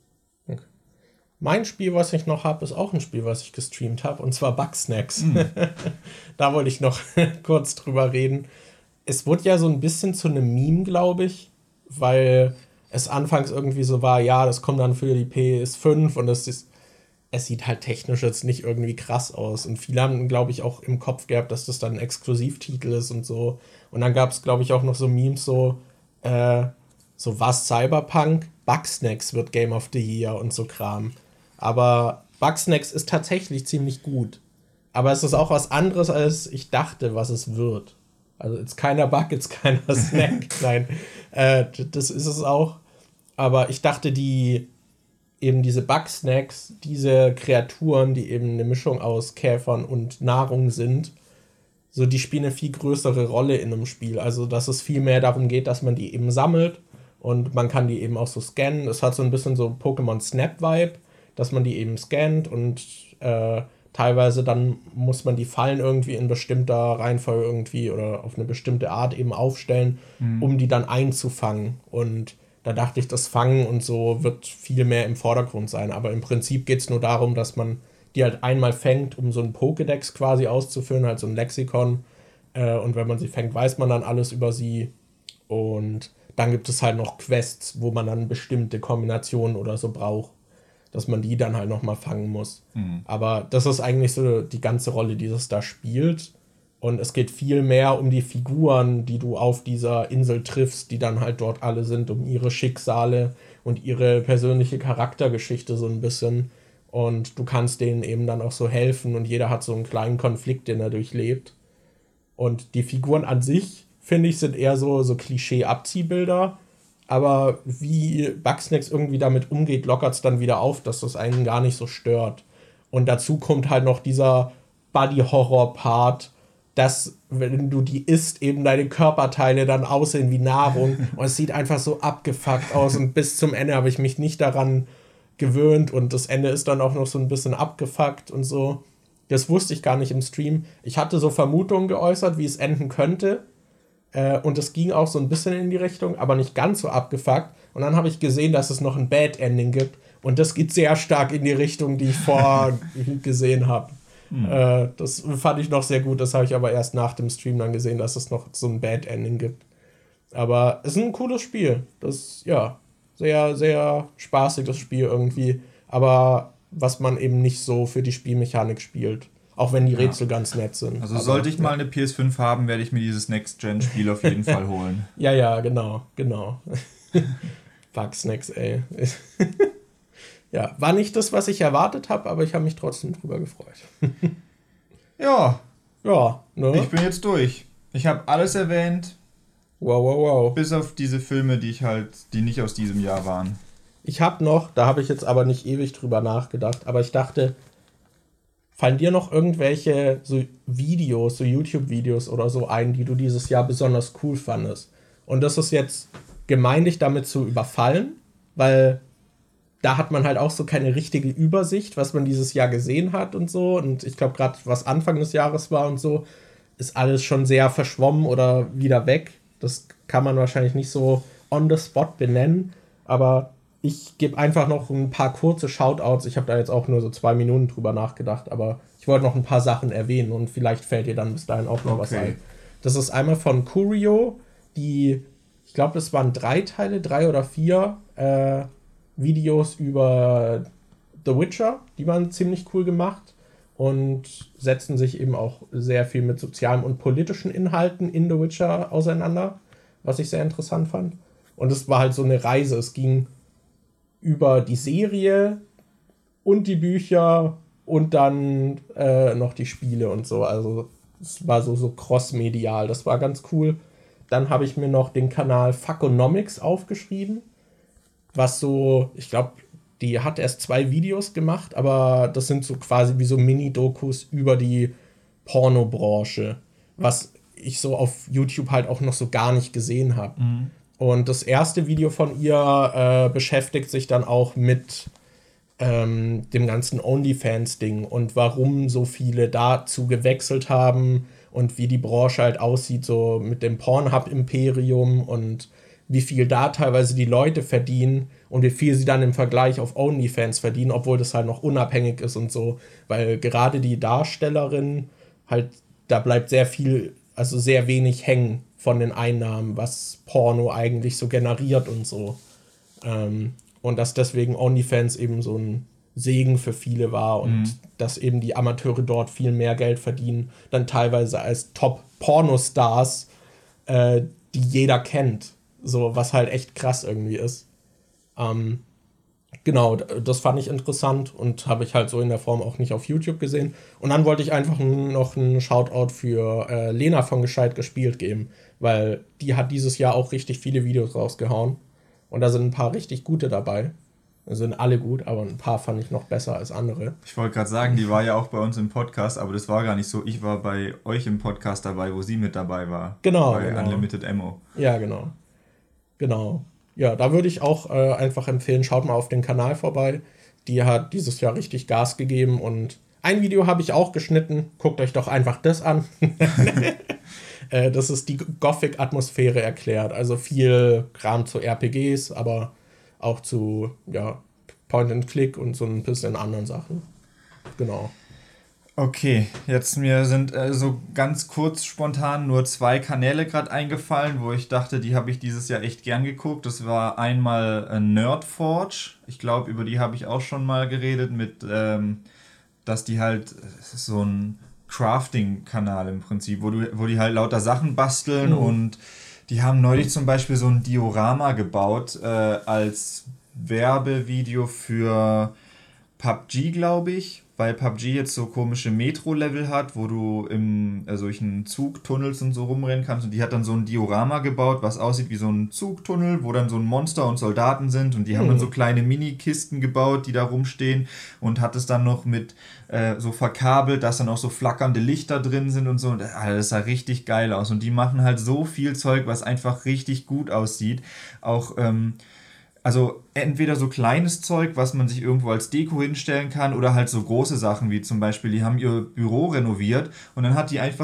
Mein Spiel, was ich noch habe, ist auch ein Spiel, was ich gestreamt habe, und zwar Bugsnax. Da wollte ich noch kurz drüber reden. Es wurde ja so ein bisschen zu einem Meme, glaube ich, weil es anfangs irgendwie so war, ja, das kommt dann für die PS5 und es sieht halt technisch jetzt nicht irgendwie krass aus. Und viele haben, glaube ich, auch im Kopf gehabt, dass das dann ein Exklusivtitel ist und so. Und dann gab es, glaube ich, auch noch so Memes so was Cyberpunk, Bugsnax wird Game of the Year und so Kram. Aber Bugsnax ist tatsächlich ziemlich gut. Aber es ist auch was anderes, als ich dachte, was es wird. Also it's keiner Bug, it's keiner Snack. Nein, das ist es auch. Aber ich dachte, diese Bugsnacks, diese Kreaturen, die eben eine Mischung aus Käfern und Nahrung sind, so die spielen eine viel größere Rolle in einem Spiel. Also dass es viel mehr darum geht, dass man die eben sammelt. Und man kann die eben auch so scannen. Es hat so ein bisschen so Pokémon Snap-Vibe, dass man die eben scannt und teilweise dann muss man die Fallen irgendwie in bestimmter Reihenfolge irgendwie oder auf eine bestimmte Art eben aufstellen, um die dann einzufangen. Und da dachte ich, das Fangen und so wird viel mehr im Vordergrund sein. Aber im Prinzip geht es nur darum, dass man die halt einmal fängt, um so einen Pokédex quasi auszufüllen, halt so ein Lexikon. Und wenn man sie fängt, weiß man dann alles über sie. Und dann gibt es halt noch Quests, wo man dann bestimmte Kombinationen oder so braucht, dass man die dann halt nochmal fangen muss. Aber das ist eigentlich so die ganze Rolle, die das da spielt. Und es geht viel mehr um die Figuren, die du auf dieser Insel triffst, die dann halt dort alle sind, um ihre Schicksale und ihre persönliche Charaktergeschichte so ein bisschen. Und du kannst denen eben dann auch so helfen und jeder hat so einen kleinen Konflikt, den er durchlebt. Und die Figuren an sich, finde ich, sind eher so Klischee-Abziehbilder. Aber wie Bugsnax irgendwie damit umgeht, lockert es dann wieder auf, dass das einen gar nicht so stört. Und dazu kommt halt noch dieser Body-Horror-Part, dass, wenn du die isst, eben deine Körperteile dann aussehen wie Nahrung. Und es sieht einfach so abgefuckt aus. Und bis zum Ende habe ich mich nicht daran gewöhnt. Und das Ende ist dann auch noch so ein bisschen abgefuckt und so. Das wusste ich gar nicht im Stream. Ich hatte so Vermutungen geäußert, wie es enden könnte. Und es ging auch so ein bisschen in die Richtung, aber nicht ganz so abgefuckt. Und dann habe ich gesehen, dass es noch ein Bad Ending gibt. Und das geht sehr stark in die Richtung, die ich gesehen habe. Das fand ich noch sehr gut. Das habe ich aber erst nach dem Stream dann gesehen, dass es noch so ein Bad Ending gibt. Aber es ist ein cooles Spiel. Das, ja, sehr, sehr spaßiges Spiel irgendwie. Aber was man eben nicht so für die Spielmechanik spielt. Auch wenn die Rätsel ganz nett sind. Also sollte ich mal eine PS5 haben, werde ich mir dieses Next-Gen-Spiel auf jeden Fall holen. Ja, genau. Bugsnax, ey. Ja, war nicht das, was ich erwartet habe, aber ich habe mich trotzdem drüber gefreut. Ja, ne? Ich bin jetzt durch. Ich habe alles erwähnt. Wow. Bis auf diese Filme, die nicht aus diesem Jahr waren. Ich habe noch, da habe ich jetzt aber nicht ewig drüber nachgedacht, aber ich dachte, fallen dir noch irgendwelche so Videos, so YouTube-Videos oder so ein, die du dieses Jahr besonders cool fandest? Und das ist jetzt gemein, dich damit zu überfallen, weil da hat man halt auch so keine richtige Übersicht, was man dieses Jahr gesehen hat und so. Und ich glaube, gerade was Anfang des Jahres war und so, ist alles schon sehr verschwommen oder wieder weg. Das kann man wahrscheinlich nicht so on the spot benennen, aber ich gebe einfach noch ein paar kurze Shoutouts. Ich habe da jetzt auch nur so 2 Minuten drüber nachgedacht, aber ich wollte noch ein paar Sachen erwähnen und vielleicht fällt dir dann bis dahin auch noch was ein. Das ist einmal von Curio, ich glaube, das waren 3 oder 4 Videos über The Witcher. Die waren ziemlich cool gemacht und setzen sich eben auch sehr viel mit sozialen und politischen Inhalten in The Witcher auseinander, was ich sehr interessant fand. Und es war halt so eine Reise. Es ging über die Serie und die Bücher und dann noch die Spiele und so. Also es war so cross-medial. Das war ganz cool. Dann habe ich mir noch den Kanal Fuckonomics aufgeschrieben, was so, ich glaube, die hat erst 2 Videos gemacht, aber das sind so quasi wie so Mini-Dokus über die Pornobranche, was ich so auf YouTube halt auch noch so gar nicht gesehen habe. Und das erste Video von ihr beschäftigt sich dann auch mit dem ganzen OnlyFans-Ding und warum so viele dazu gewechselt haben und wie die Branche halt aussieht, so mit dem Pornhub-Imperium und wie viel da teilweise die Leute verdienen und wie viel sie dann im Vergleich auf OnlyFans verdienen, obwohl das halt noch unabhängig ist und so. Weil gerade die Darstellerin halt, da bleibt sehr viel, also sehr wenig hängen von den Einnahmen, was Porno eigentlich so generiert und so. Und dass deswegen OnlyFans eben so ein Segen für viele war und dass eben die Amateure dort viel mehr Geld verdienen, dann teilweise als Top-Pornostars, die jeder kennt. So, was halt echt krass irgendwie ist. Genau, das fand ich interessant und habe ich halt so in der Form auch nicht auf YouTube gesehen. Und dann wollte ich einfach noch einen Shoutout für Lena von Gescheit gespielt geben, weil die hat dieses Jahr auch richtig viele Videos rausgehauen. Und da sind ein paar richtig gute dabei. Sind alle gut, aber ein paar fand ich noch besser als andere. Ich wollte gerade sagen, die war ja auch bei uns im Podcast, aber das war gar nicht so. Ich war bei euch im Podcast dabei, wo sie mit dabei war. Genau. Bei Unlimited Ammo. Ja, genau. Ja, da würde ich auch einfach empfehlen, schaut mal auf den Kanal vorbei. Die hat dieses Jahr richtig Gas gegeben und ein Video habe ich auch geschnitten. Guckt euch doch einfach das an. Das ist die Gothic-Atmosphäre erklärt. Also viel Kram zu RPGs, aber auch zu Point-and-Click und so ein bisschen anderen Sachen. Genau. Okay, jetzt mir sind so ganz kurz spontan nur 2 Kanäle gerade eingefallen, wo ich dachte, die habe ich dieses Jahr echt gern geguckt. Das war einmal Nerdforge. Ich glaube, über die habe ich auch schon mal geredet, mit dass die halt so ein Crafting-Kanal im Prinzip, wo die halt lauter Sachen basteln und die haben neulich zum Beispiel so ein Diorama gebaut als Werbevideo für PUBG, glaube ich, weil PUBG jetzt so komische Metro-Level hat, wo du in solchen Zugtunnels und so rumrennen kannst. Und die hat dann so ein Diorama gebaut, was aussieht wie so ein Zugtunnel, wo dann so ein Monster und Soldaten sind. Und die haben dann so kleine Mini-Kisten gebaut, die da rumstehen. Und hat es dann noch mit so verkabelt, dass dann auch so flackernde Lichter drin sind und so. Und das sah richtig geil aus. Und die machen halt so viel Zeug, was einfach richtig gut aussieht. Auch also entweder so kleines Zeug, was man sich irgendwo als Deko hinstellen kann, oder halt so große Sachen, wie zum Beispiel, die haben ihr Büro renoviert und dann hat die einfach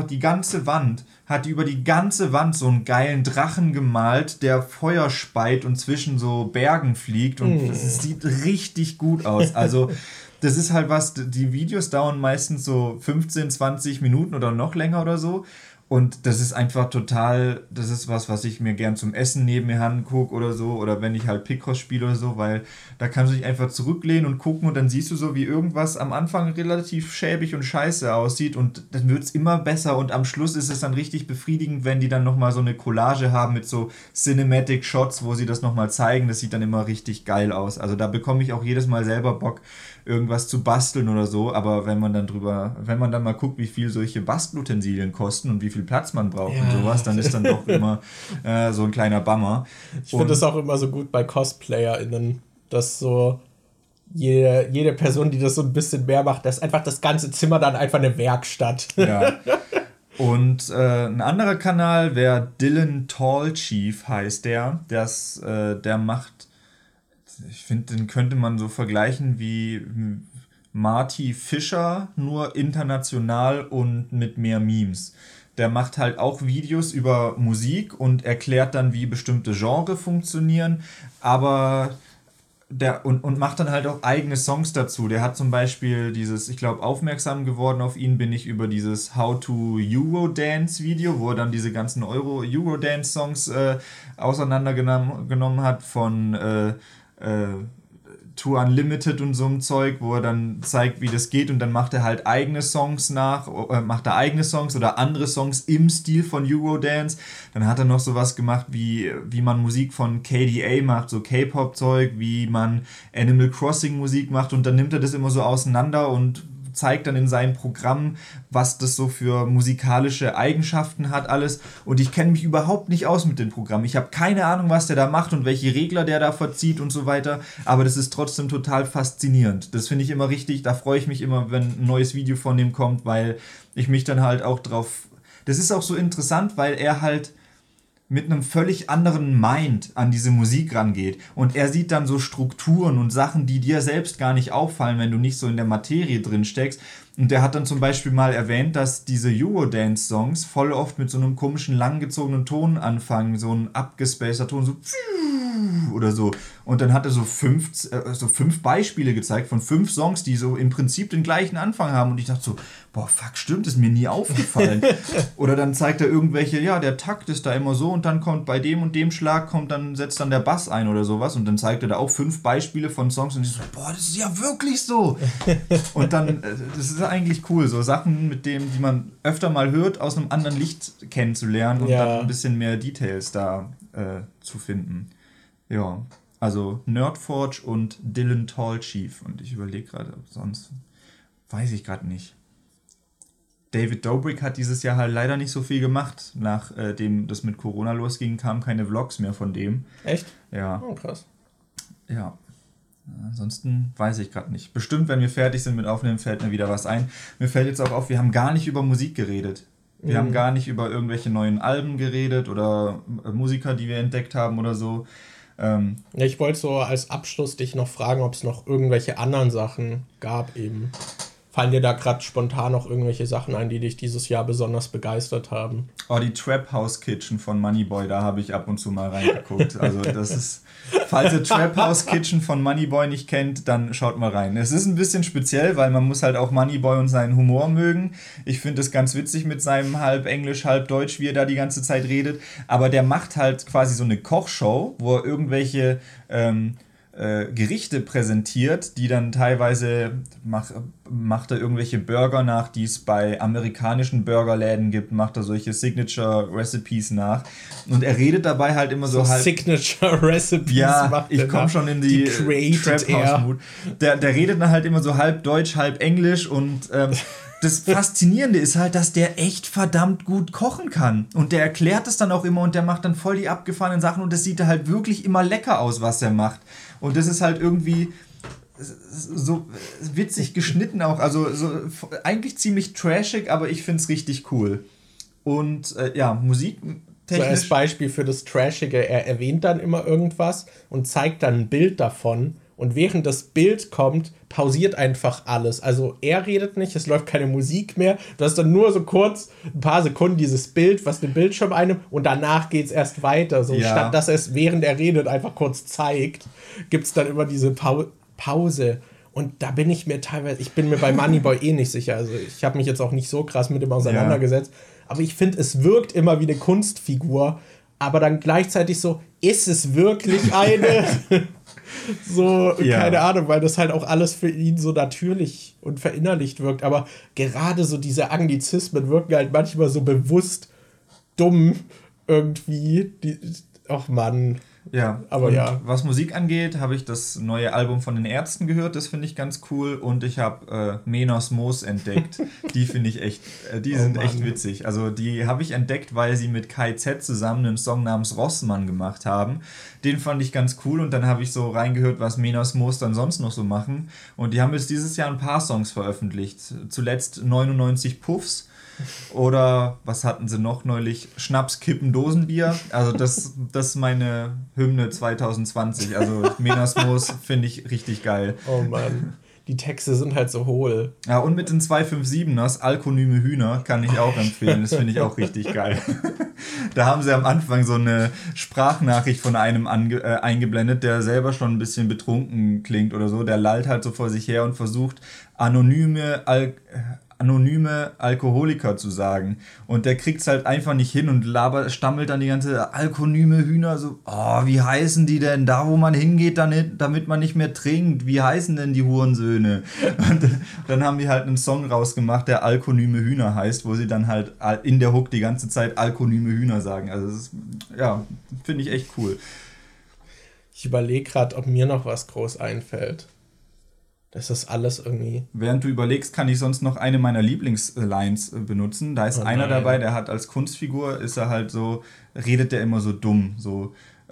über die ganze Wand so einen geilen Drachen gemalt, der Feuer speit und zwischen so Bergen fliegt und es sieht richtig gut aus. Also das ist halt was, die Videos dauern meistens so 15, 20 Minuten oder noch länger oder so. Und das ist einfach das ist was ich mir gern zum Essen neben mir angucke oder so, oder wenn ich halt Picross spiele oder so, weil da kannst du dich einfach zurücklehnen und gucken und dann siehst du so, wie irgendwas am Anfang relativ schäbig und scheiße aussieht und dann wird es immer besser und am Schluss ist es dann richtig befriedigend, wenn die dann nochmal so eine Collage haben mit so Cinematic Shots, wo sie das nochmal zeigen, das sieht dann immer richtig geil aus. Also da bekomme ich auch jedes Mal selber Bock, irgendwas zu basteln oder so, aber wenn man dann mal guckt, wie viel solche Bastelutensilien kosten und wie viel Platz man braucht und sowas, dann ist dann doch immer so ein kleiner Bummer. Ich finde es auch immer so gut bei CosplayerInnen, dass so jede Person, die das so ein bisschen mehr macht, dass einfach das ganze Zimmer dann einfach eine Werkstatt. Ja. Und ein anderer Kanal wäre Dylan Tallchief, heißt der. Der macht, ich finde, den könnte man so vergleichen wie Marty Fischer, nur international und mit mehr Memes. Der macht halt auch Videos über Musik und erklärt dann, wie bestimmte Genres funktionieren, aber und macht dann halt auch eigene Songs dazu. Der hat zum Beispiel ich glaube, aufmerksam geworden auf ihn bin ich über dieses How to Eurodance Video, wo er dann diese ganzen Eurodance Songs auseinandergenommen hat von To Unlimited und so ein Zeug, wo er dann zeigt, wie das geht und dann macht er halt eigene Songs oder andere Songs im Stil von Eurodance. Dann hat er noch sowas gemacht, wie man Musik von KDA macht, so K-Pop-Zeug, wie man Animal Crossing Musik macht und dann nimmt er das immer so auseinander und zeigt dann in seinem Programm, was das so für musikalische Eigenschaften hat, alles. Und ich kenne mich überhaupt nicht aus mit dem Programm. Ich habe keine Ahnung, was der da macht und welche Regler der da verzieht und so weiter. Aber das ist trotzdem total faszinierend. Das finde ich immer richtig. Da freue ich mich immer, wenn ein neues Video von dem kommt, weil ich mich dann halt auch drauf... Das ist auch so interessant, weil er halt mit einem völlig anderen Mind an diese Musik rangeht. Und er sieht dann so Strukturen und Sachen, die dir selbst gar nicht auffallen, wenn du nicht so in der Materie drin steckst. Und der hat dann zum Beispiel mal erwähnt, dass diese Eurodance-Songs voll oft mit so einem komischen, langgezogenen Ton anfangen, so ein abgespaceter Ton, so oder so. Und dann hat er so fünf Beispiele gezeigt von 5 Songs, die so im Prinzip den gleichen Anfang haben. Und ich dachte so, boah, fuck, stimmt, ist mir nie aufgefallen. Oder dann zeigt er irgendwelche, ja, der Takt ist da immer so und dann kommt bei dem und dem Schlag, setzt dann der Bass ein oder sowas. Und dann zeigt er da auch 5 Beispiele von Songs und ich so, boah, das ist ja wirklich so. Und dann, das ist eigentlich cool, so Sachen, die man öfter mal hört, aus einem anderen Licht kennenzulernen und dann ein bisschen mehr Details da zu finden. Ja, also Nerdforge und Dylan Tallchief. Und ich überlege gerade, sonst weiß ich gerade nicht. David Dobrik hat dieses Jahr halt leider nicht so viel gemacht. Nachdem das mit Corona losging, kamen keine Vlogs mehr von dem. Echt? Ja. Oh, krass. Ja. Ansonsten weiß ich gerade nicht. Bestimmt, wenn wir fertig sind mit Aufnehmen, fällt mir wieder was ein. Mir fällt jetzt auch auf, wir haben gar nicht über Musik geredet. Wir haben gar nicht über irgendwelche neuen Alben geredet oder Musiker, die wir entdeckt haben oder so. Ich wollte so als Abschluss dich noch fragen, ob es noch irgendwelche anderen Sachen gab eben. Fallen dir da gerade spontan noch irgendwelche Sachen ein, die dich dieses Jahr besonders begeistert haben? Oh, die Trap House Kitchen von Moneyboy, da habe ich ab und zu mal reingeguckt. Also das ist, falls ihr Trap House Kitchen von Moneyboy nicht kennt, dann schaut mal rein. Es ist ein bisschen speziell, weil man muss halt auch Moneyboy und seinen Humor mögen. Ich finde es ganz witzig mit seinem halb Englisch, halb Deutsch, wie er da die ganze Zeit redet. Aber der macht halt quasi so eine Kochshow, wo er irgendwelche Gerichte präsentiert, die dann teilweise macht er irgendwelche Burger nach, die es bei amerikanischen Burgerläden gibt, macht er solche Signature-Recipes nach. Und er redet dabei halt immer so halb... Signature-Recipes ja, ich komme schon in die Trap-House-Mood. Der redet dann halt immer so halb Deutsch, halb Englisch und das Faszinierende ist halt, dass der echt verdammt gut kochen kann. Und der erklärt es dann auch immer und der macht dann voll die abgefahrenen Sachen und das sieht halt wirklich immer lecker aus, was er macht. Und das ist halt irgendwie so witzig geschnitten auch. Also so, eigentlich ziemlich trashig, aber ich finde es richtig cool. Und musiktechnisch... So als Beispiel für das Trashige, er erwähnt dann immer irgendwas und zeigt dann ein Bild davon. Und während das Bild kommt, pausiert einfach alles. Also er redet nicht, es läuft keine Musik mehr. Du hast dann nur so kurz ein paar Sekunden dieses Bild, was den Bildschirm einnimmt. Und danach geht es erst weiter. So, statt dass er es während er redet einfach kurz zeigt, gibt es dann immer diese Pause. Und da bin ich mir bei Moneyboy nicht sicher. Also ich habe mich jetzt auch nicht so krass mit ihm auseinandergesetzt. Aber ich finde, es wirkt immer wie eine Kunstfigur. Aber dann gleichzeitig so, ist es wirklich eine... So, keine Ahnung, weil das halt auch alles für ihn so natürlich und verinnerlicht wirkt. Aber gerade so diese Anglizismen wirken halt manchmal so bewusst dumm irgendwie. Ach Mann. Ja, aber was Musik angeht, habe ich das neue Album von den Ärzten gehört, das finde ich ganz cool. Und ich habe Menos Moos entdeckt. Die finde ich echt, sind echt witzig. Also die habe ich entdeckt, weil sie mit KZ zusammen einen Song namens Rossmann gemacht haben. Den fand ich ganz cool und dann habe ich so reingehört, was Menos Moos dann sonst noch so machen. Und die haben jetzt dieses Jahr ein paar Songs veröffentlicht. Zuletzt 99 Puffs. Oder was hatten sie noch neulich? Schnaps, Kippen, Dosenbier. Also das ist meine Hymne 2020. Also Menas Moos finde ich richtig geil. Oh Mann, die Texte sind halt so hohl. Ja, und mit den 257ers, Alkonyme Hühner, kann ich auch empfehlen. Das finde ich auch richtig geil. Da haben sie am Anfang so eine Sprachnachricht von einem eingeblendet, der selber schon ein bisschen betrunken klingt oder so. Der lallt halt so vor sich her und versucht, anonyme Alkoholiker zu sagen. Und der kriegt es halt einfach nicht hin und stammelt dann die ganze Alkonyme Hühner so, wie heißen die denn da, wo man hingeht, damit man nicht mehr trinkt? Wie heißen denn die Hurensöhne? Und dann haben die halt einen Song rausgemacht, der Alkonyme Hühner heißt, wo sie dann halt in der Hook die ganze Zeit Alkonyme Hühner sagen. Also das ist, finde ich echt cool. Ich überlege gerade, ob mir noch was groß einfällt. Das ist alles irgendwie... Während du überlegst, kann ich sonst noch eine meiner Lieblingslines benutzen. Da ist einer dabei, der hat als Kunstfigur, ist er halt so, redet der immer so dumm. So,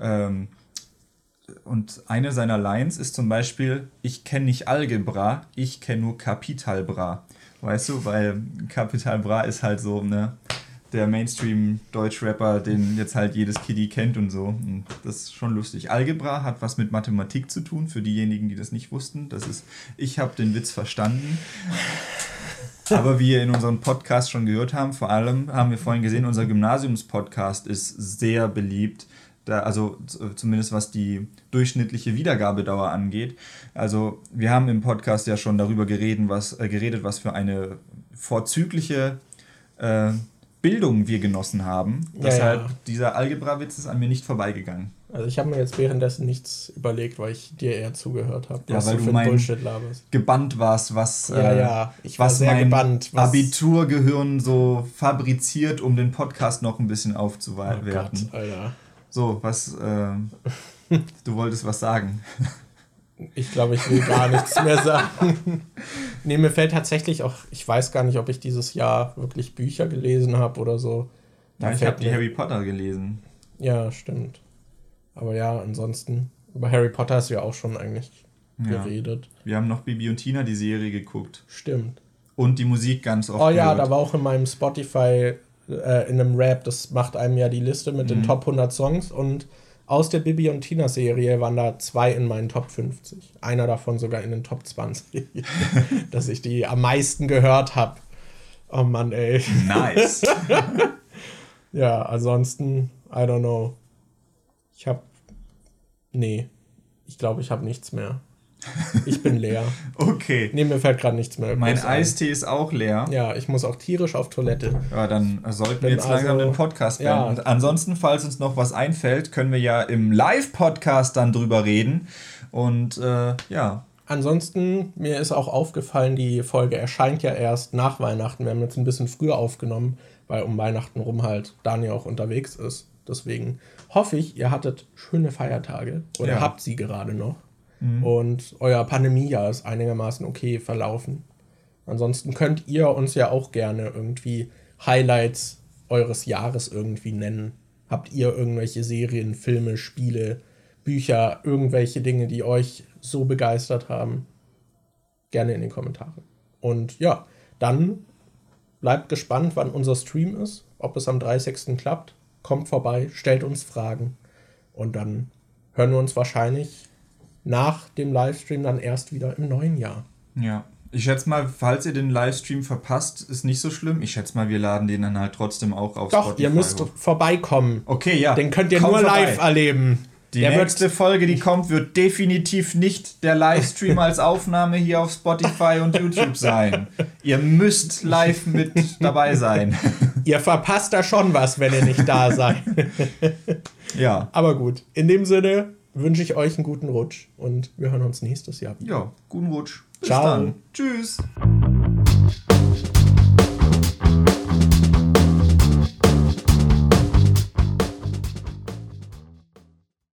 und eine seiner Lines ist zum Beispiel, ich kenne nicht Algebra, ich kenne nur Capital Bra. Weißt du, weil Capital Bra ist halt so, ne, der Mainstream-Deutsch-Rapper, den jetzt halt jedes Kiddie kennt und so. Und das ist schon lustig. Algebra hat was mit Mathematik zu tun, für diejenigen, die das nicht wussten. Das ist, ich habe den Witz verstanden. Aber wie ihr in unserem Podcast schon gehört haben, vor allem haben wir vorhin gesehen, unser Gymnasiums-Podcast ist sehr beliebt. Also zumindest was die durchschnittliche Wiedergabedauer angeht. Also wir haben im Podcast ja schon darüber geredet, was für eine vorzügliche Bildung wir genossen haben. Deshalb, dieser Algebra-Witz ist an mir nicht vorbeigegangen. Also ich habe mir jetzt währenddessen nichts überlegt, weil ich dir eher zugehört habe. Ja, weil du gebannt warst, was mein Abiturgehirn so fabriziert, um den Podcast noch ein bisschen aufzuwerten. Oh Gott, Alter. So, du wolltest was sagen. Ich glaube, ich will gar nichts mehr sagen. Nee, mir fällt tatsächlich auch, ich weiß gar nicht, ob ich dieses Jahr wirklich Bücher gelesen habe oder so. Ja, ich habe die Harry Potter gelesen. Ja, stimmt. Aber ja, ansonsten, über Harry Potter hast du ja auch schon eigentlich geredet. Wir haben noch Bibi und Tina die Serie geguckt. Stimmt. Und die Musik ganz oft gehört. Ja, da war auch in meinem Spotify in einem Rap, das macht einem ja die Liste mit den Top 100 Songs und aus der Bibi und Tina Serie waren da 2 in meinen Top 50. Einer davon sogar in den Top 20. Dass ich die am meisten gehört habe. Oh Mann, ey. Nice. Ja, ansonsten, I don't know. Ich glaube, ich habe nichts mehr. Ich bin leer. Okay. Nee, mir fällt gerade nichts mehr. Mein Eistee ist auch leer. Ja, ich muss auch tierisch auf Toilette. Ja, dann sollten wir jetzt langsam den Podcast beenden. Ja. Ansonsten, falls uns noch was einfällt, können wir ja im Live-Podcast dann drüber reden. Und ja. Ansonsten, mir ist auch aufgefallen, die Folge erscheint ja erst nach Weihnachten. Wir haben jetzt ein bisschen früher aufgenommen, weil um Weihnachten rum halt Daniel auch unterwegs ist. Deswegen hoffe ich, ihr hattet schöne Feiertage oder habt sie gerade noch. Und euer Pandemiejahr ist einigermaßen okay verlaufen. Ansonsten könnt ihr uns ja auch gerne irgendwie Highlights eures Jahres irgendwie nennen. Habt ihr irgendwelche Serien, Filme, Spiele, Bücher, irgendwelche Dinge, die euch so begeistert haben? Gerne in den Kommentaren. Und ja, dann bleibt gespannt, wann unser Stream ist, ob es am 30. klappt. Kommt vorbei, stellt uns Fragen und dann hören wir uns wahrscheinlich nach dem Livestream dann erst wieder im neuen Jahr. Ja. Ich schätze mal, falls ihr den Livestream verpasst, ist nicht so schlimm. Ich schätze mal, wir laden den dann halt trotzdem auch auf Doch, Spotify ihr müsst hoch. vorbeikommen. Okay, ja. Den könnt ihr Kommt nur vorbei. live erleben. Die nächste Folge, die kommt, wird definitiv nicht der Livestream als Aufnahme hier auf Spotify und YouTube sein. Ihr müsst live mit dabei sein. Ihr verpasst da schon was, wenn ihr nicht da seid. Ja. Aber gut, in dem Sinne wünsche ich euch einen guten Rutsch und wir hören uns nächstes Jahr wieder. Ja, guten Rutsch. Bis Ciao. dann. Tschüss.